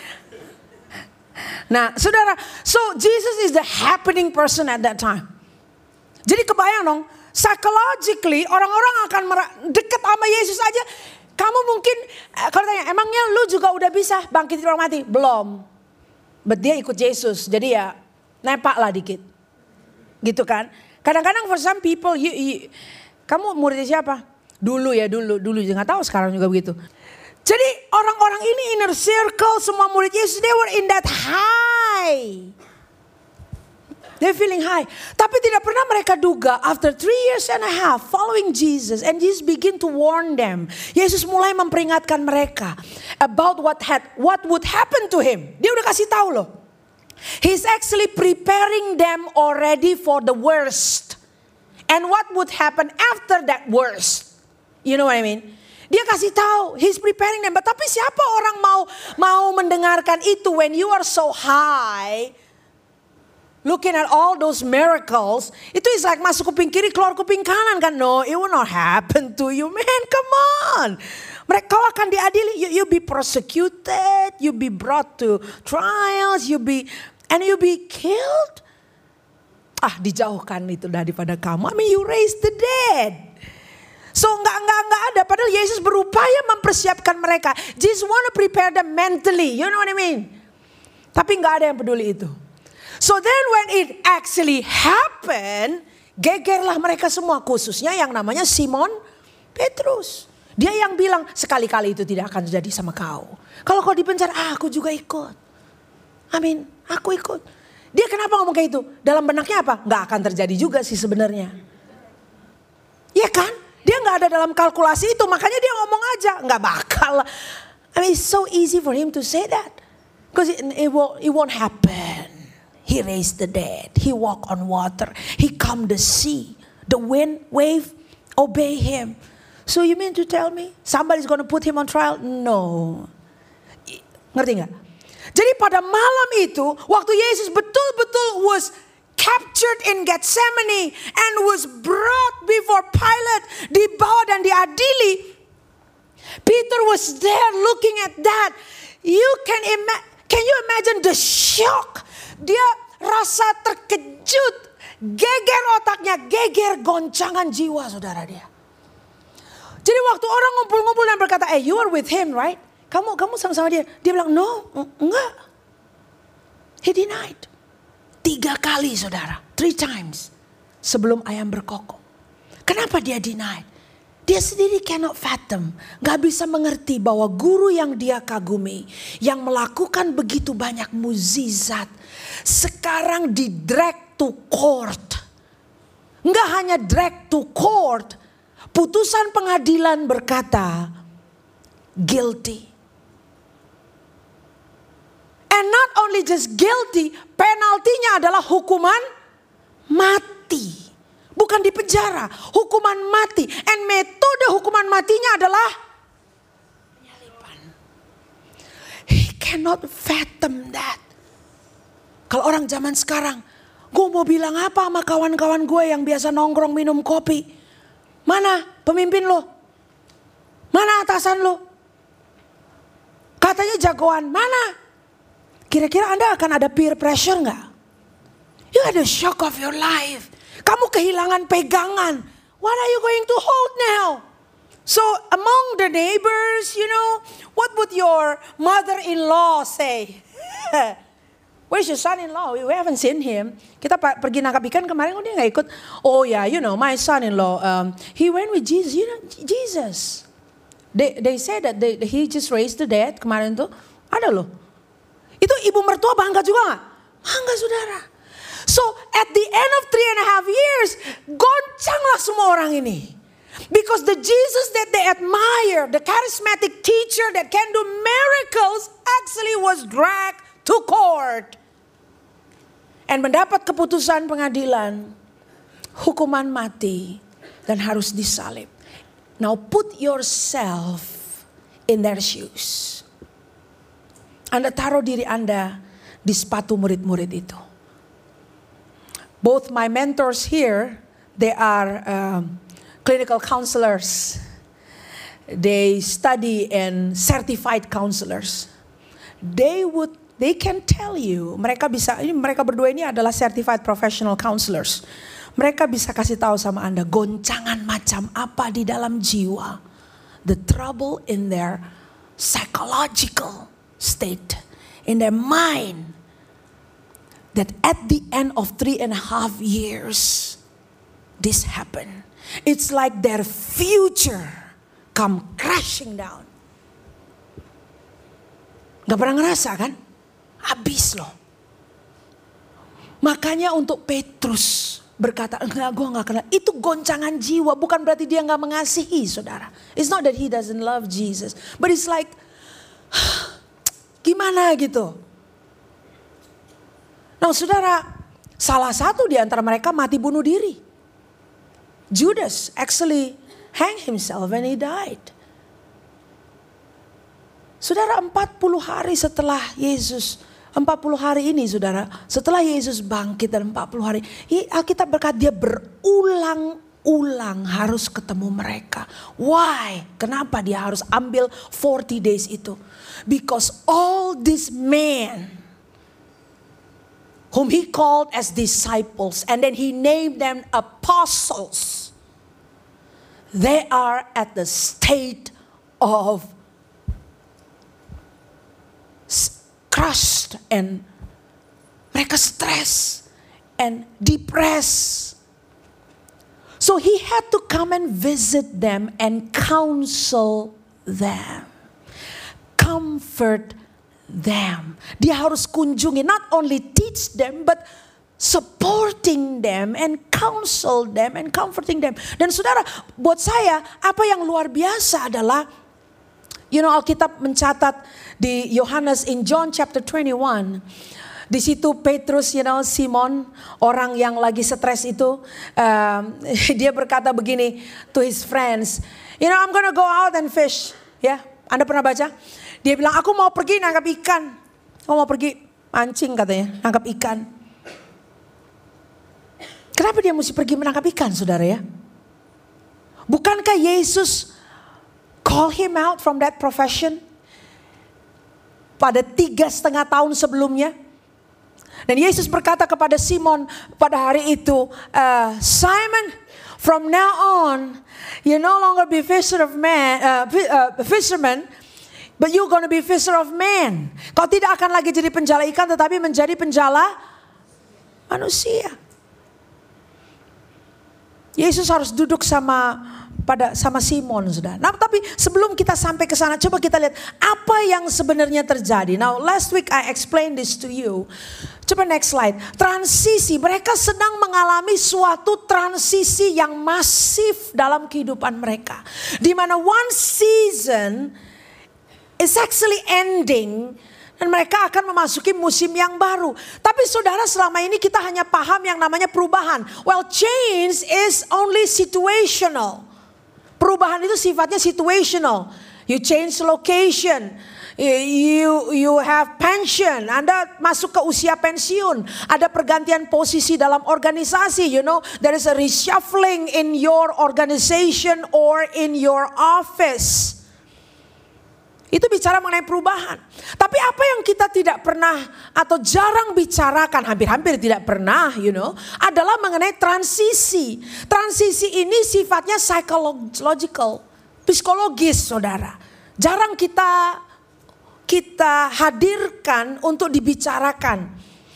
Nah, saudara, so Jesus is the happening person at that time. Jadi kebayang dong, psychologically orang-orang akan dekat sama Yesus aja. Kamu mungkin, kalau tanya, emangnya lu juga udah bisa bangkit dari orang mati? Belum. But dia ikut Yesus, jadi ya nepak lah dikit. Gitu kan. Kadang-kadang for some people, you, you, kamu muridnya siapa? Dulu ya, dulu, dulu. Nggak tahu sekarang juga begitu. Jadi orang-orang ini inner circle, semua murid Yesus, they were in that high. They're feeling high. Tapi tidak pernah mereka duga after three years and a half following Jesus. And Jesus begin to warn them. Yesus mulai memperingatkan mereka about what had what would happen to him. Dia udah kasih tahu loh. He's actually preparing them already for the worst. And what would happen after that worst. You know what I mean? Dia kasih tahu, he's preparing them. But tapi siapa orang mau mau mendengarkan itu when you are so high? Looking at all those miracles, itu is like masuk kuping kiri, keluar kuping kanan kan. No, it will not happen to you, man. Come on. Mereka kau akan diadili. You, you be persecuted, you be brought to trials, you be and you be killed. Ah, dijauhkan itu daripada kamu. I mean, you raise the dead. So enggak enggak enggak ada. Padahal Yesus berupaya mempersiapkan mereka. Jesus want to prepare them mentally. You know what I mean? Tapi enggak ada yang peduli itu. So then when it actually happened, gegerlah mereka semua, khususnya yang namanya Simon Petrus. Dia yang bilang, sekali-kali itu tidak akan terjadi sama kau. Kalau kau dipenjara, ah, aku juga ikut. Amin, aku ikut. Dia kenapa ngomong kayak itu? Dalam benaknya apa? Gak akan terjadi juga sih sebenarnya. Iya kan? Dia gak ada dalam kalkulasi itu, makanya dia ngomong aja. Gak bakal. I mean, it's so easy for him to say that. Because it, it, won't, it won't happen. He raised the dead. He walked on water. He calmed the sea. The wind, wave, obey him. So you mean to tell me somebody's going to put him on trial? No. Ngerti gak? Jadi pada malam itu, waktu Yesus betul-betul was captured in Gethsemane and was brought before Pilate, dibawa dan diadili. Peter was there looking at that. You can ima- can you imagine the shock? Dia rasa terkejut, geger otaknya, geger goncangan jiwa saudara dia. Jadi waktu orang ngumpul-ngumpul dan berkata, eh, you are with him, right? Kamu kamu sama-sama dia. Dia bilang, no, enggak. He denied. Tiga kali saudara, three times sebelum ayam berkokok. Kenapa dia denied? Dia sendiri cannot fathom, gak bisa mengerti bahwa guru yang dia kagumi, yang melakukan begitu banyak mukjizat, sekarang di drag to court. Gak hanya drag to court, putusan pengadilan berkata guilty. And not only just guilty, penaltinya adalah hukuman mati. Bukan di penjara, hukuman mati. And metode hukuman matinya adalah penyaliban. He cannot fathom that. Kalau orang zaman sekarang, gue mau bilang apa sama kawan-kawan gue yang biasa nongkrong minum kopi? Mana pemimpin lo? Mana atasan lo? Katanya jagoan, mana? Kira-kira Anda akan ada peer pressure gak? You had a shock of your life. Kamu kehilangan pegangan. What are you going to hold now? So among the neighbors, you know, what would your mother-in-law say? Where's your son-in-law? We haven't seen him. Kita pergi nangkap ikan kemarin, oh dia nggak ikut. Oh ya, yeah, you know, my son-in-law, um, he went with Jesus. You know, Jesus. They they say that they, he just raised the dead kemarin tuh. Ada loh. Itu ibu mertua bangga juga nggak? Bangga saudara. So at the end of three and a half years, goncanglah semua orang ini. Because the Jesus that they admire, the charismatic teacher that can do miracles, actually was dragged to court. And mendapat keputusan pengadilan, hukuman mati, dan harus disalib. Now put yourself in their shoes. Anda taruh diri Anda di sepatu murid-murid itu. Both my mentors here, they are um, clinical counselors. They study and certified counselors. They would, they can tell you, mereka bisa, ini mereka berdua ini adalah certified professional counselors. Mereka bisa kasih tahu sama Anda goncangan macam apa di dalam jiwa. The trouble in their psychological state, in their mind. That at the end of three and a half years, this happened. It's like their future come crashing down. Gak pernah ngerasa kan? Habis loh. Makanya untuk Petrus berkata, enggak, gue gak kenal. Itu goncangan jiwa, bukan berarti dia gak mengasihi saudara. It's not that he doesn't love Jesus. But it's like, gimana gitu. Nah saudara, salah satu di antara mereka mati bunuh diri. Judas actually hang himself and he died. Saudara, empat puluh hari setelah Yesus, empat puluh hari ini saudara, setelah Yesus bangkit dan empat puluh hari, Alkitab berkata dia berulang-ulang harus ketemu mereka. Why? Kenapa dia harus ambil forty days itu? Because all these men whom he called as disciples and then he named them apostles, they are at the state of crushed and mereka stress and depressed. So he had to come and visit them and counsel them, comfort them. Dia harus kunjungi, not only teach them but supporting them and counsel them and comforting them. Dan saudara, buat saya apa yang luar biasa adalah, you know, Alkitab mencatat di Yohanes in John chapter twenty-one. Di situ Petrus, you know, Simon, orang yang lagi stres itu, um, dia berkata begini to his friends, you know, I'm gonna go out and fish. Ya, Anda pernah baca? Dia bilang, aku mau pergi nangkap ikan. Aku mau pergi mancing katanya, nangkap ikan. Kenapa dia mesti pergi menangkap ikan, saudara ya? Bukankah Yesus call him out from that profession pada tiga setengah tahun sebelumnya? Dan Yesus berkata kepada Simon pada hari itu, uh, Simon, from now on, you no longer be fisher of man, uh, uh, fisherman, but you're going to be fisher of men. Kau tidak akan lagi jadi penjala ikan, tetapi menjadi penjala manusia. Yesus harus duduk sama pada sama Simon, sudah. Nah, tapi sebelum kita sampai ke sana, coba kita lihat apa yang sebenarnya terjadi. Now, last week I explained this to you. Coba next slide. Transisi, mereka sedang mengalami suatu transisi yang masif dalam kehidupan mereka. Di mana one season is actually ending dan mereka akan memasuki musim yang baru. Tapi saudara, selama ini kita hanya paham yang namanya perubahan. Well, change is only situational. Perubahan itu sifatnya situational. You change location, you you have pension, Anda masuk ke usia pensiun, ada pergantian posisi dalam organisasi, you know, there is a reshuffling in your organization or in your office. Itu bicara mengenai perubahan. Tapi apa yang kita tidak pernah atau jarang bicarakan, hampir-hampir tidak pernah, you know, adalah mengenai transisi. Transisi ini sifatnya psychological, psikologis, saudara. Jarang kita kita hadirkan untuk dibicarakan.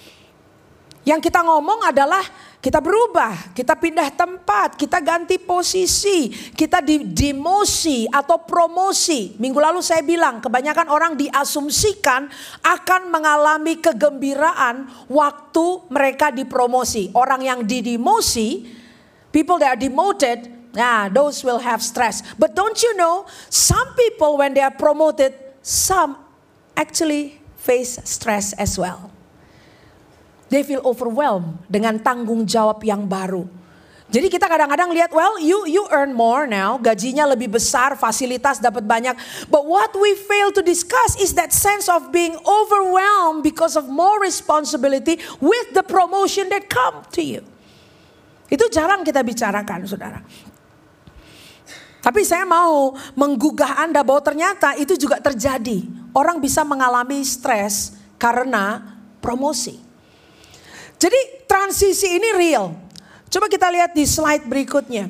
Yang kita ngomong adalah kita berubah, kita pindah tempat, kita ganti posisi, kita di demosi atau promosi. Minggu lalu saya bilang kebanyakan orang diasumsikan akan mengalami kegembiraan waktu mereka dipromosi. Orang yang didemosi, people that are demoted, nah those will have stress. But don't you know, some people when they are promoted, some actually face stress as well. They feel overwhelmed dengan tanggung jawab yang baru. Jadi kita kadang-kadang lihat, well you you earn more now, gajinya lebih besar, fasilitas dapat banyak. But what we fail to discuss is that sense of being overwhelmed because of more responsibility with the promotion that come to you. Itu jarang kita bicarakan, saudara. Tapi saya mau menggugah Anda bahwa ternyata itu juga terjadi. Orang bisa mengalami stres karena promosi. Jadi transisi ini real. Coba kita lihat di slide berikutnya.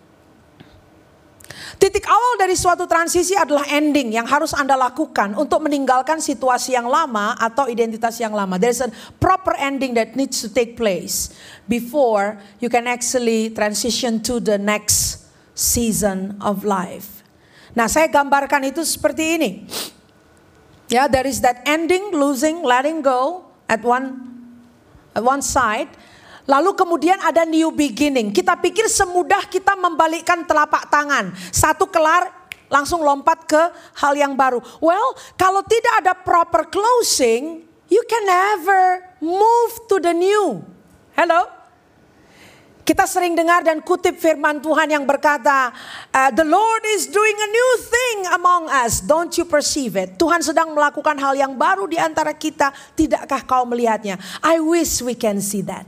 Titik awal dari suatu transisi adalah ending yang harus Anda lakukan untuk meninggalkan situasi yang lama atau identitas yang lama. There's a proper ending that needs to take place before you can actually transition to the next season of life. Nah, saya gambarkan itu seperti ini. Ya, there is that ending, losing, letting go at one at one side. Lalu kemudian ada new beginning. Kita pikir semudah kita membalikkan telapak tangan. Satu kelar langsung lompat ke hal yang baru. Well, kalau tidak ada proper closing, you can never move to the new. Hello? Kita sering dengar dan kutip firman Tuhan yang berkata, uh, the Lord is doing a new thing among us. Don't you perceive it? Tuhan sedang melakukan hal yang baru di antara kita. Tidakkah kau melihatnya? I wish we can see that.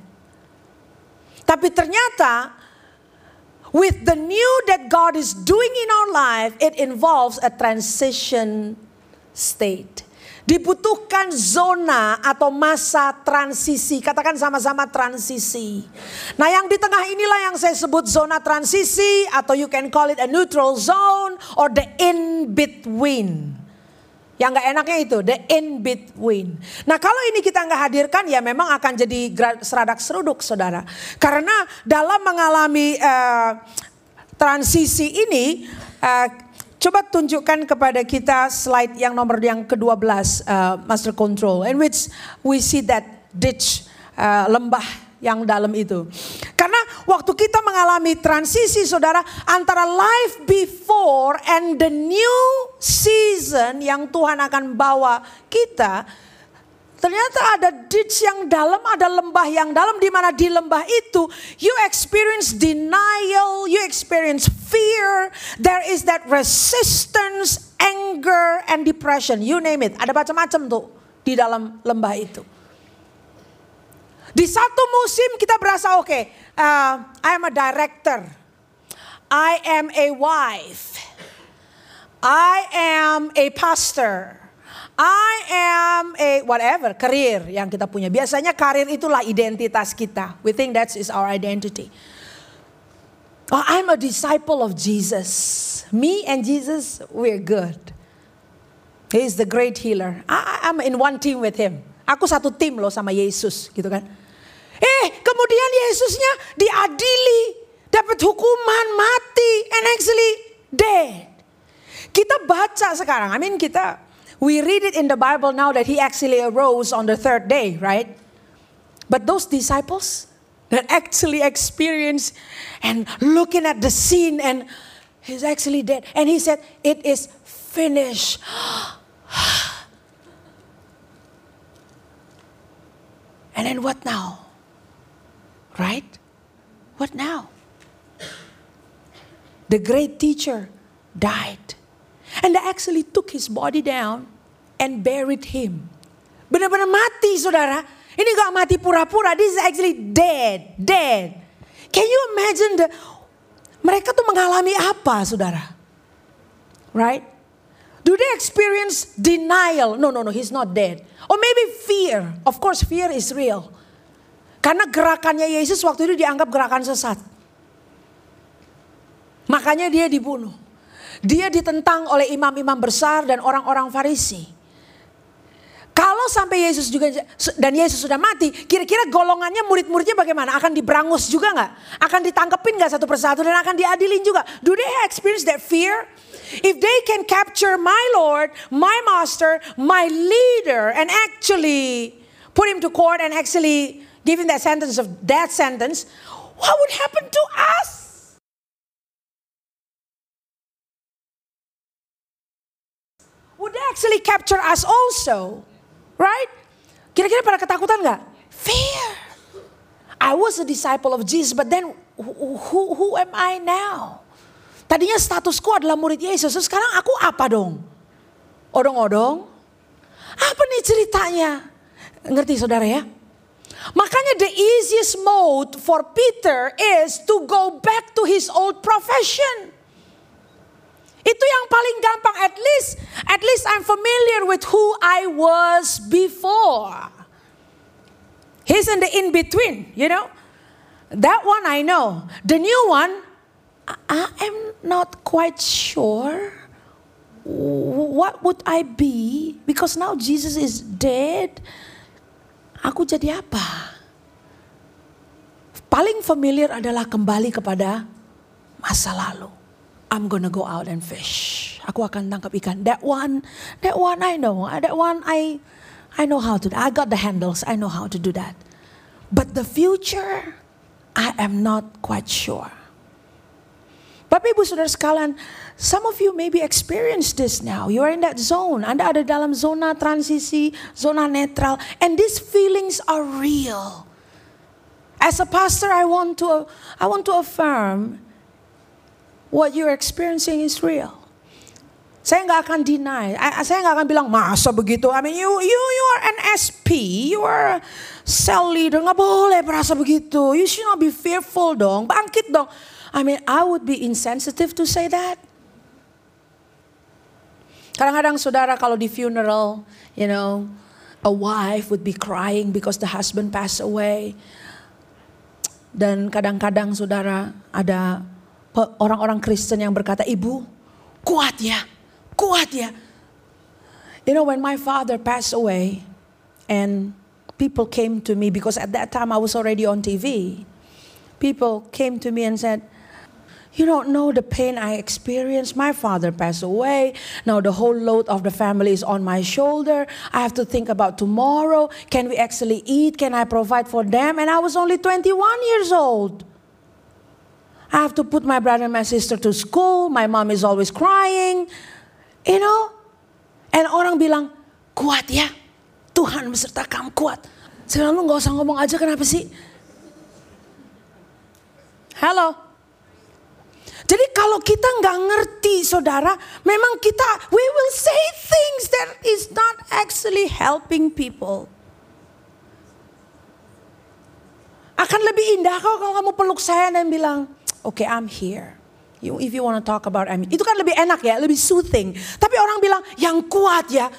Tapi ternyata, with the new that God is doing in our life, it involves a transition state. Dibutuhkan zona atau masa transisi. Katakan sama-sama transisi. Nah, yang di tengah inilah yang saya sebut zona transisi, atau you can call it a neutral zone or the in between. Yang gak enaknya itu, the in between. Nah, kalau ini kita gak hadirkan, ya memang akan jadi seradak seruduk, saudara. Karena dalam mengalami uh, transisi ini, uh, coba tunjukkan kepada kita slide yang nomor yang kedua belas, uh, Master Control. In which we see that ditch, uh, lembah yang dalam itu. Karena waktu kita mengalami transisi, saudara, antara life before and the new season yang Tuhan akan bawa kita, ternyata ada ditch yang dalam, ada lembah yang dalam, di mana di lembah itu you experience denial, you experience fear, there is that resistance, anger and depression, you name it. Ada macam-macam tuh di dalam lembah itu. Di satu musim kita berasa oke, okay, uh, I am a director, I am a wife, I am a pastor, I am a whatever, career yang kita punya. Biasanya karir itulah identitas kita. We think that is our identity. Oh, I'm a disciple of Jesus. Me and Jesus, we're good. He is the great healer. I, I'm in one team with him. Aku satu tim loh sama Yesus, gitu kan. Eh, kemudian Yesusnya diadili, dapat hukuman mati, and actually dead. Kita baca sekarang, I mean kita, we read it in the Bible now that he actually arose on the third day, right? But those disciples that actually experienced and looking at the scene, and he's actually dead. And he said, it is finished. And then what now? Right? What now? The great teacher died. And they actually took his body down and buried him. Benar-benar mati, saudara. Ini gak mati pura-pura. This is actually dead. Dead. Can you imagine the, mereka tuh mengalami apa, saudara? Right? Do they experience denial? No, no, no, he's not dead. Or maybe fear. Of course, fear is real. Karena gerakannya Yesus waktu itu dianggap gerakan sesat. Makanya dia dibunuh. Dia ditentang oleh imam-imam besar dan orang-orang Farisi. Kalau sampai Yesus juga dan Yesus sudah mati, kira-kira golongannya murid-muridnya bagaimana? Akan diberangus juga nggak? Akan ditangkepin nggak satu persatu dan akan diadilin juga? Do they experience that fear? If they can capture my Lord, my Master, my leader, and actually put him to court and actually give him that sentence of death sentence, what would happen to us? Would they actually capture us also? Right? Kira-kira pada ketakutan nggak? Fear. I was a disciple of Jesus, but then who, who, who am I now? Tadinya statusku adalah murid Yesus, sekarang aku apa dong? Odong-odong? Apa nih ceritanya? Ngerti saudara ya? Makanya the easiest mode for Peter is to go back to his old profession. Itu yang paling gampang. At least, at least I'm familiar with who I was before. He's in the in between, you know. That one I know. The new one, I am not quite sure. What would I be? Because now Jesus is dead. Aku jadi apa? Paling familiar adalah kembali kepada masa lalu. I'm gonna go out and fish. Aku akan tangkap ikan. That one, that one I know. That one I, I know how to do. I got the handles. I know how to do that. But the future, I am not quite sure. Bapak Ibu Saudara sekalian, some of you maybe experience this now. You are in that zone. Anda ada dalam zona transisi, zona netral, and these feelings are real. As a pastor, I want to, I want to affirm. What you're experiencing is real. Saya nggak akan deny. Saya nggak akan bilang masa begitu. I mean, you you you are an S P, you are a cell leader. Nggak boleh merasa begitu. You should not be fearful dong. Bangkit dong. I mean, I would be insensitive to say that. Kadang-kadang saudara kalau di funeral, you know, a wife would be crying because the husband passed away. Dan kadang-kadang saudara ada orang-orang Kristen yang berkata, ibu kuat ya, kuat ya. You know, when my father passed away and people came to me, because at that time I was already on T V. People came to me and said, you don't know the pain I experienced. My father passed away. Now the whole load of the family is on my shoulder. I have to think about tomorrow. Can we actually eat? Can I provide for them? And I was only twenty-one years old. I have to put my brother and my sister to school. My mom is always crying. You know? And orang bilang, kuat ya. Tuhan beserta kamu, kuat. Sekarang lu gak usah ngomong aja, kenapa sih? Halo? Jadi kalau kita gak ngerti saudara, memang kita, we will say things that is not actually helping people. Akan lebih indah kalau kamu peluk saya dan bilang, okay, I'm here. You, if you want to talk about I mean, itu kan lebih enak ya, lebih soothing. Tapi orang bilang, yang kuat ya.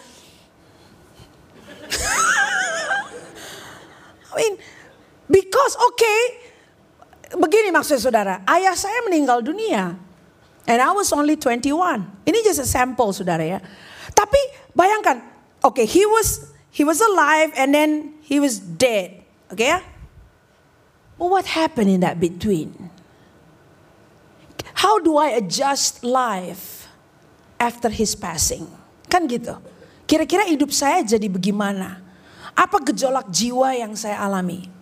I mean, because okay, begini maksudnya saudara, ayah saya meninggal dunia. And I was only twenty-one. Ini just a sample saudara ya. Tapi bayangkan, okay, he was he was alive and then he was dead. Okay ya? Well, what happened in that between? How do I adjust life after his passing? Kan gitu. Kira-kira hidup saya jadi bagaimana? Apa gejolak jiwa yang saya alami?